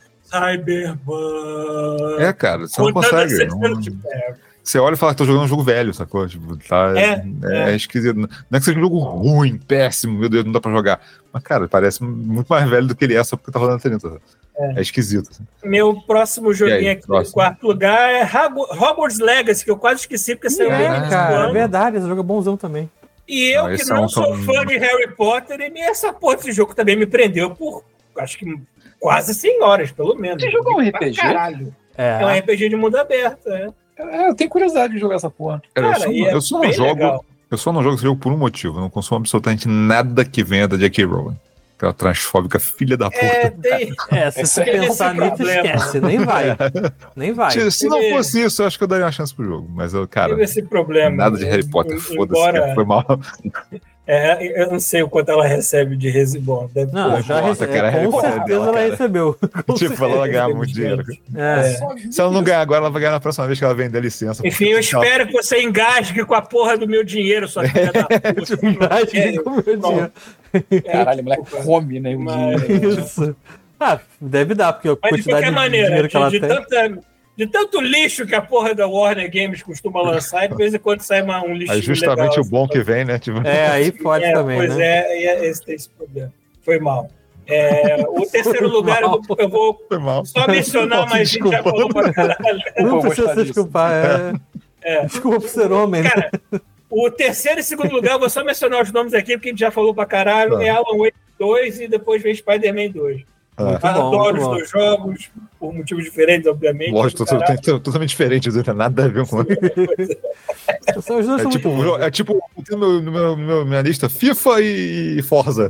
Cyberpunk. Cara, você não consegue. Você olha e fala que tô jogando um jogo velho, sacou? Tipo, tá, é esquisito. Não é que seja um jogo ruim, péssimo, meu Deus, não dá pra jogar. Mas, cara, parece muito mais velho do que ele é só porque tá rodando 30. É esquisito. Assim. Meu próximo joguinho aqui no quarto lugar é Hogwarts Legacy, que eu quase esqueci porque saiu cara, é verdade, esse jogo é bonzão também. E eu, que não sou fã de Harry Potter, e essa porra desse jogo também me prendeu por, acho que, quase 100 horas, pelo menos. Você jogou um RPG? Caralho. É um RPG de mundo aberto, eu tenho curiosidade de jogar essa porra. Cara, eu só não jogo esse jogo por um motivo. Eu não consumo absolutamente nada que venha da J.K. Rowling. Aquela transfóbica filha da puta. Se você pensar nisso, esquece. Nem vai. Se não fosse isso, eu acho que eu daria uma chance pro jogo. Mas eu, cara... Teve esse problema. Nada de Harry Potter, foda-se. Foi mal. Eu não sei o quanto ela recebe de Resibon. Não, já recebeu. Com certeza ela recebeu. Tipo, ela vai ganhar muito dinheiro. Se ela não ganhar agora, ela vai ganhar na próxima vez que ela vender licença. Enfim, eu espero que você engasgue com a porra do meu dinheiro, sua filha da puta. Engasgue com o meu dinheiro. Caralho, moleque come, né? Isso. Deve dar, porque a quantidade de dinheiro que ela tem... De tanto lixo que a porra da Warner Games costuma lançar, e de vez em quando sai um lixo legal. É justamente o bom que vem, né? Tipo... aí pode também, pois né? Esse tem esse problema. Foi mal. O terceiro lugar, eu vou só mencionar, mas a gente já falou pra caralho. Não precisa se desculpar. Desculpa por ser homem, cara, O terceiro e segundo lugar, eu vou só mencionar os nomes aqui, porque a gente já falou pra caralho, é Alan Wake 2 e depois vem Spider-Man 2. Adoro os dois jogos, por motivos diferentes, obviamente. Lógico, totalmente diferentes, não tem nada a ver com É tipo, minha lista FIFA e Forza.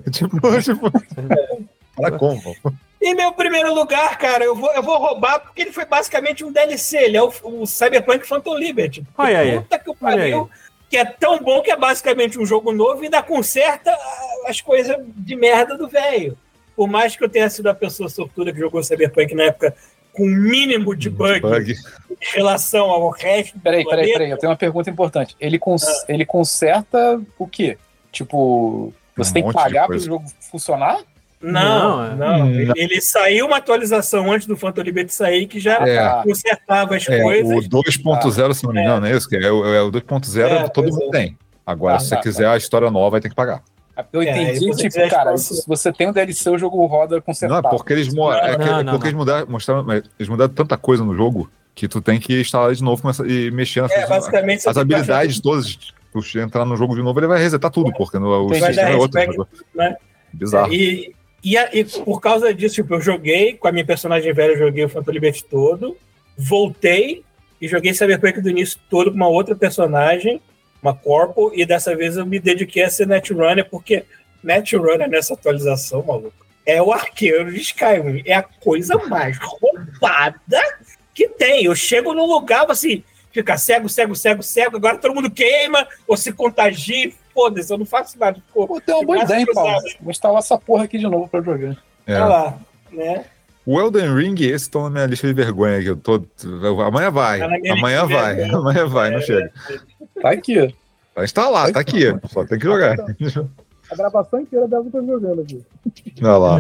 Para como? Em meu primeiro lugar, cara, eu vou roubar porque ele foi basicamente um DLC. Ele é o Cyberpunk Phantom Liberty. Olha aí. Puta que pariu. Que é tão bom que é basicamente um jogo novo e ainda conserta as coisas de merda do velho. Por mais que eu tenha sido a pessoa sortuda que jogou Cyberpunk na época com o mínimo de bug em relação ao resto. Peraí, eu tenho uma pergunta importante. Ele conserta o quê? Tipo, você tem que pagar para o jogo funcionar? Não. Ele saiu uma atualização antes do Phantom Liberty sair que já consertava as coisas. O 2.0, se não me engano, é isso? É o 2.0 todo mundo tem. Agora, se você quiser a história nova, vai ter que pagar. Eu entendi, tipo, cara, se você tem um DLC, o jogo roda consertado. Não, é porque eles mudaram tanta coisa no jogo que tu tem que instalar de novo e mexer as habilidades todas. Tu entrar no jogo de novo, ele vai resetar tudo, porque o sistema é outro. Né? Bizarro. E por causa disso, tipo, eu joguei com a minha personagem velha, eu joguei o Phantom Liberty todo, voltei e joguei Cyberpunk do início todo com uma outra personagem, uma corpo, e dessa vez eu me dediquei a ser Netrunner, porque Netrunner nessa atualização, maluco, é o arqueiro de Skyrim, é a coisa mais roubada que tem. Eu chego num lugar, assim, fica cego, agora todo mundo queima, ou se contagia, foda-se, eu não faço nada. Pô, tem uma boa ideia, hein, Paulo? Vou instalar essa porra aqui de novo pra jogar. Olha lá, né? O Elden Ring, esse tá na minha lista de vergonha aqui. Amanhã vai. Amanhã vai, não chega. Tá aqui. Vai instalar, tá aqui. Só tem que jogar. A gravação inteira deve estar jogando aqui. Olha lá.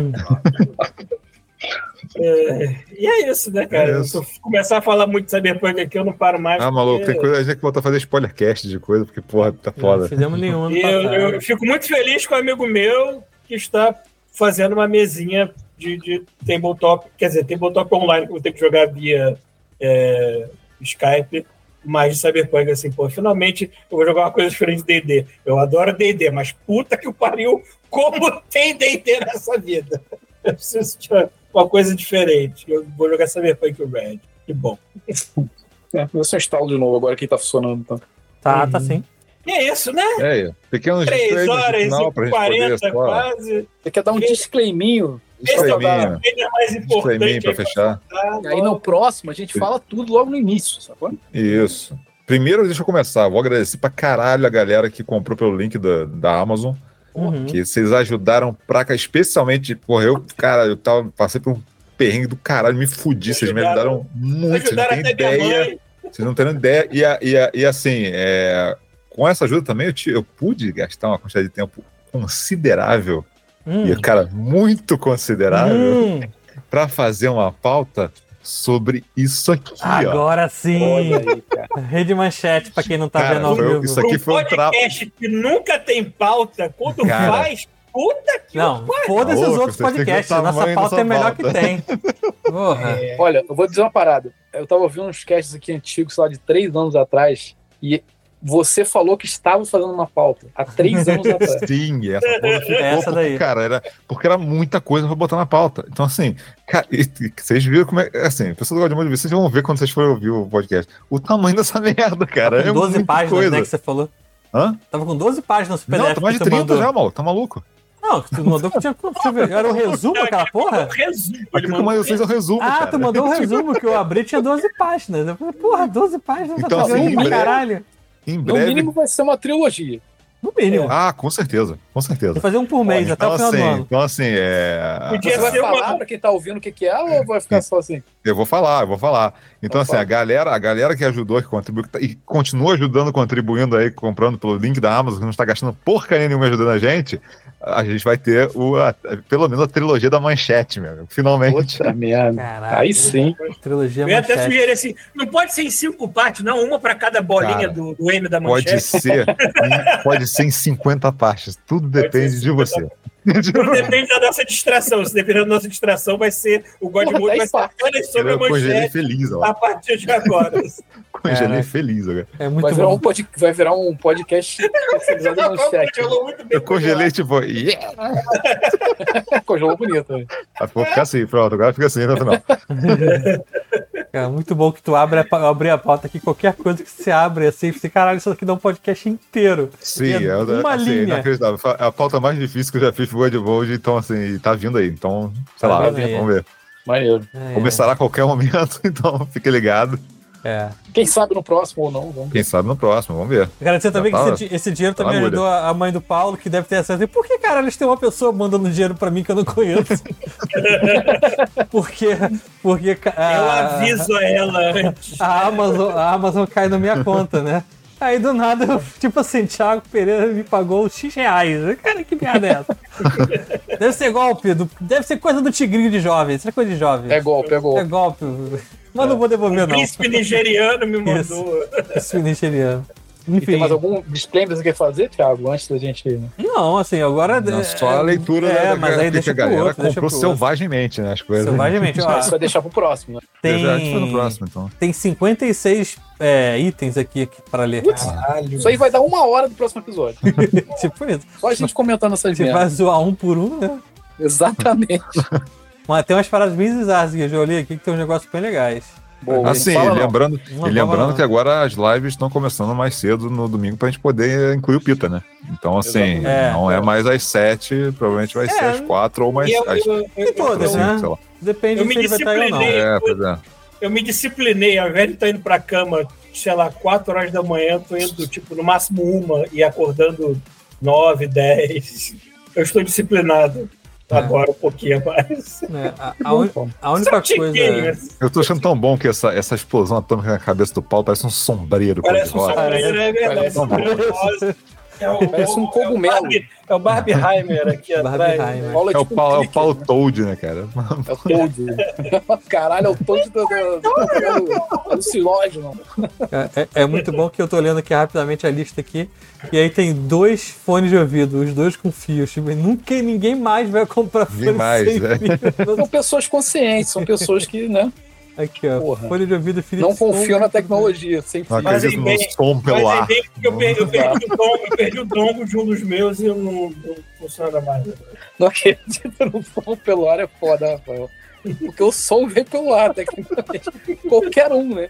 E é isso, né, cara? Se eu começar a falar muito de Cyberpunk aqui, eu não paro mais. Maluco, tem coisa, a gente tem que voltar a fazer spoilercast de coisa, porque, porra, tá foda. Não fizemos nenhum. Eu fico muito feliz com um amigo meu que está fazendo uma mesinha de tabletop, quer dizer, tabletop online, que eu tenho que jogar via Skype, mais de Cyberpunk, assim, pô, finalmente eu vou jogar uma coisa diferente de D&D. Eu adoro D&D, mas puta que o pariu, como tem D&D nessa vida? Eu preciso de uma coisa diferente. Eu vou jogar Cyberpunk Red. Que bom. Você instala de novo agora que tá funcionando. Então. Tá sim. E é isso, né? Pequenos 3 horas e 40 quase. Você quer dar um disclaiminho? Disclaiminho pra fechar. E aí no próximo a gente fala tudo logo no início, sacou? Isso. Primeiro, deixa eu começar. Vou agradecer pra caralho a galera que comprou pelo link da Amazon. Que vocês ajudaram pra cá, especialmente, porra, passei por um perrengue do caralho, me fudi, vocês me ajudaram muito, vocês não têm ideia. Vocês não têm ideia. E assim, com essa ajuda também eu pude gastar uma quantidade de tempo considerável, e, cara, muito considerável, pra fazer uma pauta sobre isso aqui. Agora sim! Aí, Rede Manchete, pra quem não tá vendo ao vivo. Isso aqui foi um podcast que nunca tem pauta, quando faz, puta que não, foda-se os outros podcasts, a nossa pauta é melhor que tem. Olha, eu vou dizer uma parada. Eu tava ouvindo uns casts aqui antigos, sei lá, de 3 anos atrás, e você falou que estava fazendo uma pauta há 3 anos atrás. Sim, essa pauta ficou daí. Cara, porque era muita coisa pra botar na pauta. Então, assim, cara, vocês viram como é. Assim, pessoas gostam de ver, vocês vão ver quando vocês forem ouvir o podcast. O tamanho dessa merda, cara. Com 12 páginas, coisa. Né, que você falou. Tava com 12 páginas no PDF. Não, tá mais de 30 já, maluco. Tá maluco? Não, tu mandou que tinha. Deixa eu ver. Era o resumo, aquela porra? Aqui que eu fiz o resumo. Cara. Tu mandou o resumo que eu abri, tinha 12 páginas. Eu falei, porra, 12 páginas então, pra fazer pra caralho. Em breve... No mínimo vai ser uma trilogia. No mínimo. Com certeza. Vou fazer um por mês, até o final do ano. Então, assim, Você vai falar pra quem tá ouvindo o que é, ou vai ficar só assim? Eu vou falar. Então, assim, a galera que ajudou, que contribuiu, e continua ajudando, contribuindo aí, comprando pelo link da Amazon, que não está gastando porcaria nenhuma ajudando a gente vai ter pelo menos a trilogia da Manchete, meu. Finalmente. Puta merda. Caralho, aí sim. Trilogia eu ia até sugerir assim, não pode ser em 5 partes, não, uma pra cada bolinha do M da Manchete. Pode ser em 50 partes. Tudo depende de você. Tudo depende da nossa distração. Se depender da nossa distração, vai ser o Godmode vai ser apenas sobre a manchete feliz, a partir de agora. Congelei feliz agora. É muito vai virar um podcast especializado em manchete. Eu congelei, tipo... Congelou bonito. Vou ficar assim, pronto. Agora fica assim no final. É muito bom que tu abri a pauta aqui, qualquer coisa que você abre, assim, você, caralho, isso aqui dá um podcast inteiro. Sim, uma linha. Inacreditável. A pauta mais difícil que eu já fiz foi o Godmode, então, assim, tá vindo aí. Então, sei lá, vamos ver. Maneiro. Começará a qualquer momento, então fique ligado. Quem sabe no próximo ou não. Quem sabe no próximo, vamos ver. Agradecer também que esse dinheiro também ajudou a mãe do Paulo, que deve ter acesso. Por que, cara, eles têm uma pessoa mandando dinheiro pra mim que eu não conheço? porque eu aviso a ela antes. A Amazon cai na minha conta, né? Aí do nada, tipo assim, Thiago Pereira me pagou X reais. Cara, que merda é essa? Deve ser golpe, deve ser coisa do tigrinho de jovem. Isso é coisa de jovem. É golpe. É golpe. Mas não vou devolver, não. O príncipe nigeriano me mandou. Príncipe nigeriano. Enfim. E tem mais algum disclaimer que você quer fazer, Thiago, antes da gente ir? Né? Não, assim, agora... só a leitura mas aí deixa a galera comprou selvagemmente, né? As coisas. Selvagemente, ó. Isso vai deixar pro próximo, né? No próximo, então. Tem 56 itens aqui para ler. Caralho. Isso aí vai dar 1 hora do próximo episódio. Tipo isso. Só a gente comentando essas merdas. Você vai zoar um por um, né? Exatamente. Mas tem umas paradas bem bizarras que eu já olhei aqui que tem uns negócios bem legais. Boa, assim, lembrando que agora as lives estão começando mais cedo no domingo pra gente poder incluir o Pita, né? Então, assim, não é mais às 7, provavelmente vai ser às 4 ou mais às todas, né? Sei lá. Depende de se ele vai estar aí ou não. Eu me disciplinei, ao invés de estar indo pra cama, sei lá, 4 horas da manhã, tô indo, tipo, no máximo 1 e acordando 9, 10. Eu estou disciplinado. Agora um pouquinho mais. A única coisa. Eu tô achando tão bom que essa explosão atômica na cabeça do Paulo parece um sombreiro. Parece um sombreiro, é verdade. Parece um cogumelo. É o Barbieheimer aqui atrás. É o Paulo Toad, né, cara? É o Toad. Caralho, é o Toad do silógeno. É muito bom que eu tô lendo aqui rapidamente a lista aqui. E aí tem 2 fones de ouvido, os 2 com fios. Ninguém mais vai comprar fone sem fio. São pessoas conscientes, são pessoas que, né? Aqui, ó. Fone de ouvido Philips. Não confio na tecnologia, sem fio. Mas é bem eu perdi o dongo de um dos meus e não funciona mais. Não acredito no som pelo ar, é foda, Rafael. Porque o som vem pelo ar, tecnicamente. Qualquer um, né?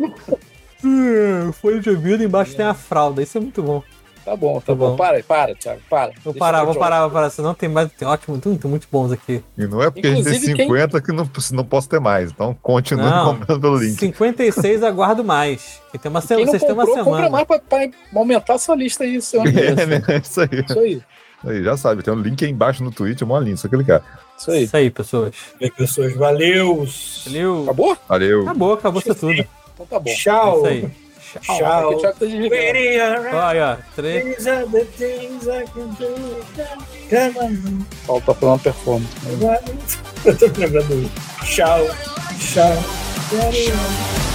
Fone de ouvido, embaixo tem a fralda. Isso é muito bom. Tá bom. Para, Thiago, para. Vou parar. Senão tem mais. Tem muito bons aqui. E não é porque inclusive, a gente tem 50 que não posso ter mais. Então continue comprando pelo link. 56 aguardo mais. E tem uma semana. Quem não comprou, compra mais pra aumentar a sua lista aí, seu amigo. Isso aí. Aí, já sabe, tem um link aí embaixo no Twitch, é uma linha, só clicar. Isso aí, pessoas. Valeu. Acabou? Valeu. Acabou isso tudo. Então tá bom. Tchau. Isso aí. Tchau. Olha, 3. Paulo tá falando performance. Eu tô lembrando. Tchau.